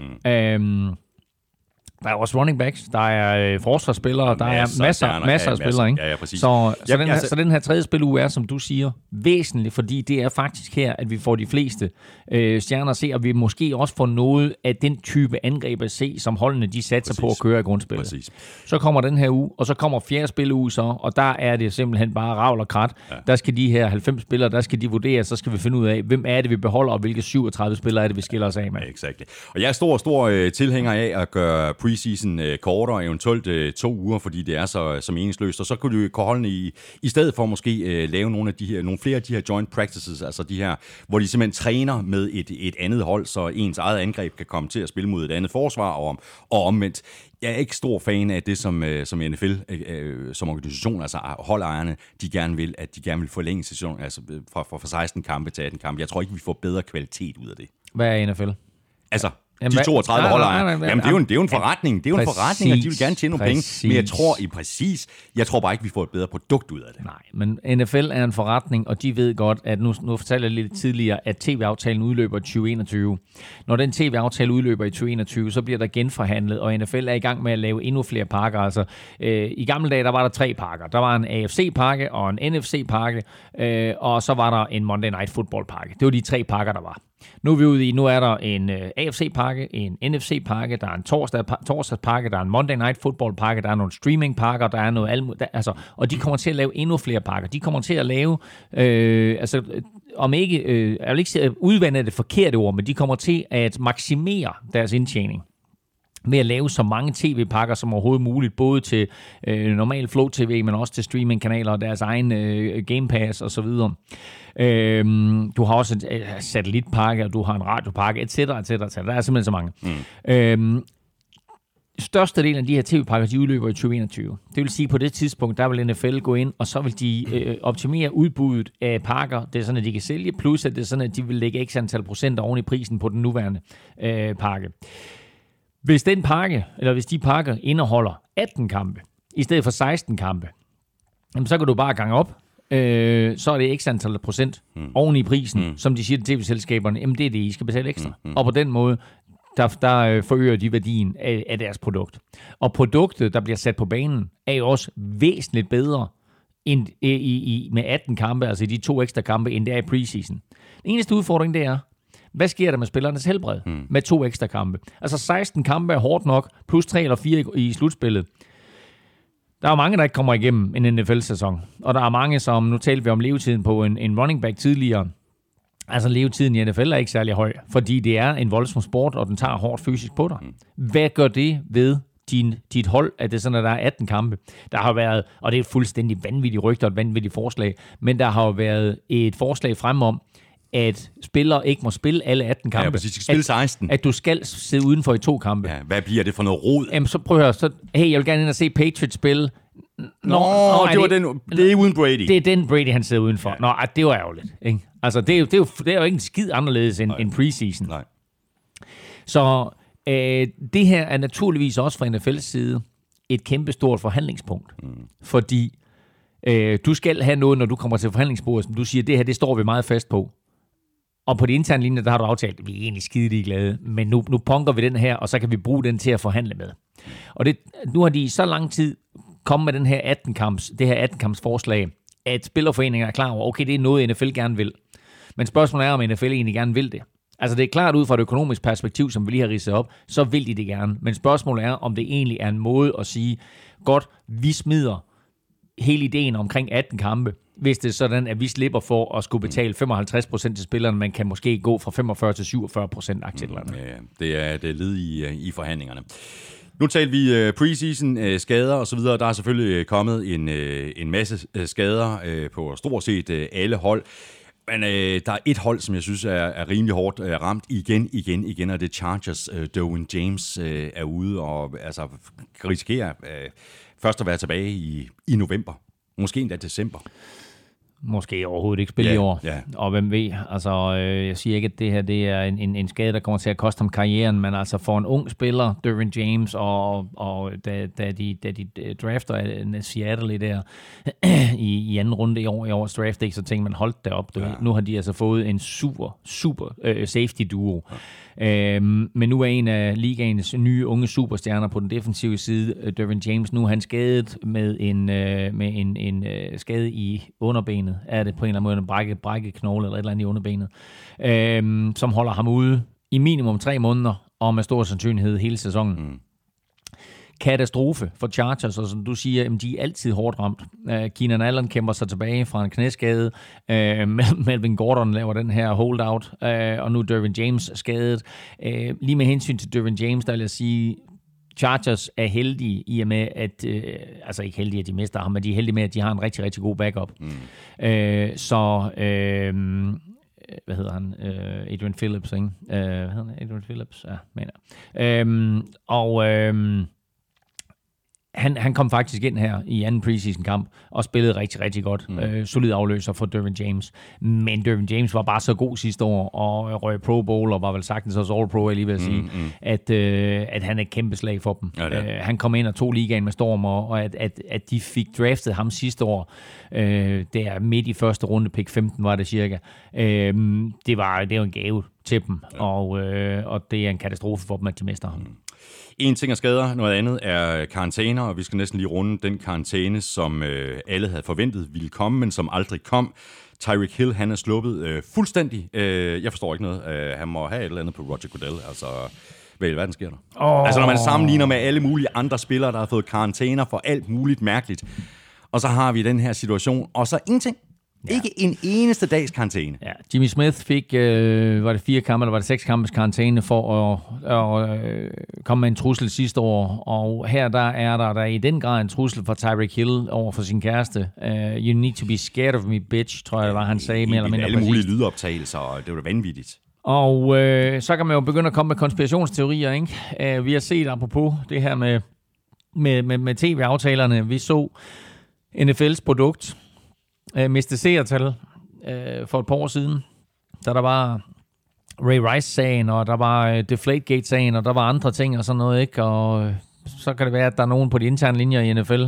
Der er også running backs, der er forsvarsspillere, der er masser af spillere, ikke? Ja, præcis. Så den her tredje spiluge er, som du siger, væsentlig, fordi det er faktisk her, at vi får de fleste stjerner at se, og vi måske også får noget af den type angreb at se, som holdene de satser på at køre i grundspillet. Præcis. Så kommer den her uge, og så kommer fjerde spiluge så, og der er det simpelthen bare ravl og krat. Ja. Der skal de her 90 spillere, der skal de vurdere, så skal vi finde ud af, hvem er det, vi beholder, og hvilke 37 spillere er det, vi skiller os af med. Ja, exakt. Og jeg er stor tilhænger af at gøre preseason kortere, eventuelt 2 uger, fordi det er så meningsløst. Og så kunne du holdene i stedet for måske lave nogle flere af de her joint practices, altså de her, hvor de simpelthen træner med et andet hold, så ens eget angreb kan komme til at spille mod et andet forsvar og omvendt. Jeg er ikke stor fan af det, som NFL som organisation, altså holdejerne, de gerne vil forlænge sæsonen, altså fra 16 kampe til 18 kampe. Jeg tror ikke, vi får bedre kvalitet ud af det. Hvad er NFL? Altså, de 32 holdejere. Jamen, det er jo en forretning. Det er jo en forretning, og de vil gerne tjene nogle penge. Men jeg tror bare ikke, vi får et bedre produkt ud af det. Nej, men NFL er en forretning, og de ved godt, at nu fortalte jeg lidt tidligere, at tv-aftalen udløber i 2021. Når den tv-aftale udløber i 2021, så bliver der genforhandlet, og NFL er i gang med at lave endnu flere pakker. Altså, i gamle dage, der var der 3 pakker. Der var en AFC-pakke og en NFC-pakke, og så var der en Monday Night Football-pakke. Det var de 3 pakker, der var. Nu er vi ude i, nu er der en AFC-pakke, en NFC-pakke, der er en torsdagspakke, der er en Monday Night Football-pakke, der er nogle streaming-pakker, der er noget altså, og de kommer til at lave endnu flere pakker. De kommer til at lave, om ikke, jeg vil ikke sige, udvande det forkerte ord, men de kommer til at maksimere deres indtjening med at lave så mange tv-pakker som overhovedet muligt, både til normal Flow TV, men også til streamingkanaler og deres egen Game Pass og så videre. Du har også en satellitpakke, og du har en radiopakke, etc. Der er simpelthen så mange. Størstedelen af de her tv-pakker, de udløber i 2021. Det vil sige, på det tidspunkt, der vil NFL gå ind, og så vil de optimere udbuddet af pakker. Det er sådan, at de kan sælge, plus at det er sådan, at de vil lægge x antal procent oven i prisen på den nuværende pakke. Hvis den pakke, eller hvis de pakker indeholder 18 kampe, i stedet for 16 kampe, jamen, så kan du bare gange op, så er det x antal procent oven i prisen, som de siger til tv-selskaberne, jamen det er det, I skal betale ekstra. Og på den måde, der forøger de værdien af deres produkt. Og produktet, der bliver sat på banen, er jo også væsentligt bedre end med 18 kampe, altså i de 2 ekstra kampe, end det er i preseason. Den eneste udfordring, det er, hvad sker der med spillernes helbred med 2 ekstra kampe? Altså 16 kampe er hårdt nok, plus 3 eller 4 i slutspillet. Der er mange, der ikke kommer igennem en NFL-sæson. Og der er mange, som, nu talte vi om levetiden på en running back tidligere. Altså levetiden i NFL er ikke særlig høj, fordi det er en voldsom sport, og den tager hårdt fysisk på dig. Hvad gør det ved dit hold, at det sådan, at der er 18 kampe? Der har været, og det er et fuldstændig vanvittigt rygte og et vanvittigt forslag, men der har jo været et forslag frem om, at spillere ikke må spille alle 18 kampe. Ja, præcis. De skal spille 16. At du skal sidde udenfor i 2 kampe. Ja, hvad bliver det for noget rod? Jamen, så prøv at høre. Så, hey, jeg vil gerne ind og se Patriots spille. Det er uden Brady. Det er den Brady, han sidder udenfor. Ja. Det var ærgerligt. Ikke? Altså, det er jo ikke en skid anderledes end preseason. Nej. Så det her er naturligvis også fra NFL's side et kæmpestort forhandlingspunkt. Fordi du skal have noget, når du kommer til forhandlingsbordet, som du siger, det her, det står vi meget fast på. Og på de interne linjer, der har du aftalt, at vi er egentlig skide ligeglade, men nu punker vi den her, og så kan vi bruge den til at forhandle med. Og nu har de i så lang tid kommet med den her 18-kamps forslag, at spillerforeninger er klar over, okay, det er noget, NFL gerne vil. Men spørgsmålet er, om NFL egentlig gerne vil det. Altså det er klart ud fra et økonomisk perspektiv, som vi lige har ridset op, så vil de det gerne. Men spørgsmålet er, om det egentlig er en måde at sige, godt, vi smider hele ideen omkring 18 kampe, hvis det er sådan, at vi slipper for at skulle betale 55% til spillerne, man kan måske gå fra 45 til 47% aktierne. Ja, det er led i forhandlingerne. Nu talte vi preseason skader og så videre. Der er selvfølgelig kommet en masse skader på stort set alle hold. Men der er et hold, som jeg synes er rimelig hårdt ramt igen, og det er Chargers. Derwin James er ude og altså, kan risikere først at være tilbage i november. Måske endda december. Måske overhovedet ikke spille i år. Yeah. Og hvem ved, altså jeg siger ikke, at det her det er en skade, der kommer til at koste ham karrieren, men altså for en ung spiller, Derwin James, og da de drafter Seattle der i anden runde i årets draft, så tænkte man, holdt det op. Nu har de altså fået en super safety duo. Men nu er en af ligaens nye unge superstjerner på den defensive side, Derwin James, nu er han skadet med en skade i underbenet. Er det på en eller anden måde en brækket knogle eller et eller andet i underbenet, som holder ham ude i minimum 3 måneder, og med stor sandsynlighed hele sæsonen. Katastrofe for Chargers, og som du siger, jamen, de er altid hårdt ramt. Keenan Allen kæmper sig tilbage fra en knæskade. Melvin Gordon laver den her holdout, og nu Derwin James skadet. Lige med hensyn til Derwin James, der vil jeg sige, Chargers er heldige i og med, at altså ikke heldige, at de mister ham, men de er heldige med, at de har en rigtig, rigtig god backup. Hvad hedder han? Adrian Phillips, ikke? Hvad hedder han? Adrian Phillips? Ja, mener. Han kom faktisk ind her i anden preseason kamp og spillede rigtig, rigtig godt. Solid afløser for Derwin James. Men Derwin James var bare så god sidste år og røg Pro Bowl og var vel sagtens også All-Pro, jeg lige vil sige, at han er et kæmpe slag for dem. Ja, han kom ind og tog ligaen med storm, og at de fik draftet ham sidste år, der midt i første runde, pick 15 var det cirka, det var en gave til dem, og det er en katastrofe for dem, at de mister ham. En ting er skader, noget andet er karantæner, og vi skal næsten lige runde den karantæne, som alle havde forventet ville komme, men som aldrig kom. Tyreek Hill, han er sluppet fuldstændig. Jeg forstår ikke noget. Han må have et eller andet på Roger Goodell. Altså, hvad i verden sker der? Altså, når man sammenligner med alle mulige andre spillere, der har fået karantæner for alt muligt mærkeligt, og så har vi den her situation, og så ingenting. Ja. Ikke en eneste dags karantæne. Ja. Jimmy Smith fik, var det 4 kampe, eller var det 6 kampes karantæne for at komme med en trussel sidste år. Og her der er i den grad en trussel for Tyreek Hill over for sin kæreste. You need to be scared of me, bitch, tror jeg, var han sagde mere eller mindre. Alle mulige lydoptagelser, og det var da vanvittigt. Og så kan man jo begynde at komme med konspirationsteorier, ikke? Vi har set apropos det her med tv-aftalerne. Vi så NFL's produkt miste seertal for et par år siden, da der var Ray Rice-sagen, og der var Deflategate-sagen, og der var andre ting og sådan noget, ikke? Og så kan det være, at der er nogen på de interne linjer i NFL,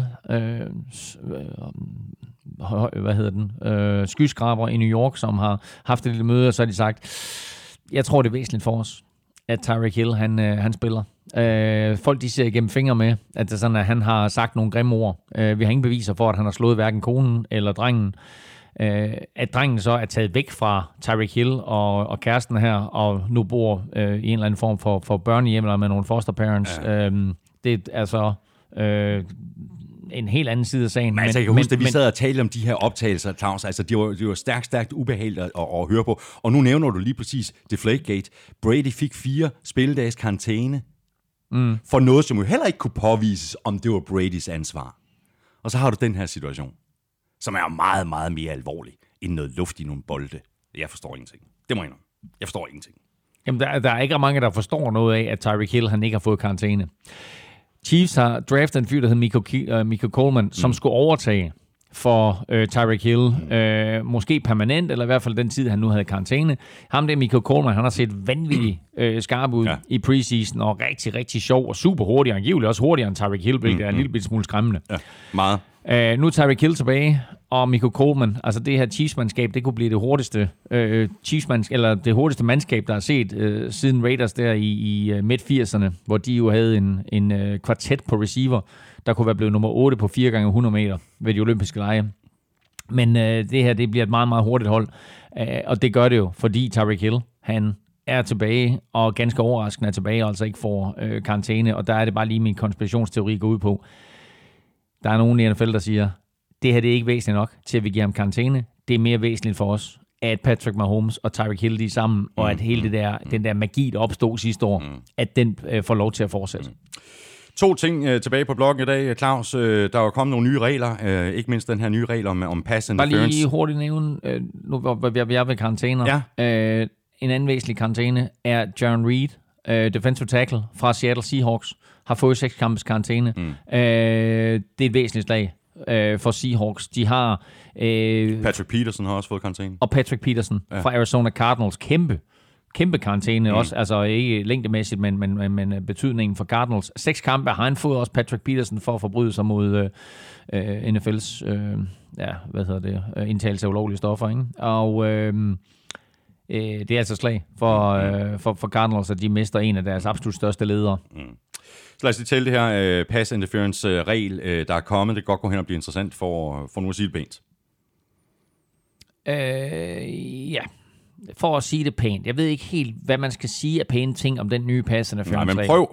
skyskraber i New York, som har haft et lille møde, og så har de sagt, jeg tror, det er væsentligt for os, at Tyreek Hill, han spiller. Folk de ser igennem fingre med, at det er sådan, at han har sagt nogle grimme ord. Vi har ingen beviser for, at han har slået hverken konen eller drengen. At drengen så er taget væk fra Tyreek Hill og kæresten her, og nu bor i en eller anden form for børnehjem eller med nogle foster parents. Ja. Det er altså en helt anden side af sagen. Men altså, jeg kan huske, at vi sad og talte om de her optagelser, Claus, altså de var stærkt ubehageligt at høre på. Og nu nævner du lige præcis Deflategate. Brady fik 4 spilledages karantæne for noget, som jo heller ikke kunne påvises, om det var Bradys ansvar. Og så har du den her situation, som er meget, meget mere alvorlig end noget luft i nogle bolde. Jeg forstår ingenting. Det må jeg indrømme. Jeg forstår ingenting. Jamen, der er ikke mange, der forstår noget af, at Tyreek Hill han ikke har fået karantæne. Chiefs har draftet en fyr, der hedder Miko Coleman, som skulle overtage for Tyreek Hill. Måske permanent, eller i hvert fald den tid, han nu havde karantæne. Ham der, Miko Coleman, han har set vanvittigt skarp ud i preseason, og rigtig, rigtig sjov og super hurtig, angiveligt også hurtigere end Tyreek Hill, hvilket er en lille smule skræmmende. Ja, meget. Nu er Tyreek Hill tilbage, og Miko Coleman, altså det her Chiefs-mandskab, det kunne blive det hurtigste det hurtigste mandskab, der er set siden Raiders der i midt-80'erne, hvor de jo havde en kvartet på receiver, der kunne være blevet nummer 8 på 4x100 meter ved de olympiske lege. Men det her, det bliver et meget, meget hurtigt hold, og det gør det jo, fordi Tyreek Hill, han er tilbage, og ganske overraskende er tilbage, og altså ikke får karantæne, og der er det bare lige min konspirationsteori går ud på. Der er nogen i NFL, der siger, det her det er ikke væsentligt nok til, at vi giver ham karantæne. Det er mere væsentligt for os, at Patrick Mahomes og Tyreek Hill de er sammen, og at hele den der magi, der opstod sidste år, at den får lov til at fortsætte. 2 ting tilbage på bloggen i dag, Claus. Der er jo kommet nogle nye regler, ikke mindst den her nye regel om pass interference. Bare lige hurtigt nævne, nu hvor vi er ved karantæner. Ja. En anden væsentlig karantæne er Jaron Reed, defensive tackle fra Seattle Seahawks, har fået 6 kampes karantæne. Det er et væsentligt slag for Seahawks. De har... Patrick Peterson har også fået karantæne. Og Patrick Peterson fra Arizona Cardinals. Kæmpe karantæne også. Altså ikke længdemæssigt, men betydningen for Cardinals. 6 kampe har han fået også Patrick Peterson for at forbryde sig mod NFL's indtagelse af ulovlige stoffer. Ikke? Og... det er altså slag for Cardinals, at de mister en af deres absolut største ledere. Så lad os lige tælle det her pass interference-regel, der er kommet. Det kan godt gå hen og blive interessant for nu at sige det pænt. Ja, for at sige det pænt. Jeg ved ikke helt, hvad man skal sige af pæne ting om den nye pass interference-regel. Nej, men prøv.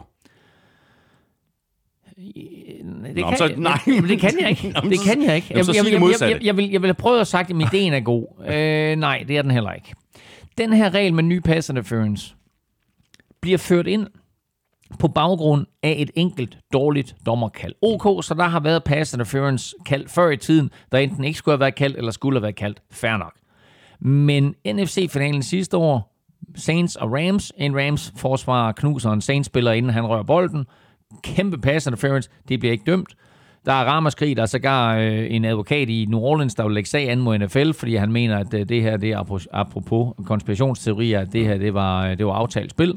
Det kan jeg ikke. Det kan jeg ikke. Jeg vil have prøvet at sagt, at ideen er god. Nej, det er den heller ikke. Den her regel med ny pass interference bliver ført ind på baggrund af et enkelt dårligt dommerkald. OK, så der har været pass interference kaldt før i tiden, der enten ikke skulle have været kaldt, eller skulle have været kaldt. Fair nok. Men NFC-finalen sidste år, Saints og Rams, en Rams-forsvarer knuser en Saints-spiller, inden han rører bolden. Kæmpe pass interference, det bliver ikke dømt. Der er ramaskrig, der er sågar en advokat i New Orleans, der vil lægge sag an mod NFL, fordi han mener, at det her, det er apropos konspirationsteorier, at det her, det var aftalt spil.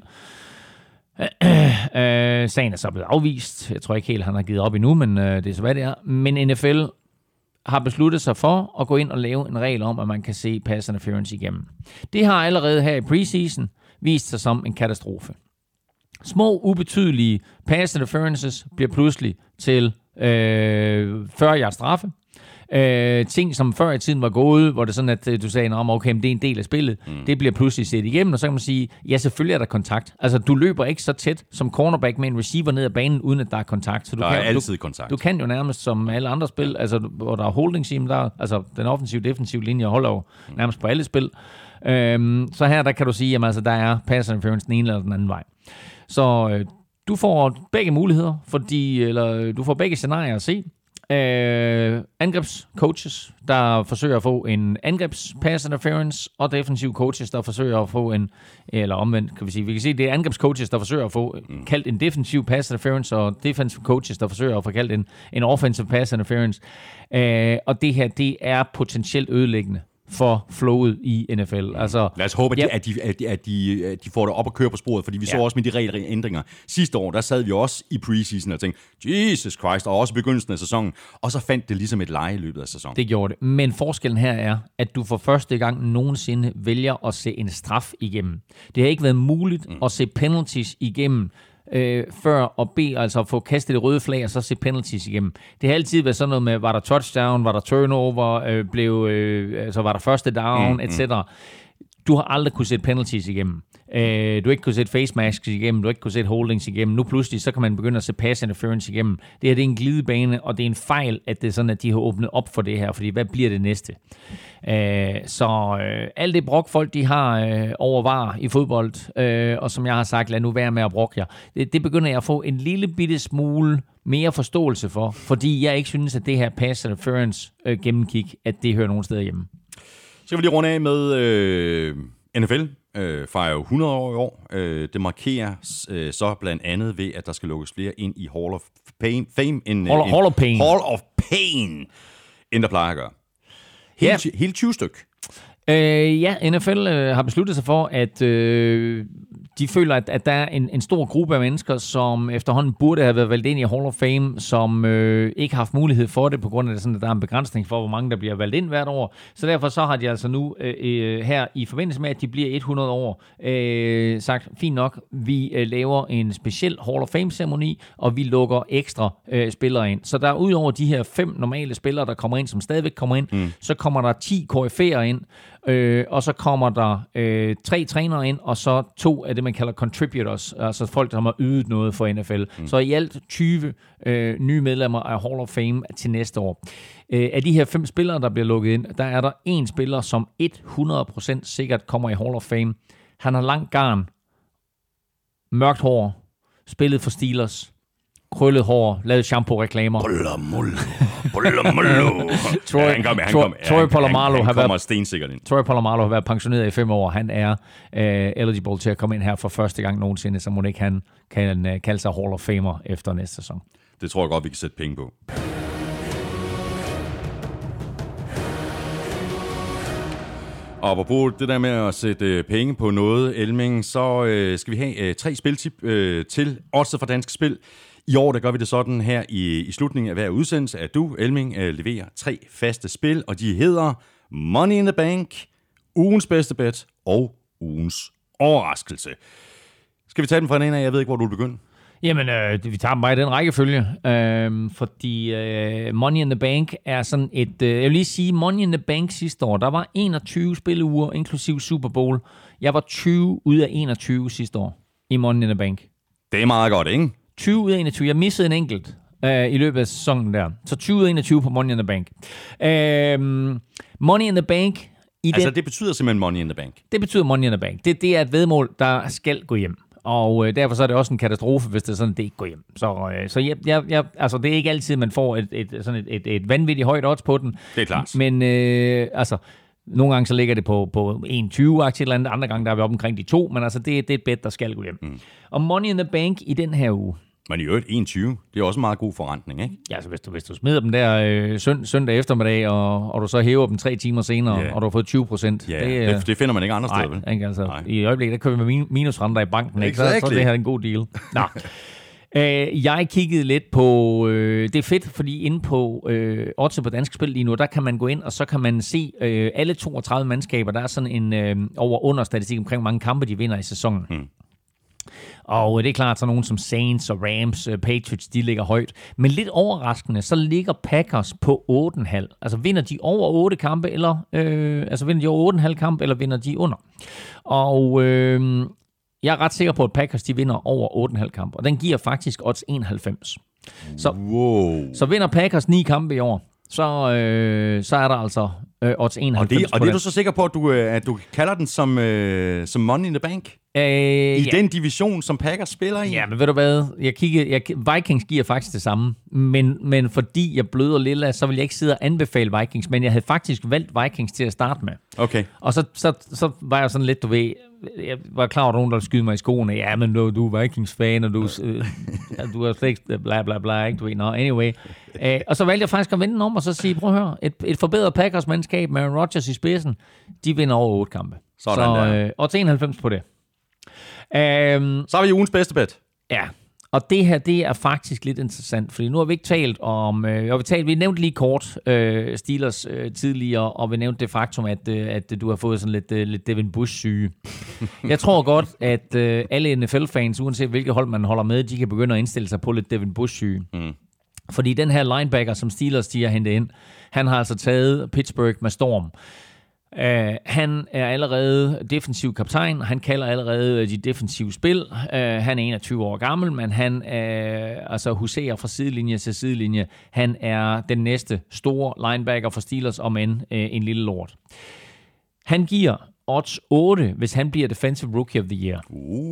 Sagen er så blevet afvist. Jeg tror ikke helt, han har givet op endnu, men det er så, hvad det er. Men NFL har besluttet sig for at gå ind og lave en regel om, at man kan se pass interference igennem. Det har allerede her i preseason vist sig som en katastrofe. Små, ubetydelige pass interferences bliver pludselig til 40 yards straffe. Ting, som før i tiden var gået, hvor det sådan, at du sagde, okay, men det er en del af spillet. Det bliver pludselig set igennem, og så kan man sige, ja, selvfølgelig er der kontakt. Altså, du løber ikke så tæt som cornerback med en receiver ned ad banen, uden at der er kontakt. Så der er altid kontakt. Du kan jo nærmest som alle andre spil, altså, hvor der er holding team, altså den offensive-defensive linje holder jo nærmest på alle spil. Så her, der kan du sige, at altså, der er pass interference den ene eller den anden vej. Så du får begge muligheder, du får begge scenarier at se. Angrebscoaches, der forsøger at få en angrebs-pass interference, og defensive coaches, der forsøger at få eller omvendt, kan vi kan sige, det er angrebscoaches, der forsøger at få kaldt en defensive pass interference, og defensive coaches, der forsøger at få kaldt en offensive pass interference. Og det her, det er potentielt ødelæggende for flowet i NFL. Altså, lad os håbe, at de får det op at køre på sporet, fordi vi så også med de regelændringer. Sidste år, der sad vi også i preseason og tænkte, Jesus Christ, og også begyndelsen af sæsonen, og så fandt det ligesom et leje i løbet af sæsonen. Det gjorde det. Men forskellen her er, at du for første gang nogensinde vælger at se en straf igennem. Det har ikke været muligt at se penalties igennem, før at bede, altså at få kastet det røde flag, og så se penalties igennem. Det har altid været sådan noget med, var der touchdown, var der turnover, altså var der første down, etc. Du har aldrig kunne sætte penalties igennem. Du har ikke kunne sætte face masks igennem, du har ikke kunne sætte holdings igennem. Nu pludselig, så kan man begynde at se pass interference igennem. Det her, det er en glidebane, og det er en fejl, at det er sådan, at de har åbnet op for det her, fordi hvad bliver det næste? Så alt det brok, folk de har overvar i fodbold, og som jeg har sagt, lad nu være med at brokke jer. Det begynder jeg at få en lille bitte smule mere forståelse for, fordi jeg ikke synes, at det her pass interference gennemkig, at det hører nogen steder hjemme. Så kan vi lige runde af med NFL. Fejrer jo 100 år i år. Det markerer så blandt andet ved, at der skal lukkes flere ind i Hall of Pain. Hall of Pain, end der plejer at gøre. Helt 20 styk. Ja, NFL har besluttet sig for, at de føler, at der er en stor gruppe af mennesker, som efterhånden burde have været valgt ind i Hall of Fame, som ikke har haft mulighed for det, på grund af, at der er en begrænsning for, hvor mange der bliver valgt ind hvert år. Så derfor så har de altså nu her i forbindelse med, at de bliver 100 år, sagt, fint nok, vi laver en speciel Hall of Fame-ceremoni, og vi lukker ekstra spillere ind. Så der er udover de her 5 normale spillere, der kommer ind, som stadigvæk kommer ind, så kommer der 10 koryfæer ind, og så kommer der 3 trænere ind, og så 2 af det, man kalder contributors, altså folk, der har ydet noget for NFL. Så i alt 20 nye medlemmer af Hall of Fame til næste år. Af de her 5 spillere, der bliver lukket ind, der er der 1 spiller, som 100% sikkert kommer i Hall of Fame. Han har langt garn, mørkt hår, spillet for Steelers, krøllet hår, lavet shampoo-reklamer. Troy Polamalu har været pensioneret i 5 år. Han er eligible til at komme ind her for første gang nogensinde, så må ikke han kan kalde sig Hall of Famer efter næste sæson. Det tror jeg godt, vi kan sætte penge på. Og apropos det der med at sætte penge på noget, Elming, så skal vi have 3 spiltip til Oddset fra Danske Spil. I år, der gør vi det sådan her i slutningen af hver udsendelse, at du, Elming, leverer 3 faste spil, og de hedder Money in the Bank, ugens bedste bet og ugens overraskelse. Skal vi tage dem fra en af? Jeg ved ikke, hvor du vil begynde. Jamen, vi tager dem bare i den rækkefølge, fordi Money in the Bank er sådan et... jeg vil lige sige, Money in the Bank sidste år, der var 21 spilleuger, inklusiv Super Bowl. Jeg var 20 ud af 21 sidste år i Money in the Bank. Det er meget godt, ikke? 20 ud af 21. Jeg missede en enkelt i løbet af sæsonen der. Så 20 ud af 21 på Money in the Bank. Money in the Bank... det betyder simpelthen Money in the Bank? Det betyder Money in the Bank. Det er et væddemål, der skal gå hjem. Og derfor så er det også en katastrofe, hvis det er sådan, det ikke går hjem. Så altså, det er ikke altid, man får et vanvittigt højt odds på den. Det er klart. Men nogle gange så ligger det på 1,20-aktie eller andet. Andre gange der er vi oppe omkring de 2. Men altså, det er et bet, der skal gå hjem. Og Money in the Bank i den her uge. Men i øvrigt 1,20, det er også en meget god forrentning, ikke? Ja, altså hvis du smider dem der søndag eftermiddag, og du så hæver dem 3 timer senere, og du har fået 20%. Ja, det finder man ikke andre steder, vel? Ikke, altså. Nej. I øjeblikket, der køber vi minusrenter i banken, ikke? Så er det her en god deal. Nå. Jeg kiggede lidt på... det er fedt, fordi inde på Oddset på Danske Spil lige nu, der kan man gå ind, og så kan man se alle 32 mandskaber. Der er sådan en over-under-statistik omkring, hvor mange kampe de vinder i sæsonen. Og det er klart, så nogen som Saints og Rams, Patriots, de ligger højt. Men lidt overraskende, så ligger Packers på 8,5. Altså vinder de over 8 kampe, eller vinder de over 8,5 kampe, eller vinder de under? Og jeg er ret sikker på, at Packers de vinder over 8,5 kampe, og den giver faktisk odds 91. Så vinder Packers 9 kampe i år, så er der altså odds 91. Og det er du så sikker på, at du kalder den som Money in the Bank? I den division, som Packers spiller i? Ja, men ved du hvad? Vikings giver faktisk det samme, men fordi jeg bløder lidt af, så vil jeg ikke sidde og anbefale Vikings, men jeg havde faktisk valgt Vikings til at starte med. Okay. Og så var jeg sådan lidt, du ved, jeg var klar over, at nogen, der skyde mig i skoene. Ja, men du er Vikings-fan, og du er slet ikke bla bla bla, ikke? Du ved, anyway. Og så valgte jeg faktisk at vende den om, og så sige, prøv at høre, et forbedret Packers-mandskab med Rodgers i spidsen, de vinder over 8 kampe. Så odds 91 på det. Så har vi ugens bedste bet. Ja, og det her, det er faktisk lidt interessant, fordi nu har vi ikke talt om... vi nævnte lige kort Steelers tidligere, og vi nævnte det faktum, at du har fået sådan lidt Devin Bush-syge. Jeg tror godt, at alle NFL-fans, uanset hvilket hold man holder med, de kan begynde at indstille sig på lidt Devin Bush-syge. Fordi den her linebacker, som Steelers de har hentet ind, han har altså taget Pittsburgh med storm. Han er allerede defensiv kaptajn. Han kalder allerede de defensive spil. Han er 21 år gammel, men han huserer fra sidelinje til sidelinje. Han er den næste store linebacker for Steelers, om end en lille lort. Han giver odds 8, hvis han bliver Defensive Rookie of the Year.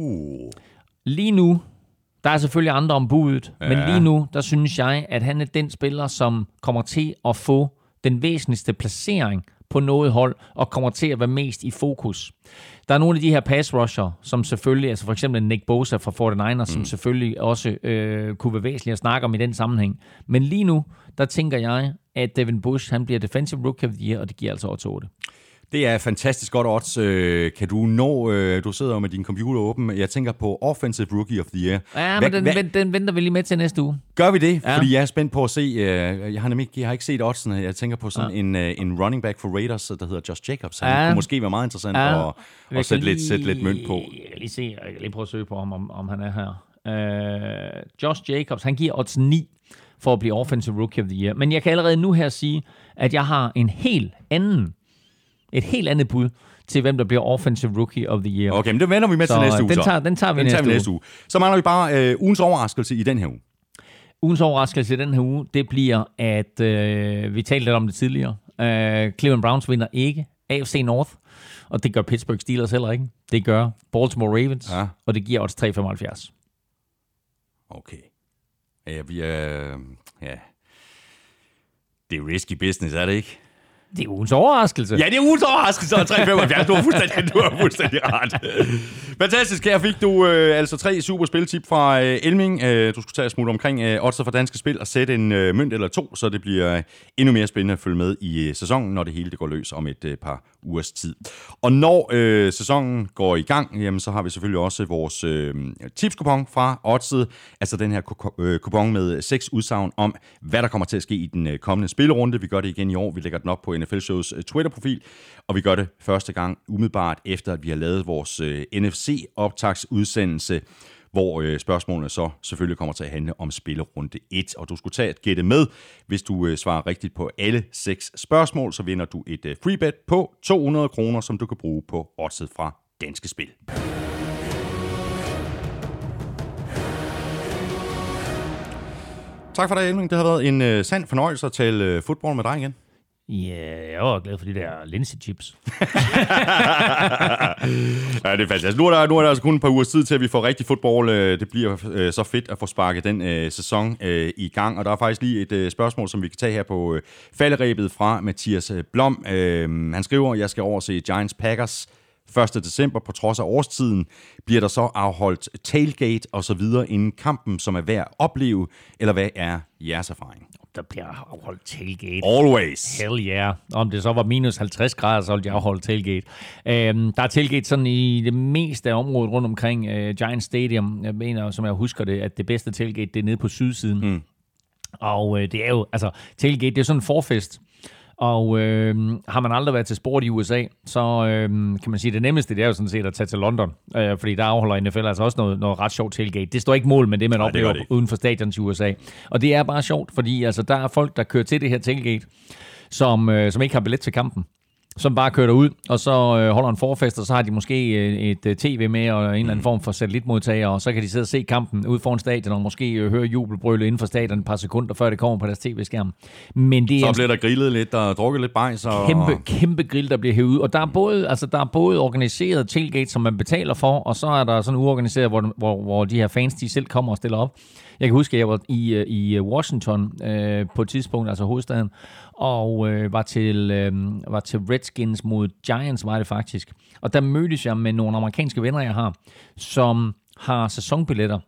Lige nu, der er selvfølgelig andre om budet, men lige nu, der synes jeg, at han er den spiller, som kommer til at få den væsentligste placering på noget hold, og kommer til at være mest i fokus. Der er nogle af de her pass rusher, som selvfølgelig, altså for eksempel Nick Bosa fra 49ers, som selvfølgelig også kunne være væsentligt at snakke om i den sammenhæng. Men lige nu, der tænker jeg, at Devin Bush, han bliver Defensive Rookie of the Year, og det giver altså odds 8. Det er fantastisk godt odds. Kan du nå, du sidder jo med din computer åben, jeg tænker på Offensive Rookie of the Year. Ja, men den venter vi lige med til næste uge. Gør vi det? Ja. Fordi jeg er spændt på at se, jeg har ikke set oddsene, jeg tænker på sådan en running back for Raiders, der hedder Josh Jacobs. Han kunne måske være meget interessant at sætte lidt mønt på. Jeg kan lige prøve at søge på om han er her. Josh Jacobs, han giver odds 9 for at blive Offensive Rookie of the Year. Men jeg kan allerede nu her sige, at jeg har et helt andet bud til, hvem der bliver Offensive Rookie of the Year. Okay, men det vender vi med til næste uge. Den tager vi næste uge. Så mangler vi bare ugens overraskelse i den her uge. Ugens overraskelse i den her uge, det bliver, at vi talte lidt om det tidligere. Cleveland Browns vinder ikke AFC North, og det gør Pittsburgh Steelers heller ikke. Det gør Baltimore Ravens, og det giver odds 3,75. Okay. Det er risky business, er det ikke? Det er ugens overraskelse. Ja, det er ugens overraskelse, og 3,75. Du har fuldstændig ret. Fantastisk. Her fik du altså 3 super spiltip fra Elming. Du skulle tage og smutte omkring oddser for danske spil og sætte en mønt eller 2, så det bliver endnu mere spændende at følge med i sæsonen, når det hele det går løs om et par ugers tid. Og når sæsonen går i gang, jamen, så har vi selvfølgelig også vores tipskupon fra Oddset, altså den her kupon med 6 udsagn om, hvad der kommer til at ske i den kommende spillerunde. Vi gør det igen i år. Vi lægger den op på NFL Shows Twitter-profil, og vi gør det første gang umiddelbart efter, at vi har lavet vores NFC-optagsudsendelse, hvor spørgsmålene så selvfølgelig kommer til at handle om spillerunde 1. Og du skulle tage et gætte med. Hvis du svarer rigtigt på alle 6 spørgsmål, så vinder du et free bet på 200 kroner, som du kan bruge på Oddset fra Danske Spil. Tak for det, Elming. Det har været en sand fornøjelse at tale fodbold med dig igen. Ja, jeg var glad for de der linsechips. Ja, det er fantastisk. Nu er der altså kun et par ugers tid til, at vi får rigtig fodbold. Det bliver så fedt at få sparket den sæson i gang. Og der er faktisk lige et spørgsmål, som vi kan tage her på falderebet fra Mathias Blom. Han skriver, at jeg skal overse Giants Packers 1. december. På trods af årstiden bliver der så afholdt tailgate og så videre inden kampen, som er værd at opleve. Eller hvad er jeres erfaring? Der bliver afholdt tailgate. Always. Hell yeah. Om det så var minus 50 grader, så ville de afholde tailgate. Der er tailgate sådan i det meste af området rundt omkring Giants Stadium. Jeg mener, som jeg husker det, at det bedste tailgate, det er nede på sydsiden. Og det er jo, altså tailgate, det er sådan en forfest. Og har man aldrig været til sport i USA, så kan man sige, at det nemmeste, det er jo sådan set at tage til London. Fordi der afholder NFL altså også noget ret sjovt tailgate. Det står ikke mål med det, man oplever uden for stadions i USA. Og det er bare sjovt, fordi altså, der er folk, der kører til det her tailgate, som ikke har billet til kampen, som bare kører ud, og så holder en forfest, og så har de måske et tv med, og en eller anden form for satellitmodtager, og så kan de sidde og se kampen ude foran stadion, og måske høre jubelbrølet inden for stadion et par sekunder, før det kommer på deres tv-skærm. Men det så bliver der grillet lidt, og drukket lidt bajs. Kæmpe grill, der bliver hævet ud. Og der er både organiseret tailgate, som man betaler for, og så er der sådan uorganiseret, hvor de her fans, de selv kommer og stiller op. Jeg kan huske, at jeg var i Washington på et tidspunkt, altså hovedstaden, og var til Redskins mod Giants, var det faktisk. Og der mødtes jeg med nogle amerikanske venner, jeg har, som har sæsonbilletter,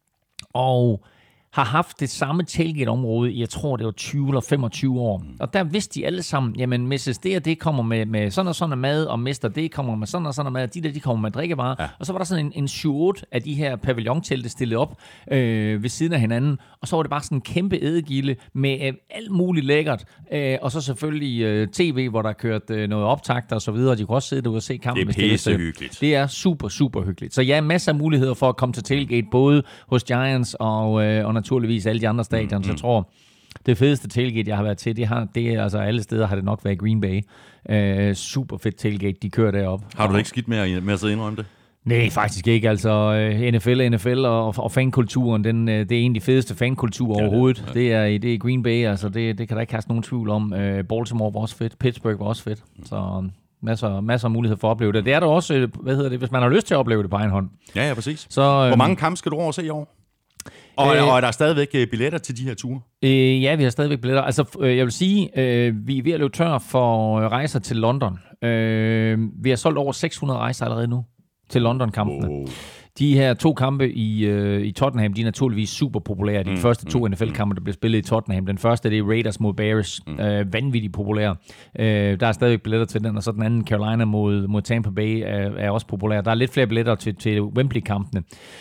og har haft det samme tailgate-område, jeg tror det var 20 eller 25 år. Og der vidste de alle sammen, jamen Mrs. det og det kommer med sådan og sådan mad, og Mr. det kommer med sådan og sådan mad, de kommer med drikkevarer. Ja. Og så var der sådan en 7-8 af de her pavillontelte stillet op ved siden af hinanden. Og så var det bare sådan en kæmpe ædegilde med alt muligt lækkert. Og så selvfølgelig tv, hvor der kørte noget optakt og så videre. De kunne også sidde derude og se kampen. Det er pissehyggeligt. Det er super, super hyggeligt. Så ja, masser af muligheder for at komme til tailgate, både hos Giants og naturligvis alle de andre stadions. Jeg tror, det fedeste tailgate, jeg har været til, det er altså alle steder har det nok været Green Bay. Super fedt tailgate, de kører derop. Har du ikke skidt med at sidde indrømme det? Nej, faktisk ikke. Altså NFL og fankulturen, det er en af de fedeste fankulturer overhovedet. Ja. Det er Green Bay, altså det kan der ikke have nogen tvivl om. Baltimore var også fedt, Pittsburgh var også fedt. Så masser af muligheder for at opleve det. Det er der også, hvis man har lyst til at opleve det på egen hånd. Ja, præcis. Så, hvor mange kampe skal du over se i år? Og er der stadigvæk billetter til de her ture? Ja, vi har stadigvæk billetter. Altså, jeg vil sige, vi er ved at løbe tør for rejser til London. Vi har solgt over 600 rejser allerede nu til London-kampene. De her 2 kampe i Tottenham, de er naturligvis super populære. De første 2 NFL-kampe, der bliver spillet i Tottenham. Den første, det er Raiders mod Bears. Vanvittigt populære. Der er stadigvæk billetter til den, og så den anden, Carolina mod Tampa Bay, er også populær. Der er lidt flere billetter til Wembley-kampene.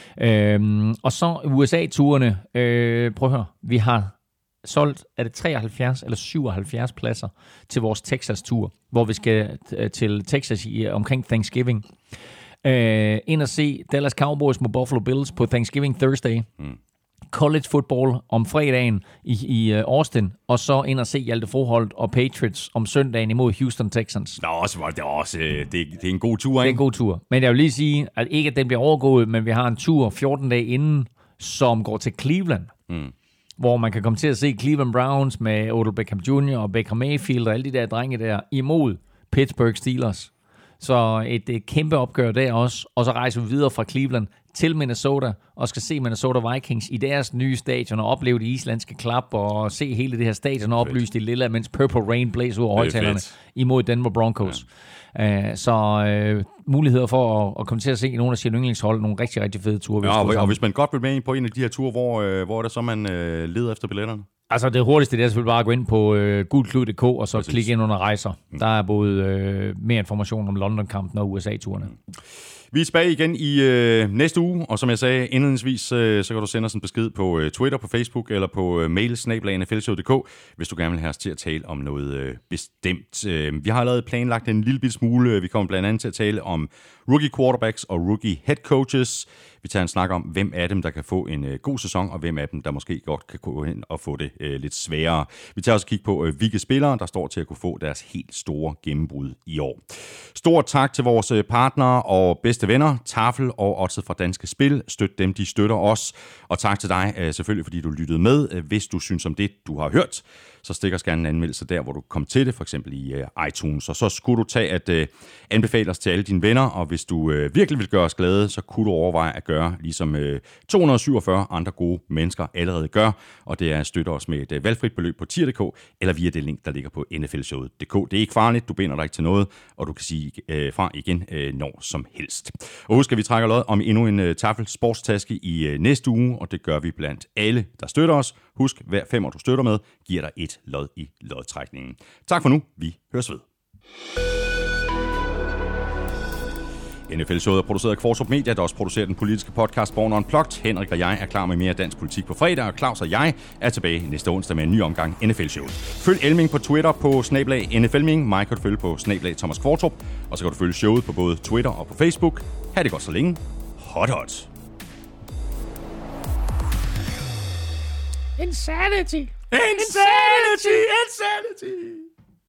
Og så USA-turene. Prøv at høre. Vi har solgt, er det 73 eller 77 pladser til vores Texas-tur, hvor vi skal til Texas omkring Thanksgiving. Ind og se Dallas Cowboys mod Buffalo Bills på Thanksgiving Thursday. College football om fredagen i Austin, og så ind og se Hjalte Froholt og Patriots om søndagen imod Houston Texans. Det er en god tur, ikke? Det er en god tur. Men jeg vil lige sige, at ikke at den bliver overgået, men vi har en tur 14 dage inden, som går til Cleveland. Hvor man kan komme til at se Cleveland Browns med Odell Beckham Jr. og Baker Mayfield og alle de der drenge der imod Pittsburgh Steelers. Så et kæmpe opgør der også. Og så rejser vi videre fra Cleveland til Minnesota og skal se Minnesota Vikings i deres nye stadion og opleve det islandske klap og se hele det her stadion oplyst i lilla, mens Purple Rain blæser ud af højtalerne imod Denver Broncos. Så muligheder for at komme til at se nogle af sine yndlingshold, nogle rigtig, rigtig fede ture. Og hvis man godt vil med ind på en af de her ture, hvor er det så, man leder efter billetterne? Altså det hurtigste, det er selvfølgelig bare at gå ind på gulklud.dk og så klikke ind under rejser. Der er både mere information om London-kampen og USA-turene. Vi er tilbage igen i næste uge, og som jeg sagde indledningsvis, så kan du sende os en besked på Twitter, på Facebook eller på mail@nflshow.dk, hvis du gerne vil have os til at tale om noget bestemt. Vi har allerede planlagt en lille smule. Vi kommer blandt andet til at tale om rookie quarterbacks og rookie head coaches. Vi tager en snak om, hvem af dem, der kan få en god sæson, og hvem af dem, der måske godt kan gå hen og få det lidt sværere. Vi tager også kig på, hvilke spillere, der står til at kunne få deres helt store gennembrud i år. Stort tak til vores partnere og bedste venner, Tafel og Oddset fra Danske Spil. Støt dem, de støtter os. Og tak til dig selvfølgelig, fordi du lyttede med. Hvis du synes om det, du har hørt, så stik os gerne en anmeldelse der, hvor du kom til det, for eksempel i iTunes. Og så skulle du tage at anbefale os til alle dine venner, og hvis du virkelig vil gøre os glade, så kunne du overveje at gøre, ligesom 247 andre gode mennesker allerede gør, og det er at støtte os med et valgfrit beløb på tier.dk, eller via det link, der ligger på nflshowet.dk. Det er ikke farligt, du binder dig ikke til noget, og du kan sige fra igen når som helst. Og husk, at vi trækker lod om endnu en Tafel sportstaske i næste uge, og det gør vi blandt alle, der støtter os. Husk, hver 5 år du støtter med, giver dig et lod i lodtrækningen. Tak for nu. Vi høres ved. NFL-showet er produceret af Kvartrup Media, der også producerer den politiske podcast Born Unplugged. Henrik og jeg er klar med mere dansk politik på fredag, og Claus og jeg er tilbage næste onsdag med en ny omgang NFL-showet. Følg Elming på Twitter på @NFLming. Mig kan du følge på @Thomas Kvartrup, og så kan du følge showet på både Twitter og på Facebook. Ha' det godt så længe. Hot hot. Insanity! Insanity! Insanity!